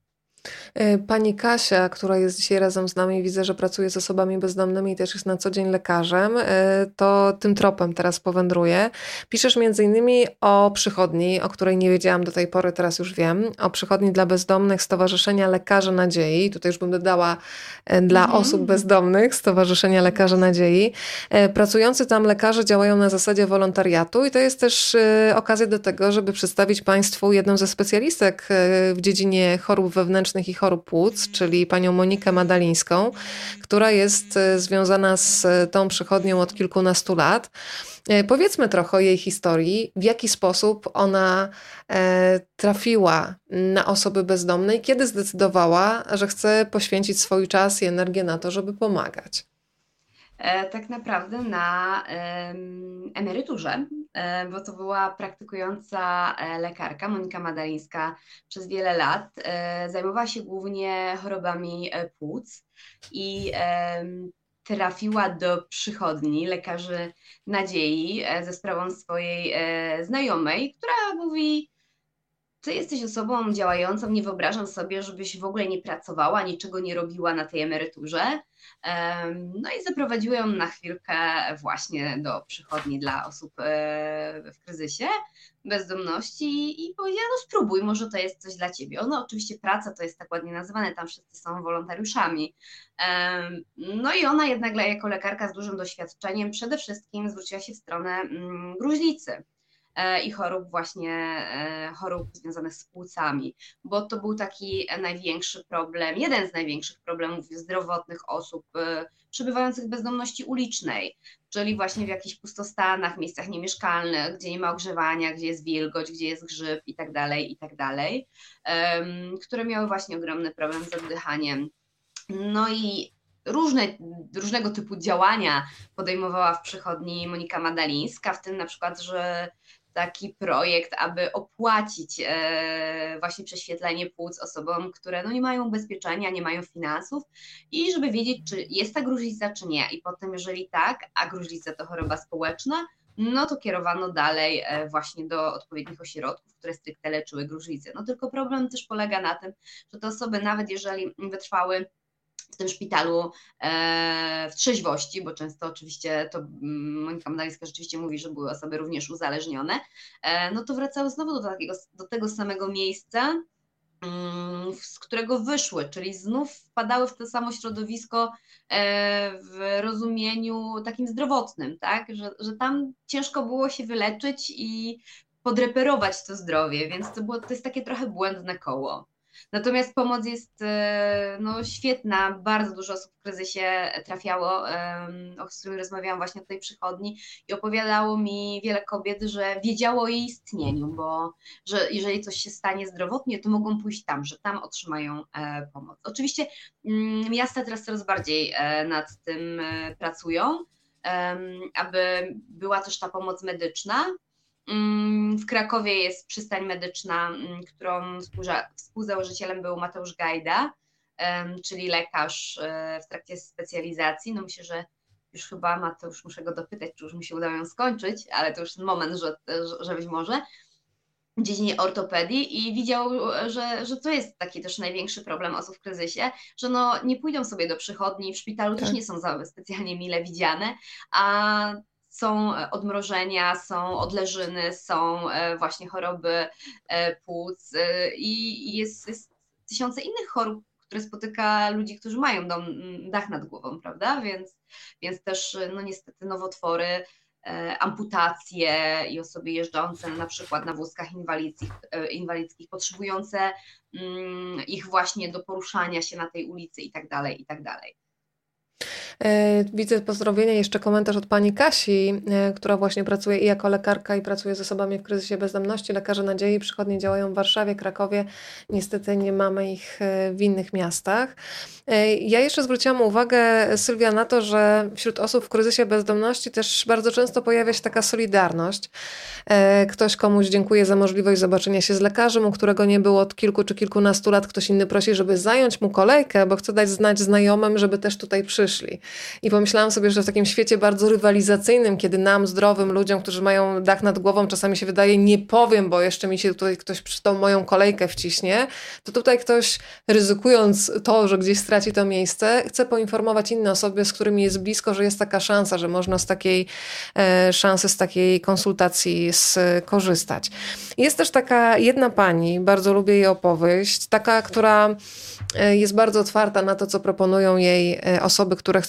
Pani Kasia, która jest dzisiaj razem z nami, widzę, że pracuje z osobami bezdomnymi i też jest na co dzień lekarzem, to tym tropem teraz powędruję. Piszesz między innymi o przychodni, o której nie wiedziałam do tej pory, teraz już wiem, o przychodni dla bezdomnych Stowarzyszenia Lekarze Nadziei. Tutaj już bym dodała dla mhm. osób bezdomnych Stowarzyszenia Lekarze Nadziei. Pracujący tam lekarze działają na zasadzie wolontariatu i to jest też okazja do tego, żeby przedstawić Państwu jedną ze specjalistek w dziedzinie chorób wewnętrznych i chorób chorób płuc, czyli panią Monikę Madalińską, która jest związana z tą przychodnią od kilkunastu lat. Powiedzmy trochę o jej historii, w jaki sposób ona trafiła na osoby bezdomne i kiedy zdecydowała, że chce poświęcić swój czas i energię na to, żeby pomagać. Tak naprawdę na emeryturze, bo to była praktykująca lekarka Monika Madalińska przez wiele lat. Zajmowała się głównie chorobami płuc i trafiła do przychodni lekarzy nadziei ze sprawą swojej znajomej, która mówi: ty jesteś osobą działającą, nie wyobrażam sobie, żebyś w ogóle nie pracowała, niczego nie robiła na tej emeryturze. No i zaprowadziła ją na chwilkę właśnie do przychodni dla osób w kryzysie bezdomności i powiedziała: no spróbuj, może to jest coś dla ciebie. No oczywiście praca to jest tak ładnie nazywane, tam wszyscy są wolontariuszami. No i ona jednak jako lekarka z dużym doświadczeniem przede wszystkim zwróciła się w stronę gruźlicy i chorób właśnie, chorób związanych z płucami, bo to był taki największy problem, jeden z największych problemów zdrowotnych osób przebywających w bezdomności ulicznej, czyli właśnie w jakichś pustostanach, miejscach niemieszkalnych, gdzie nie ma ogrzewania, gdzie jest wilgoć, gdzie jest grzyb i tak dalej, i tak dalej, które miały właśnie ogromny problem z oddychaniem. No i Różne, różnego typu działania podejmowała w przychodni Monika Madalińska, w tym na przykład, że taki projekt, aby opłacić e, właśnie prześwietlenie płuc osobom, które no nie mają ubezpieczenia, nie mają finansów i żeby wiedzieć, czy jest ta gruźlica, czy nie. I potem, jeżeli tak, a gruźlica to choroba społeczna, no to kierowano dalej e, właśnie do odpowiednich ośrodków, które stricte leczyły gruźlicę. No tylko problem też polega na tym, że te osoby, nawet jeżeli wytrwały w tym szpitalu e, w trzeźwości, bo często oczywiście to Monika Madalińska rzeczywiście mówi, że były osoby również uzależnione, e, no to wracały znowu do, takiego, do tego samego miejsca, mm, z którego wyszły, czyli znów wpadały w to samo środowisko e, w rozumieniu takim zdrowotnym, tak? że, że tam ciężko było się wyleczyć i podreperować to zdrowie, więc to, było, to jest takie trochę błędne koło. Natomiast pomoc jest no, świetna, bardzo dużo osób w kryzysie trafiało, z którymi rozmawiałam właśnie o tej przychodni i opowiadało mi wiele kobiet, że wiedziało o jej istnieniu, bo że jeżeli coś się stanie zdrowotnie, to mogą pójść tam, że tam otrzymają pomoc. Oczywiście miasta teraz coraz bardziej nad tym pracują, aby była też ta pomoc medyczna. W Krakowie jest przystań medyczna, którą współzałożycielem był Mateusz Gajda, czyli lekarz w trakcie specjalizacji. No myślę, że już chyba Mateusz, muszę go dopytać, czy już mu się udało ją skończyć, ale to już ten moment, że, że być może, w dziedzinie ortopedii i widział, że, że to jest taki też największy problem osób w kryzysie, że no nie pójdą sobie do przychodni, w szpitalu tak. Też nie są za specjalnie mile widziane, a są odmrożenia, są odleżyny, są właśnie choroby płuc i jest, jest tysiące innych chorób, które spotyka ludzi, którzy mają dom, dach nad głową, prawda? Więc, więc też no niestety nowotwory, amputacje i osoby jeżdżące na przykład na wózkach inwalidzkich, inwalidzkich potrzebujące ich właśnie do poruszania się na tej ulicy i tak dalej, i tak dalej. Widzę pozdrowienia, jeszcze komentarz od pani Kasi, która właśnie pracuje i jako lekarka i pracuje z osobami w kryzysie bezdomności. Lekarze Nadziei przychodnie działają w Warszawie, Krakowie. Niestety nie mamy ich w innych miastach. Ja jeszcze zwróciłam uwagę, Sylwia, na to, że wśród osób w kryzysie bezdomności też bardzo często pojawia się taka solidarność. Ktoś komuś dziękuje za możliwość zobaczenia się z lekarzem, u którego nie było od kilku czy kilkunastu lat. Ktoś inny prosi, żeby zająć mu kolejkę, bo chce dać znać znajomym, żeby też tutaj przyszli. I pomyślałam sobie, że w takim świecie bardzo rywalizacyjnym, kiedy nam, zdrowym ludziom, którzy mają dach nad głową, czasami się wydaje, nie powiem, bo jeszcze mi się tutaj ktoś przy tą moją kolejkę wciśnie, to tutaj ktoś, ryzykując to, że gdzieś straci to miejsce, chce poinformować inne osoby, z którymi jest blisko, że jest taka szansa, że można z takiej e, szansy, z takiej konsultacji skorzystać. Jest też taka jedna pani, bardzo lubię jej opowieść, taka, która jest bardzo otwarta na to, co proponują jej osoby, które chcą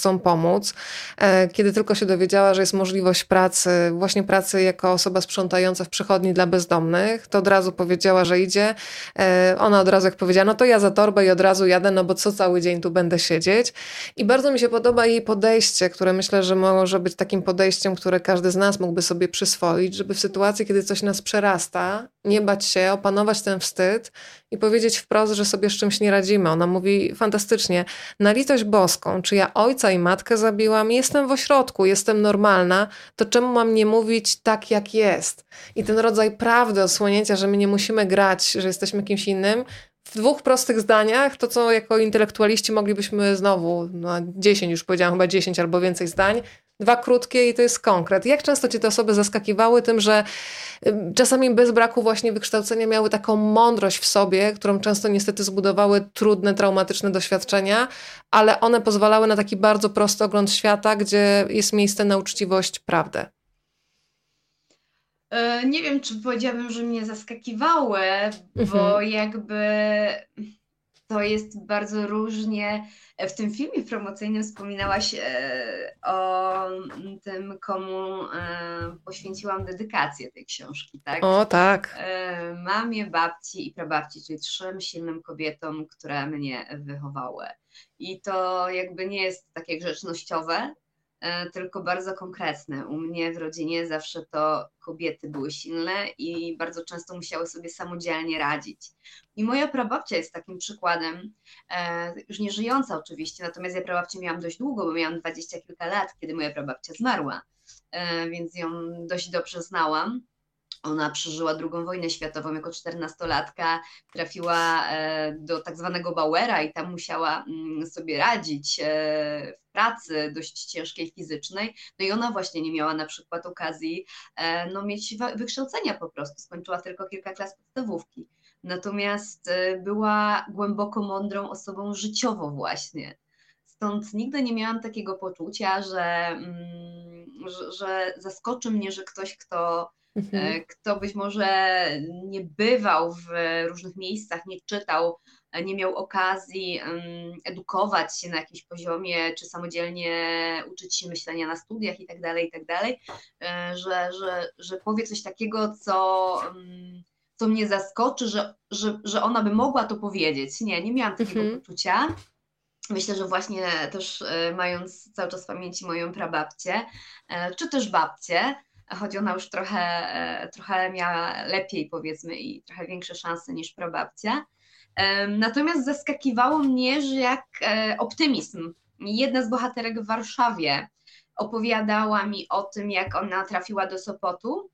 chcą pomóc. Kiedy tylko się dowiedziała, że jest możliwość pracy, właśnie pracy jako osoba sprzątająca w przychodni dla bezdomnych, to od razu powiedziała, że idzie. Ona od razu jak powiedziała, no to ja za torbę i od razu jadę, no bo co cały dzień tu będę siedzieć. I bardzo mi się podoba jej podejście, które myślę, że może być takim podejściem, które każdy z nas mógłby sobie przyswoić, żeby w sytuacji, kiedy coś nas przerasta, nie bać się, opanować ten wstyd i powiedzieć wprost, że sobie z czymś nie radzimy. Ona mówi fantastycznie, na litość boską, czy ja ojca i matkę zabiłam, jestem w ośrodku, jestem normalna, to czemu mam nie mówić tak, jak jest? I ten rodzaj prawdy, odsłonięcia, że my nie musimy grać, że jesteśmy kimś innym, w dwóch prostych zdaniach, to co jako intelektualiści moglibyśmy znowu, no dziesięć już powiedziałam, chyba dziesięć albo więcej zdań, dwa krótkie i to jest konkret. Jak często cię te osoby zaskakiwały tym, że czasami bez braku właśnie wykształcenia miały taką mądrość w sobie, którą często niestety zbudowały trudne, traumatyczne doświadczenia, ale one pozwalały na taki bardzo prosty ogląd świata, gdzie jest miejsce na uczciwość, prawdę. Nie wiem, czy powiedziałabym, że mnie zaskakiwały, bo Mhm. jakby to jest bardzo różnie. W tym filmie promocyjnym wspominałaś e, o tym, komu e, poświęciłam dedykację tej książki, tak? O, tak. E, mamie, babci i prababci, czyli trzem silnym kobietom, które mnie wychowały. I to jakby nie jest takie grzecznościowe, tylko bardzo konkretne. U mnie w rodzinie zawsze to kobiety były silne i bardzo często musiały sobie samodzielnie radzić. I moja prababcia jest takim przykładem, już nie żyjąca oczywiście, natomiast ja prababcię miałam dość długo, bo miałam dwadzieścia kilka lat, kiedy moja prababcia zmarła, więc ją dość dobrze znałam. Ona przeżyła drugą wojnę światową jako czternastolatka, trafiła do tak zwanego Bauera i tam musiała sobie radzić w pracy dość ciężkiej fizycznej. No i ona właśnie nie miała na przykład okazji no, mieć wykształcenia po prostu, skończyła tylko kilka klas podstawówki. Natomiast była głęboko mądrą osobą życiowo właśnie. Stąd nigdy nie miałam takiego poczucia, że, że, że zaskoczy mnie, że ktoś, kto Mhm. kto być może nie bywał w różnych miejscach, nie czytał, nie miał okazji edukować się na jakimś poziomie, czy samodzielnie uczyć się myślenia na studiach i tak dalej, i tak dalej, że, że, że powie coś takiego, co, co mnie zaskoczy, że, że, że ona by mogła to powiedzieć. Nie, nie miałam takiego Mhm. poczucia. Myślę, że właśnie też mając cały czas w pamięci moją prababcię, czy też babcię, choć ona już trochę, trochę miała lepiej, powiedzmy, i trochę większe szanse niż prababcia. Natomiast zaskakiwało mnie, że jak optymizm. Jedna z bohaterek w Warszawie opowiadała mi o tym, jak ona trafiła do Sopotu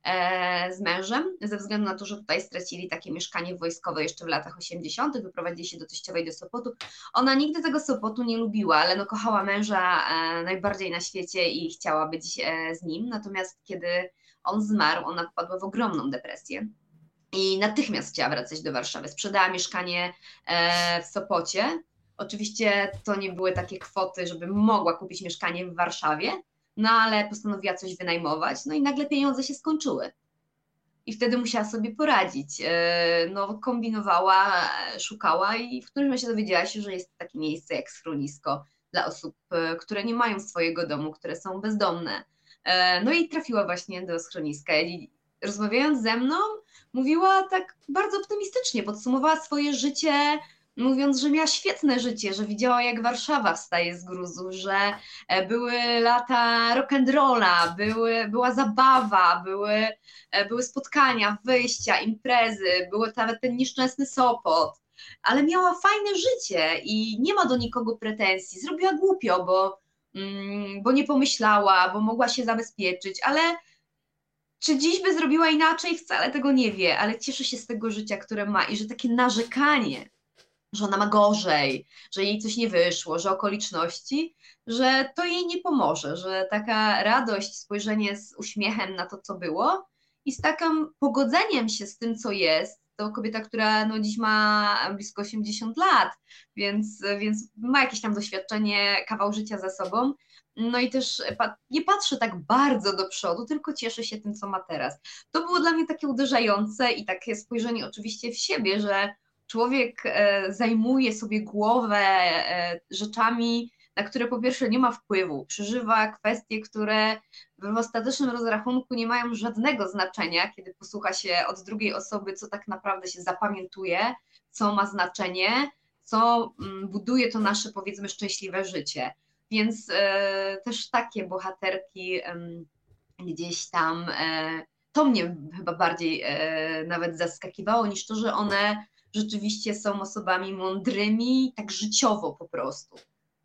z mężem, ze względu na to, że tutaj stracili takie mieszkanie wojskowe jeszcze w latach osiemdziesiątych, wyprowadzili się do teściowej do Sopotu. Ona nigdy tego Sopotu nie lubiła, ale no kochała męża najbardziej na świecie i chciała być z nim, natomiast kiedy on zmarł, ona wpadła w ogromną depresję i natychmiast chciała wracać do Warszawy. Sprzedała mieszkanie w Sopocie. Oczywiście to nie były takie kwoty, żeby mogła kupić mieszkanie w Warszawie, no ale postanowiła coś wynajmować, no i nagle pieniądze się skończyły. I wtedy musiała sobie poradzić. No, kombinowała, szukała i w którymś momencie dowiedziała się, że jest takie miejsce jak schronisko dla osób, które nie mają swojego domu, które są bezdomne. No i trafiła właśnie do schroniska. I rozmawiając ze mną, mówiła tak bardzo optymistycznie, podsumowała swoje życie, mówiąc, że miała świetne życie, że widziała, jak Warszawa wstaje z gruzu, że były lata rock'n'rolla, były, była zabawa, były, były spotkania, wyjścia, imprezy, był nawet ten nieszczęsny Sopot, ale miała fajne życie i nie ma do nikogo pretensji. Zrobiła głupio, bo, mm, bo nie pomyślała, bo mogła się zabezpieczyć, ale czy dziś by zrobiła inaczej? Wcale tego nie wie, ale cieszy się z tego życia, które ma i że takie narzekanie, że ona ma gorzej, że jej coś nie wyszło, że okoliczności, że to jej nie pomoże, że taka radość, spojrzenie z uśmiechem na to, co było i z takim pogodzeniem się z tym, co jest, to kobieta, która no, dziś ma blisko osiemdziesiąt lat, więc, więc ma jakieś tam doświadczenie, kawał życia za sobą, no i też nie patrzy tak bardzo do przodu, tylko cieszy się tym, co ma teraz. To było dla mnie takie uderzające i takie spojrzenie oczywiście w siebie, że człowiek zajmuje sobie głowę rzeczami na które po pierwsze nie ma wpływu, przeżywa kwestie, które w ostatecznym rozrachunku nie mają żadnego znaczenia, kiedy posłucha się od drugiej osoby, co tak naprawdę się zapamiętuje, co ma znaczenie, co buduje to nasze, powiedzmy, szczęśliwe życie. Więc e, też takie bohaterki e, gdzieś tam, e, to mnie chyba bardziej e, nawet zaskakiwało, niż to, że one rzeczywiście są osobami mądrymi, tak życiowo po prostu.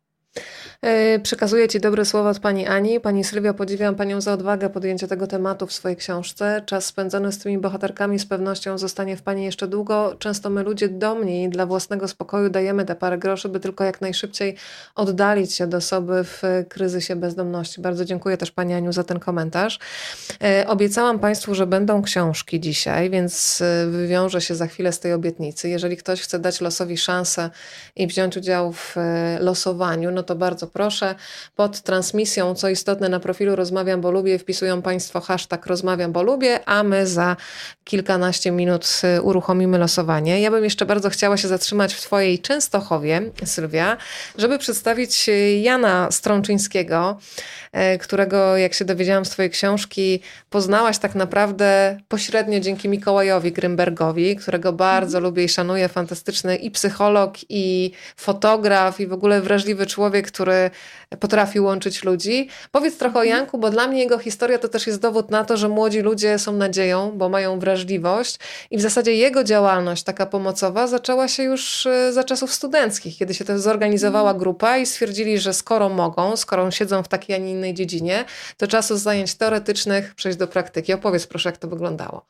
Przekazuję Ci dobre słowa od Pani Ani. Pani Sylwia, podziwiam Panią za odwagę podjęcia tego tematu w swojej książce. Czas spędzony z tymi bohaterkami z pewnością zostanie w Pani jeszcze długo. Często my ludzie domni dla własnego spokoju dajemy te parę groszy, by tylko jak najszybciej oddalić się do osoby w kryzysie bezdomności. Bardzo dziękuję też Pani Aniu za ten komentarz. Obiecałam Państwu, że będą książki dzisiaj, więc wywiążę się za chwilę z tej obietnicy. Jeżeli ktoś chce dać losowi szansę i wziąć udział w losowaniu, no to bardzo proszę. Pod transmisją, co istotne, na profilu Rozmawiam, bo lubię, wpisują Państwo hashtag Rozmawiam, bo lubię, a my za kilkanaście minut uruchomimy losowanie. Ja bym jeszcze bardzo chciała się zatrzymać w Twojej Częstochowie, Sylwia, żeby przedstawić Jana Strączyńskiego, którego, jak się dowiedziałam z Twojej książki, poznałaś tak naprawdę pośrednio dzięki Mikołajowi Grymbergowi, którego bardzo mm. lubię i szanuję, fantastyczny i psycholog, i fotograf, i w ogóle wrażliwy człowiek, który potrafi łączyć ludzi. Powiedz trochę o Janku, bo dla mnie jego historia to też jest dowód na to, że młodzi ludzie są nadzieją, bo mają wrażliwość i w zasadzie jego działalność taka pomocowa zaczęła się już za czasów studenckich, kiedy się też zorganizowała grupa i stwierdzili, że skoro mogą, skoro siedzą w takiej, a nie innej dziedzinie, to czasu z zajęć teoretycznych przejść do praktyki. Opowiedz proszę, jak to wyglądało.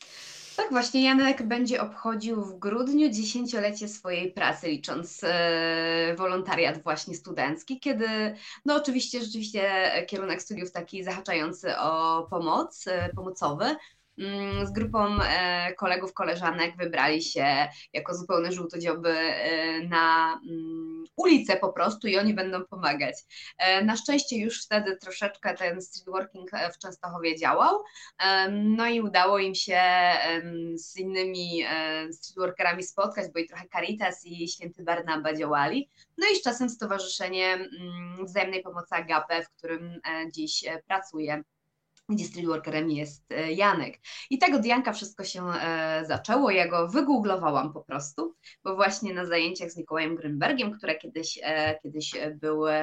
Tak, właśnie Janek będzie obchodził w grudniu dziesięciolecie swojej pracy, licząc e, wolontariat właśnie studencki, kiedy no oczywiście rzeczywiście kierunek studiów taki zahaczający o pomoc, e, pomocowy. Z grupą e, kolegów, koleżanek wybrali się jako zupełne żółtodzioby e, na mm, ulicę po prostu i oni będą pomagać. E, na szczęście już wtedy troszeczkę ten streetworking w Częstochowie działał, e, no i udało im się e, z innymi e, streetworkerami spotkać, bo i trochę Caritas i Święty Barnaba działali. No i z czasem Stowarzyszenie mm, Wzajemnej Pomocy Agape, w którym e, dziś e, pracuję, gdzie streetworkerem jest Janek. I tak od Janka wszystko się e, zaczęło. Ja go wygooglowałam po prostu, bo właśnie na zajęciach z Mikołajem Grymbergiem, które kiedyś, e, kiedyś były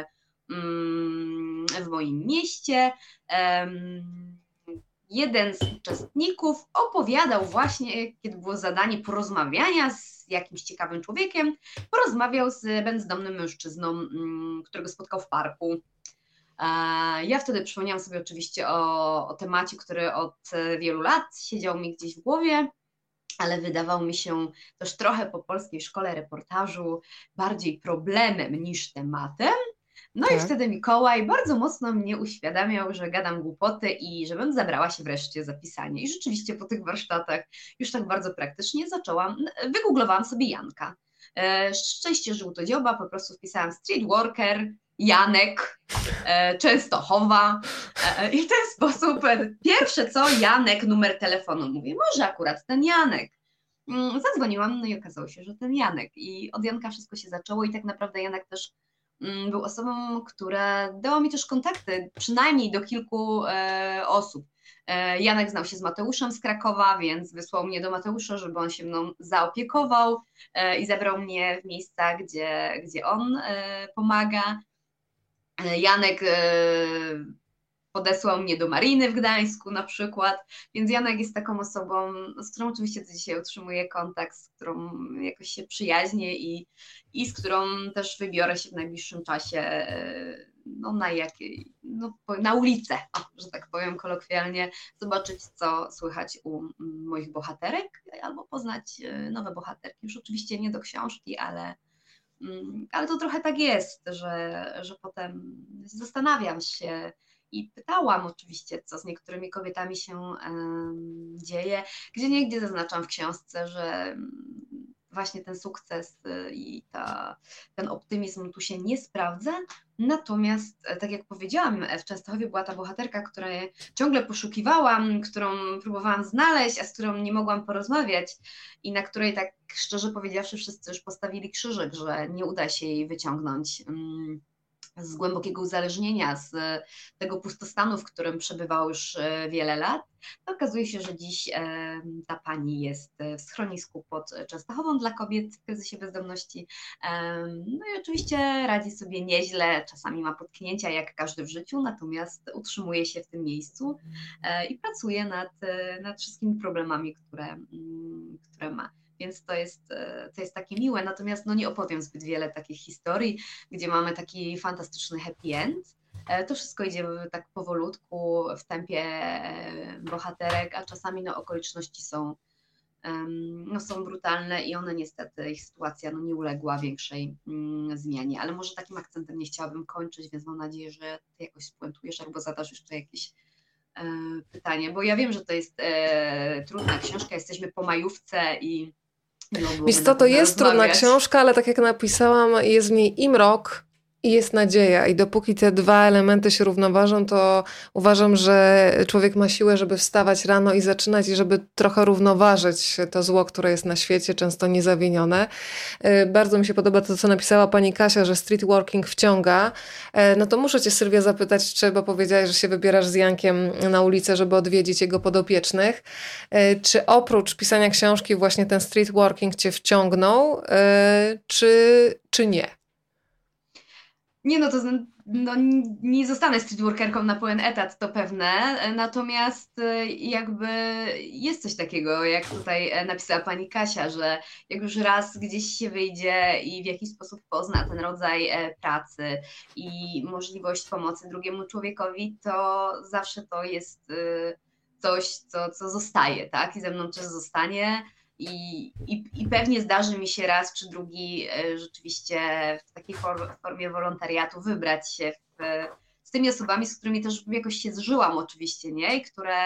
mm, w moim mieście, e, jeden z uczestników opowiadał właśnie, kiedy było zadanie porozmawiania z jakimś ciekawym człowiekiem, porozmawiał z bezdomnym mężczyzną, mm, którego spotkał w parku. Ja wtedy przypomniałam sobie oczywiście o, o temacie, który od wielu lat siedział mi gdzieś w głowie, ale wydawał mi się też trochę po polskiej szkole reportażu bardziej problemem niż tematem. No tak. I wtedy Mikołaj bardzo mocno mnie uświadamiał, że gadam głupoty i żebym zabrała się wreszcie za pisanie. I rzeczywiście po tych warsztatach już tak bardzo praktycznie zaczęłam, wygooglowałam sobie Janka. Szczęście żółtodzioba, po prostu wpisałam streetworker, Janek, e, Częstochowa e, i w ten sposób e, pierwsze co, Janek, numer telefonu. Mówię, może akurat ten Janek. Mm, zadzwoniłam, no i okazało się, że ten Janek. I od Janka wszystko się zaczęło i tak naprawdę Janek też mm, był osobą, która dała mi też kontakty, przynajmniej do kilku e, osób. E, Janek znał się z Mateuszem z Krakowa, więc wysłał mnie do Mateusza, żeby on się mną zaopiekował e, i zabrał mnie w miejsca, gdzie, gdzie on e, pomaga. Janek podesłał mnie do Mariny w Gdańsku na przykład, więc Janek jest taką osobą, z którą oczywiście dzisiaj utrzymuję kontakt, z którą jakoś się przyjaźnię i, i z którą też wybiorę się w najbliższym czasie no, na, jakiej, no, na ulicę, o, że tak powiem kolokwialnie, zobaczyć co słychać u moich bohaterek albo poznać nowe bohaterki, już oczywiście nie do książki, ale Ale to trochę tak jest, że, że potem zastanawiam się i pytałam oczywiście, co z niektórymi kobietami się um, dzieje, gdzie niegdzie zaznaczam w książce, że właśnie ten sukces i ta, ten optymizm tu się nie sprawdza. Natomiast, tak jak powiedziałam, w Częstochowie była ta bohaterka, której ciągle poszukiwałam, którą próbowałam znaleźć, a z którą nie mogłam porozmawiać i na której, tak szczerze powiedziawszy, wszyscy już postawili krzyżyk, że nie uda się jej wyciągnąć z głębokiego uzależnienia, z tego pustostanu, w którym przebywał już wiele lat, to okazuje się, że dziś ta pani jest w schronisku pod Częstochową dla kobiet w kryzysie bezdomności. No i oczywiście radzi sobie nieźle, czasami ma potknięcia jak każdy w życiu, natomiast utrzymuje się w tym miejscu i pracuje nad, nad wszystkimi problemami, które, które ma. Więc to jest, to jest takie miłe, natomiast no nie opowiem zbyt wiele takich historii, gdzie mamy taki fantastyczny happy end. To wszystko idzie tak powolutku, w tempie bohaterek, a czasami no, okoliczności są, no, są brutalne i one niestety, ich sytuacja no, nie uległa większej mm, zmianie. Ale może takim akcentem nie chciałabym kończyć, więc mam nadzieję, że ty jakoś spuentujesz albo zadasz jeszcze jakieś e, pytanie, bo ja wiem, że to jest e, trudna książka, jesteśmy po majówce i Wiesz co, to jest trudna książka, ale tak jak napisałam, jest w niej i mrok, i jest nadzieja. I dopóki te dwa elementy się równoważą, to uważam, że człowiek ma siłę, żeby wstawać rano i zaczynać, i żeby trochę równoważyć to zło, które jest na świecie, często niezawinione. Bardzo mi się podoba to, co napisała pani Kasia, że street working wciąga. No to muszę cię, Sylwia, zapytać, czy, bo powiedziałaś, że się wybierasz z Jankiem na ulicę, żeby odwiedzić jego podopiecznych. Czy oprócz pisania książki właśnie ten street working cię wciągnął, czy, czy nie? Nie, no to no, nie zostanę streetworkerką na pełen etat, to pewne, natomiast jakby jest coś takiego, jak tutaj napisała pani Kasia, że jak już raz gdzieś się wyjdzie i w jakiś sposób pozna ten rodzaj pracy i możliwość pomocy drugiemu człowiekowi, to zawsze to jest coś, co, co zostaje, tak? I ze mną też zostanie. I, i, I pewnie zdarzy mi się raz czy drugi rzeczywiście w takiej formie wolontariatu wybrać się w, z tymi osobami, z którymi też jakoś się zżyłam oczywiście, nie? I które,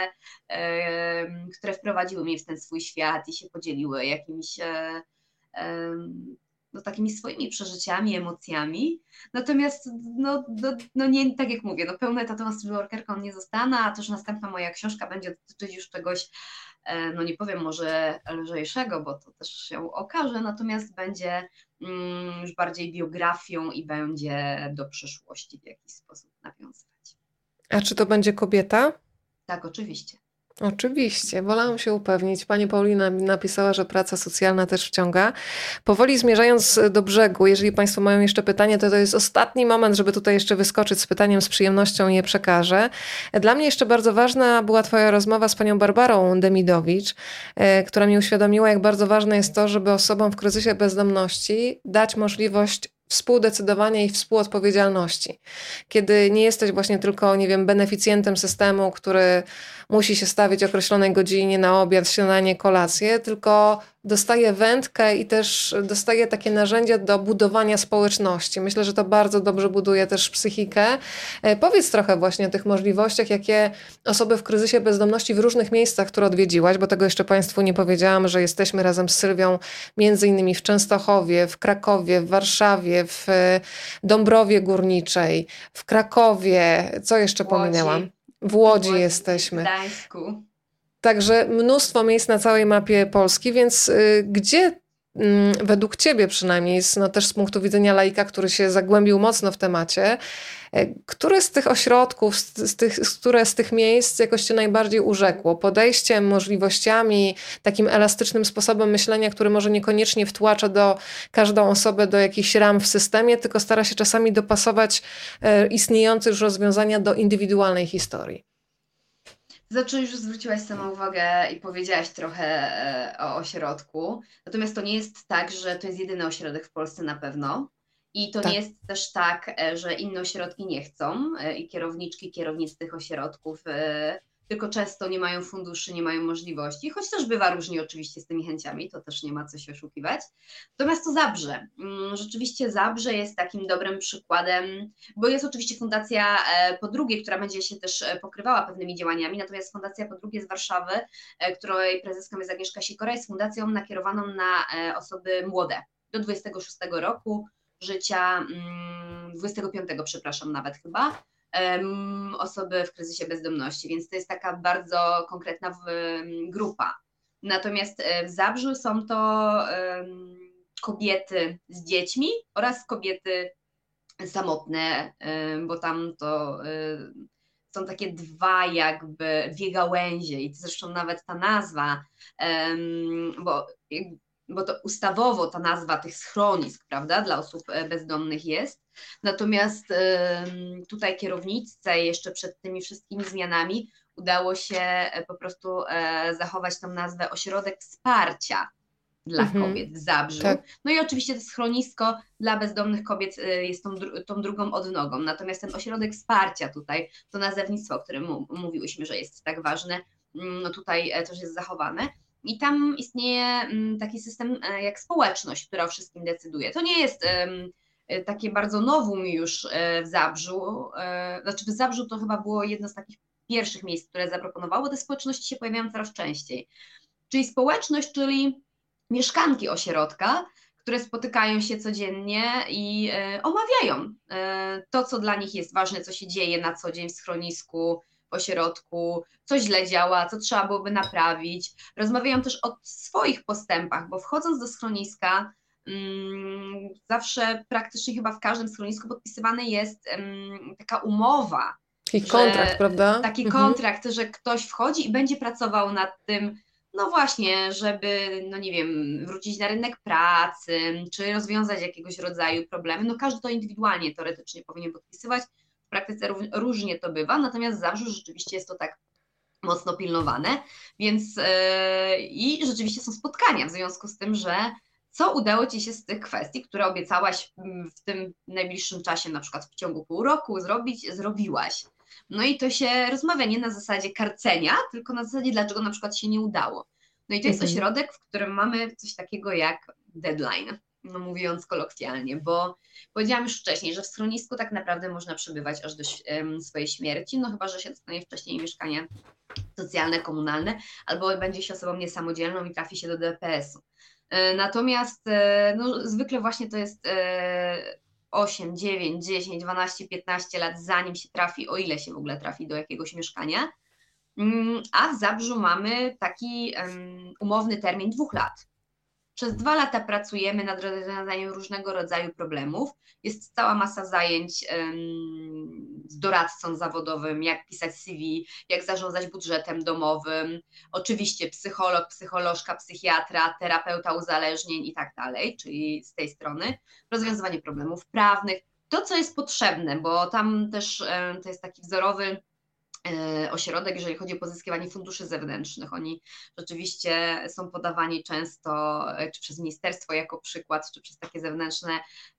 e, które wprowadziły mnie w ten swój świat i się podzieliły jakimiś e, e, no, takimi swoimi przeżyciami, emocjami. Natomiast no, no, no nie, tak jak mówię, no pełnoetatową streetworkerką nie zostanę, a też następna moja książka będzie dotyczyć już czegoś, no nie powiem może lżejszego, bo to też się okaże, natomiast będzie mm, już bardziej biografią i będzie do przyszłości w jakiś sposób nawiązywać. A czy to będzie kobieta? Tak, oczywiście. Oczywiście, wolałam się upewnić. Pani Paulina napisała, że praca socjalna też wciąga. Powoli zmierzając do brzegu, jeżeli Państwo mają jeszcze pytanie, to to jest ostatni moment, żeby tutaj jeszcze wyskoczyć z pytaniem, z przyjemnością je przekażę. Dla mnie jeszcze bardzo ważna była Twoja rozmowa z panią Barbarą Demidowicz, która mi uświadomiła, jak bardzo ważne jest to, żeby osobom w kryzysie bezdomności dać możliwość współdecydowania i współodpowiedzialności. Kiedy nie jesteś właśnie tylko, nie wiem, beneficjentem systemu, który musi się stawić o określonej godzinie na obiad, śniadanie, kolację, tylko dostaje wędkę i też dostaje takie narzędzia do budowania społeczności. Myślę, że to bardzo dobrze buduje też psychikę. Powiedz trochę właśnie o tych możliwościach, jakie osoby w kryzysie bezdomności w różnych miejscach, które odwiedziłaś, bo tego jeszcze Państwu nie powiedziałam, że jesteśmy razem z Sylwią między innymi w Częstochowie, w Krakowie, w Warszawie, w Dąbrowie Górniczej, w Krakowie, co jeszcze Łodzi. pominęłam? W Łodzi, w Łodzi jesteśmy. W Gdańsku. Także mnóstwo miejsc na całej mapie Polski, więc y, gdzie y, według Ciebie przynajmniej, no też z punktu widzenia laika, który się zagłębił mocno w temacie, y, które z tych ośrodków, z, z tych, z które z tych miejsc jakoś Cię najbardziej urzekło? Podejściem, możliwościami, takim elastycznym sposobem myślenia, który może niekoniecznie wtłacza do każdą osobę do jakichś ram w systemie, tylko stara się czasami dopasować y, istniejące już rozwiązania do indywidualnej historii. Znaczy, już zwróciłaś samą uwagę i powiedziałaś trochę o ośrodku. Natomiast to nie jest tak, że to jest jedyny ośrodek w Polsce na pewno. I to tak. nie jest też tak, że inne ośrodki nie chcą i kierowniczki, kierownicy tych ośrodków tylko często nie mają funduszy, nie mają możliwości, choć też bywa różnie oczywiście z tymi chęciami, to też nie ma co się oszukiwać. Natomiast to Zabrze. Rzeczywiście Zabrze jest takim dobrym przykładem, bo jest oczywiście Fundacja Podrugie, która będzie się też pokrywała pewnymi działaniami, natomiast Fundacja Podrugie z Warszawy, której prezeską jest Agnieszka Sikora, jest fundacją nakierowaną na osoby młode, do dwudziestego szóstego roku życia, dwudziestego piątego przepraszam nawet chyba, osoby w kryzysie bezdomności, więc to jest taka bardzo konkretna grupa. Natomiast w Zabrzu są to kobiety z dziećmi oraz kobiety samotne, y, bo tam to y, są takie dwa jakby, dwie gałęzie i zresztą nawet ta nazwa, em, bo, bo to ustawowo ta nazwa tych schronisk, prawda, dla osób e, bezdomnych jest. Natomiast em, tutaj kierowniczce jeszcze przed tymi wszystkimi zmianami udało się e, po prostu e, zachować tą nazwę Ośrodek Wsparcia dla Mhm. kobiet w Zabrzu. Tak. No i oczywiście to schronisko dla bezdomnych kobiet y, jest tą, dru- tą drugą odnogą. Natomiast ten ośrodek wsparcia tutaj, to nazewnictwo, o którym mu- mówiłyśmy, że jest tak ważne, mm, no tutaj e, też jest zachowane. I tam istnieje mm, taki system e, jak społeczność, która o wszystkim decyduje. To nie jest em, e, takie bardzo nowum już e, w Zabrzu. E, Znaczy w Zabrzu to chyba było jedno z takich pierwszych miejsc, które zaproponowało. Te społeczności się pojawiają coraz częściej. Czyli społeczność, czyli mieszkanki ośrodka, które spotykają się codziennie i e, omawiają e, to, co dla nich jest ważne, co się dzieje na co dzień w schronisku, w ośrodku, co źle działa, co trzeba byłoby naprawić. Rozmawiają też o swoich postępach, bo wchodząc do schroniska, mm, zawsze praktycznie chyba w każdym schronisku podpisywany jest mm, taka umowa, Taki kontrakt, że prawda? taki Mhm. kontrakt, że ktoś wchodzi i będzie pracował nad tym, no właśnie, żeby, no nie wiem, wrócić na rynek pracy, czy rozwiązać jakiegoś rodzaju problemy. No każdy to indywidualnie teoretycznie powinien podpisywać, w praktyce różnie to bywa, natomiast w Zabrzu rzeczywiście jest to tak mocno pilnowane, więc yy, i rzeczywiście są spotkania w związku z tym, że co udało Ci się z tych kwestii, które obiecałaś w tym najbliższym czasie, na przykład w ciągu pół roku zrobić, zrobiłaś. No i to się rozmawia nie na zasadzie karcenia, tylko na zasadzie, dlaczego na przykład się nie udało. No i to jest Mhm. ośrodek, w którym mamy coś takiego jak deadline, no mówiąc kolokwialnie, bo powiedziałam już wcześniej, że w schronisku tak naprawdę można przebywać aż do um, swojej śmierci, no chyba, że się dostanie wcześniej mieszkanie socjalne, komunalne, albo będzie się osobą niesamodzielną i trafi się do D P S-u. Natomiast no, zwykle właśnie to jest osiem, dziewięć, dziesięć, dwanaście, piętnaście lat, zanim się trafi, o ile się w ogóle trafi do jakiegoś mieszkania. A w Zabrzu mamy taki um, umowny termin dwóch lat. Przez dwa lata pracujemy nad rozwiązaniem różnego rodzaju problemów. Jest cała masa zajęć um, z doradcą zawodowym, jak pisać C V, jak zarządzać budżetem domowym, oczywiście psycholog, psycholożka, psychiatra, terapeuta uzależnień i tak dalej, czyli z tej strony rozwiązywanie problemów prawnych. To, co jest potrzebne, bo tam też um, to jest taki wzorowy ośrodek, jeżeli chodzi o pozyskiwanie funduszy zewnętrznych. Oni rzeczywiście są podawani często, czy przez ministerstwo jako przykład, czy przez takie zewnętrzne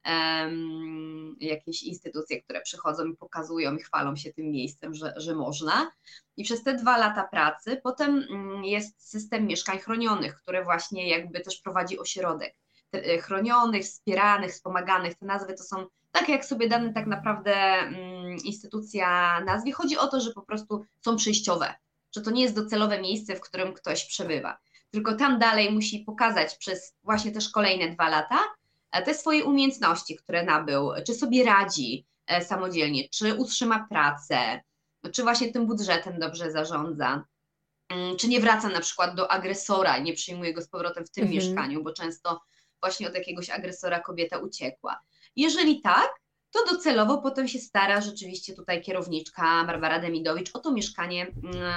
um, jakieś instytucje, które przychodzą i pokazują i chwalą się tym miejscem, że, że można. I przez te dwa lata pracy potem jest system mieszkań chronionych, które właśnie jakby też prowadzi ośrodek. Chronionych, wspieranych, wspomaganych, te nazwy to są tak, jak sobie dane tak naprawdę um, instytucja nazwie. Chodzi o to, że po prostu są przejściowe, że to nie jest docelowe miejsce, w którym ktoś przebywa, tylko tam dalej musi pokazać przez właśnie też kolejne dwa lata te swoje umiejętności, które nabył, czy sobie radzi e, samodzielnie, czy utrzyma pracę, czy właśnie tym budżetem dobrze zarządza, czy nie wraca na przykład do agresora i nie przyjmuje go z powrotem w tym Mhm. mieszkaniu, bo często właśnie od jakiegoś agresora kobieta uciekła. Jeżeli tak, to docelowo potem się stara rzeczywiście tutaj kierowniczka Barbara Demidowicz o to mieszkanie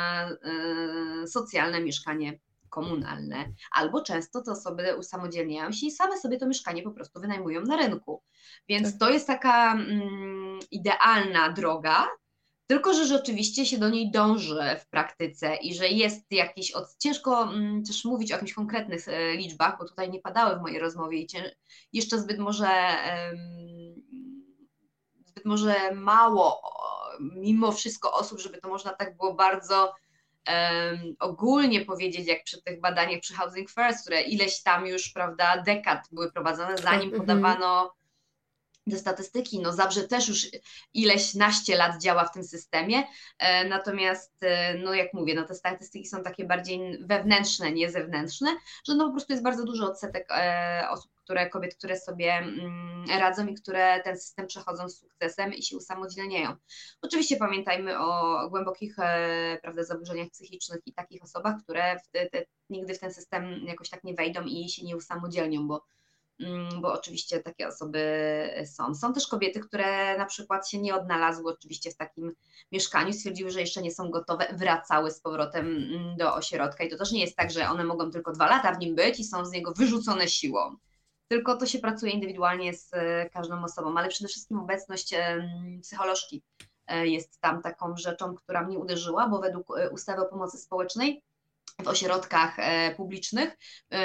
yy, socjalne, mieszkanie komunalne, albo często te osoby usamodzielniają się i same sobie to mieszkanie po prostu wynajmują na rynku. Więc Tak. to jest taka mm, idealna droga, tylko że rzeczywiście się do niej dąży w praktyce i że jest jakiś, od... ciężko mm, też mówić o jakichś konkretnych e, liczbach, bo tutaj nie padały w mojej rozmowie i cię... jeszcze zbyt może em, zbyt może mało mimo wszystko osób, żeby to można tak było bardzo um, ogólnie powiedzieć, jak przy tych badaniach przy Housing First, które ileś tam już, prawda, dekad były prowadzone, zanim Mhm. podawano te statystyki. No Zabrze też już ileś naście lat działa w tym systemie, e, natomiast e, no jak mówię, no te statystyki są takie bardziej wewnętrzne, nie zewnętrzne, że no po prostu jest bardzo duży odsetek e, osób, które, kobiet, które sobie mm, radzą i które ten system przechodzą z sukcesem i się usamodzielniają. Oczywiście pamiętajmy o głębokich e, prawda, zaburzeniach psychicznych i takich osobach, które w te, te, nigdy w ten system jakoś tak nie wejdą i się nie usamodzielnią, bo bo oczywiście takie osoby są. Są też kobiety, które na przykład się nie odnalazły oczywiście w takim mieszkaniu, stwierdziły, że jeszcze nie są gotowe, wracały z powrotem do ośrodka i to też nie jest tak, że one mogą tylko dwa lata w nim być i są z niego wyrzucone siłą. Tylko to się pracuje indywidualnie z każdą osobą, ale przede wszystkim obecność psycholożki jest tam taką rzeczą, która mnie uderzyła, bo według ustawy o pomocy społecznej w ośrodkach publicznych,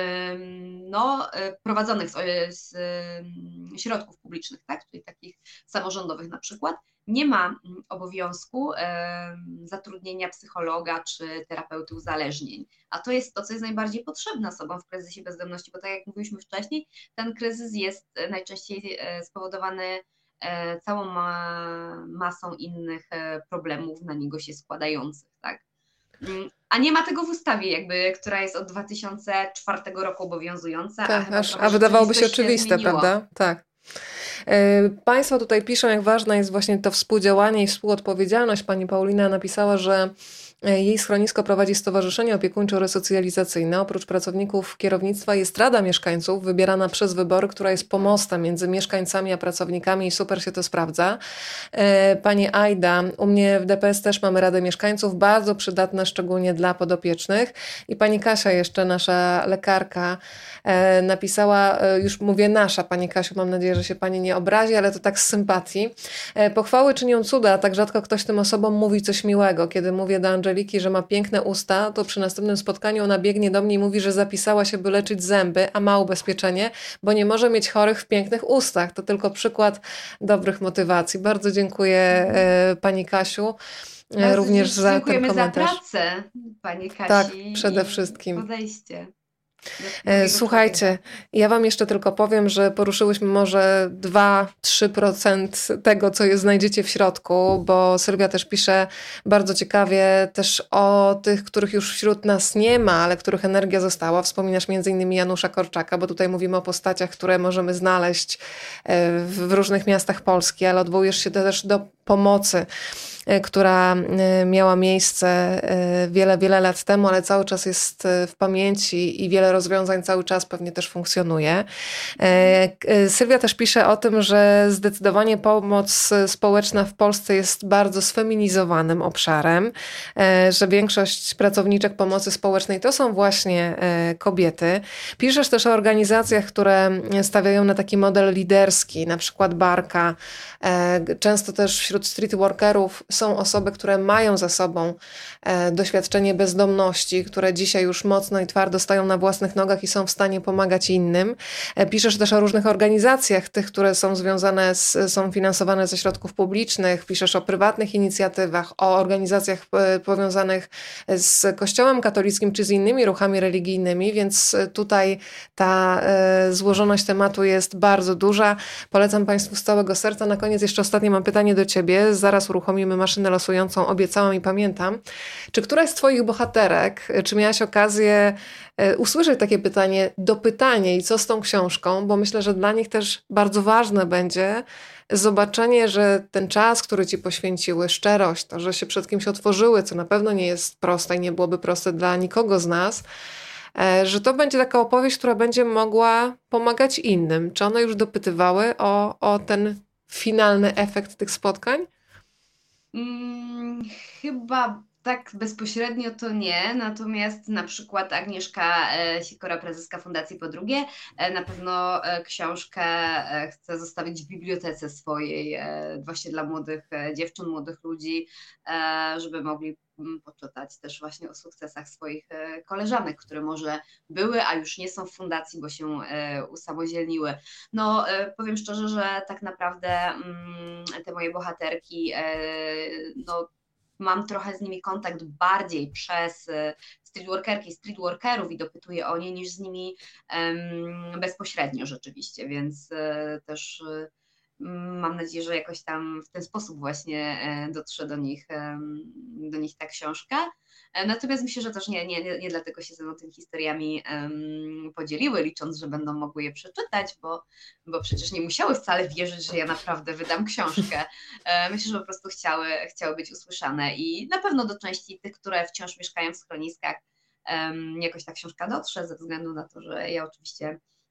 no, prowadzonych z, z środków publicznych, tak, czyli takich samorządowych na przykład, nie ma obowiązku zatrudnienia psychologa czy terapeuty uzależnień. A to jest to, co jest najbardziej potrzebne osobom w kryzysie bezdomności, bo tak jak mówiliśmy wcześniej, ten kryzys jest najczęściej spowodowany całą masą innych problemów na niego się składających, tak. A nie ma tego w ustawie, jakby, która jest od dwa tysiące czwartego roku obowiązująca. Tak, a, aż, a wydawałoby się oczywiste, się prawda? Tak. Państwo tutaj piszą, jak ważne jest właśnie to współdziałanie i współodpowiedzialność. Pani Paulina napisała, że jej schronisko prowadzi Stowarzyszenie Opiekuńczo-Resocjalizacyjne. Oprócz pracowników kierownictwa jest Rada Mieszkańców, wybierana przez wybory, która jest pomostem między mieszkańcami a pracownikami i super się to sprawdza. Pani Ajda, u mnie w D P S też mamy Radę Mieszkańców, bardzo przydatne, szczególnie dla podopiecznych. I pani Kasia jeszcze, nasza lekarka, napisała, już mówię nasza, pani Kasiu, mam nadzieję, że się pani nie obrazi, ale to tak z sympatii. Pochwały czynią cuda, tak rzadko ktoś tym osobom mówi coś miłego. Kiedy mówię do Angeliki, że ma piękne usta, to przy następnym spotkaniu ona biegnie do mnie i mówi, że zapisała się, by leczyć zęby, a ma ubezpieczenie, bo nie może mieć chorych w pięknych ustach. To tylko przykład dobrych motywacji. Bardzo dziękuję pani Kasiu. Bardzo również za ten komentarz. Dziękujemy za pracę pani Kasi. Tak, przede wszystkim. Podejście. Słuchajcie, ja wam jeszcze tylko powiem, że poruszyłyśmy może dwa do trzech procent tego, co jest, znajdziecie w środku, bo Sylwia też pisze bardzo ciekawie też o tych, których już wśród nas nie ma, ale których energia została. Wspominasz między innymi Janusza Korczaka, bo tutaj mówimy o postaciach, które możemy znaleźć w różnych miastach Polski, ale odwołujesz się też do pomocy, która miała miejsce wiele, wiele lat temu, ale cały czas jest w pamięci i wiele rozwiązań cały czas pewnie też funkcjonuje. Sylwia też pisze o tym, że zdecydowanie pomoc społeczna w Polsce jest bardzo sfeminizowanym obszarem, że większość pracowniczek pomocy społecznej to są właśnie kobiety. Piszesz też o organizacjach, które stawiają na taki model liderski, na przykład Barka. Często też wśród street workerów są osoby, które mają za sobą doświadczenie bezdomności, które dzisiaj już mocno i twardo stają na własnych nogach i są w stanie pomagać innym. Piszesz też o różnych organizacjach, tych, które są związane, z, są finansowane ze środków publicznych. Piszesz o prywatnych inicjatywach, o organizacjach powiązanych z Kościołem katolickim czy z innymi ruchami religijnymi, więc tutaj ta złożoność tematu jest bardzo duża. Polecam Państwu z całego serca. Na koniec jeszcze ostatnie mam pytanie do Ciebie. Zaraz uruchomimy maszynę losującą, obiecałam i pamiętam. Czy któraś z Twoich bohaterek, czy miałaś okazję usłyszeć takie pytanie, dopytanie i co z tą książką? Bo myślę, że dla nich też bardzo ważne będzie zobaczenie, że ten czas, który Ci poświęciły, szczerość, to, że się przed kimś otworzyły, co na pewno nie jest proste i nie byłoby proste dla nikogo z nas, że to będzie taka opowieść, która będzie mogła pomagać innym. Czy one już dopytywały o, o ten finalny efekt tych spotkań? Hmm, chyba tak bezpośrednio to nie, natomiast na przykład Agnieszka Sikora, prezeska Fundacji Po Drugie, na pewno książkę chce zostawić w bibliotece swojej, właśnie dla młodych dziewczyn, młodych ludzi, żeby mogli poczytać też właśnie o sukcesach swoich koleżanek, które może były, a już nie są w fundacji, bo się usamodzielniły. No powiem szczerze, że tak naprawdę te moje bohaterki, no mam trochę z nimi kontakt bardziej przez streetworkerki, streetworkerów i dopytuję o nie niż z nimi um, bezpośrednio rzeczywiście, więc e, też e, mam nadzieję, że jakoś tam w ten sposób właśnie e, dotrze do nich, e, do nich ta książka. E, natomiast myślę, że też nie, nie, nie dlatego się ze mną tymi historiami um, podzieliły, licząc, że będą mogły je przeczytać, bo, bo przecież nie musiały wcale wierzyć, że ja naprawdę wydam książkę. E, myślę, że po prostu chciały, chciały być usłyszane i na pewno do części tych, które wciąż mieszkają w schroniskach, um, jakoś ta książka dotrze, ze względu na to, że ja oczywiście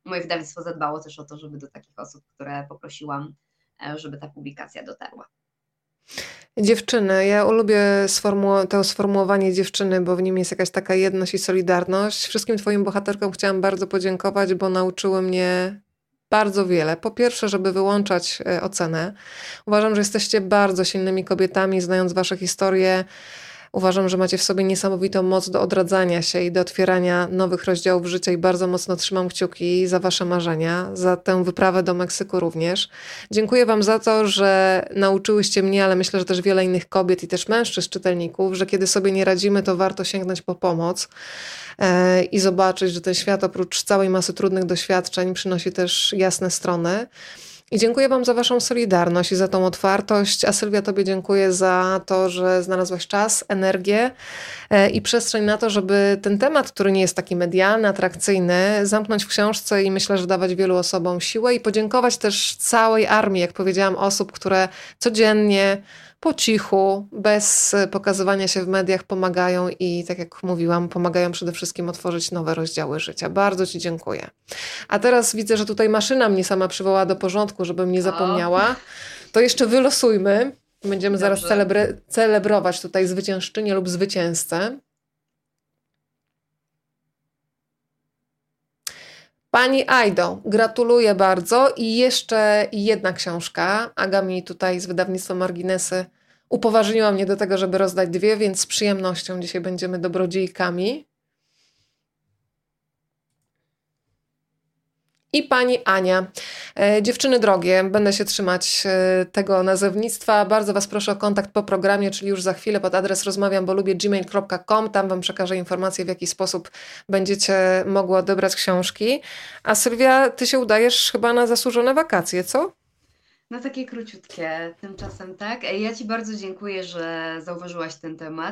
moje wydawnictwo zadbało też o to, żeby do takich osób, które poprosiłam, żeby ta publikacja dotarła. Dziewczyny. Ja lubię sformu- to sformułowanie dziewczyny, bo w nim jest jakaś taka jedność i solidarność. Wszystkim twoim bohaterkom chciałam bardzo podziękować, bo nauczyły mnie bardzo wiele. Po pierwsze, żeby wyłączać e, ocenę. Uważam, że jesteście bardzo silnymi kobietami, znając wasze historie. Uważam, że macie w sobie niesamowitą moc do odradzania się i do otwierania nowych rozdziałów życia i bardzo mocno trzymam kciuki za wasze marzenia, za tę wyprawę do Meksyku również. Dziękuję wam za to, że nauczyłyście mnie, ale myślę, że też wiele innych kobiet i też mężczyzn, czytelników, że kiedy sobie nie radzimy, to warto sięgnąć po pomoc e, i zobaczyć, że ten świat oprócz całej masy trudnych doświadczeń przynosi też jasne strony. I dziękuję wam za waszą solidarność i za tą otwartość, a Sylwia, tobie dziękuję za to, że znalazłaś czas, energię i przestrzeń na to, żeby ten temat, który nie jest taki medialny, atrakcyjny, zamknąć w książce i myślę, że dawać wielu osobom siłę i podziękować też całej armii, jak powiedziałam, osób, które codziennie po cichu, bez pokazywania się w mediach pomagają i tak jak mówiłam, pomagają przede wszystkim otworzyć nowe rozdziały życia. Bardzo ci dziękuję. A teraz widzę, że tutaj maszyna mnie sama przywołała do porządku, żebym nie zapomniała. To jeszcze wylosujmy. Będziemy Dobrze. zaraz celebry- celebrować tutaj zwyciężczynię lub zwycięzcę. Pani Ajdo, gratuluję bardzo i jeszcze jedna książka. Aga mi tutaj z wydawnictwa Marginesy upoważniła mnie do tego, żeby rozdać dwie, więc z przyjemnością dzisiaj będziemy dobrodziejkami. I pani Ania. E, dziewczyny drogie, będę się trzymać e, tego nazewnictwa. Bardzo was proszę o kontakt po programie, czyli już za chwilę pod adres rozmawiam, bo lubię gmail kropka com. Tam wam przekażę informacje, w jaki sposób będziecie mogły odebrać książki. A Sylwia, ty się udajesz chyba na zasłużone wakacje, co? No takie króciutkie tymczasem, tak? Ja ci bardzo dziękuję, że zauważyłaś ten temat,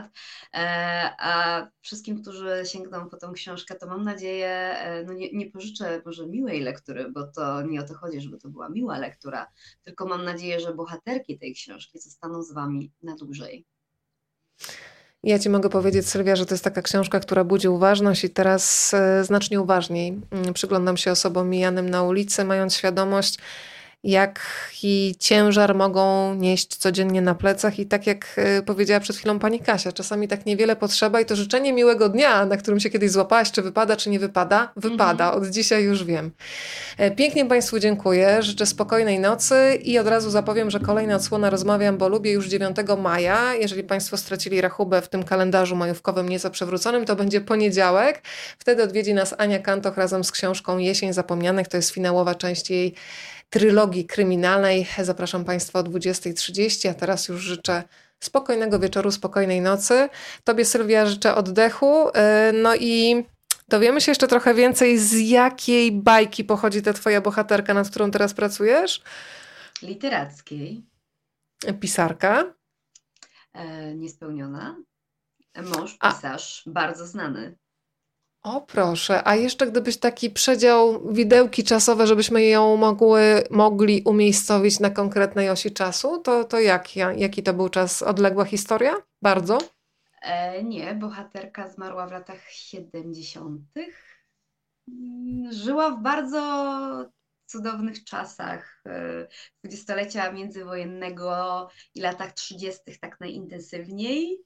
a wszystkim, którzy sięgną po tą książkę, to mam nadzieję, no nie, nie pożyczę może miłej lektury, bo to nie o to chodzi, żeby to była miła lektura, tylko mam nadzieję, że bohaterki tej książki zostaną z wami na dłużej. Ja ci mogę powiedzieć, Sylwia, że to jest taka książka, która budzi uważność i teraz znacznie uważniej przyglądam się osobom mijanym na ulicy, mając świadomość, jaki ciężar mogą nieść codziennie na plecach i tak jak powiedziała przed chwilą pani Kasia, czasami tak niewiele potrzeba i to życzenie miłego dnia, na którym się kiedyś złapałaś, czy wypada, czy nie wypada, wypada, od dzisiaj już wiem. Pięknie państwu dziękuję, życzę spokojnej nocy i od razu zapowiem, że kolejna odsłona Rozmawiam, bo lubię już dziewiątego maja. Jeżeli państwo stracili rachubę w tym kalendarzu majówkowym nieco przewróconym, to będzie poniedziałek. Wtedy odwiedzi nas Ania Kantoch razem z książką Jesień Zapomnianych, to jest finałowa część jej trylogii kryminalnej. Zapraszam państwa o dwudziesta trzydzieści, a teraz już życzę spokojnego wieczoru, spokojnej nocy. Tobie, Sylwia, życzę oddechu. No i dowiemy się jeszcze trochę więcej, z jakiej bajki pochodzi ta twoja bohaterka, nad którą teraz pracujesz? Literackiej. Pisarka? E, niespełniona. Mąż, A. pisarz, bardzo znany. O proszę, a jeszcze gdybyś taki przedział, widełki czasowe, żebyśmy ją mogły, mogli umiejscowić na konkretnej osi czasu, to, to jak, jaki to był czas? Odległa historia? Bardzo? E, nie, bohaterka zmarła w latach siedemdziesiątych. Żyła w bardzo cudownych czasach dwudziestolecia międzywojennego i latach trzydziestych tak najintensywniej.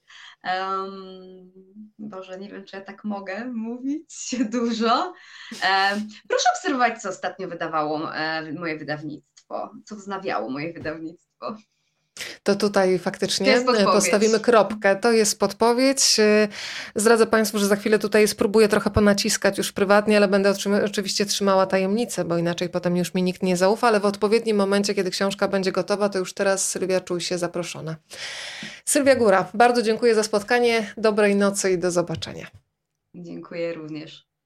Um, Boże, nie wiem, czy ja tak mogę mówić dużo. Um, proszę obserwować, co ostatnio wydawało e, moje wydawnictwo, co wznawiało moje wydawnictwo. To tutaj faktycznie postawimy kropkę. To jest podpowiedź. Zdradzę państwu, że za chwilę tutaj spróbuję trochę ponaciskać już prywatnie, ale będę oczywiście trzymała tajemnicę, bo inaczej potem już mi nikt nie zaufa, ale w odpowiednim momencie, kiedy książka będzie gotowa, to już teraz, Sylwia, czuj się zaproszona. Sylwia Góra, bardzo dziękuję za spotkanie. Dobrej nocy i do zobaczenia. Dziękuję również.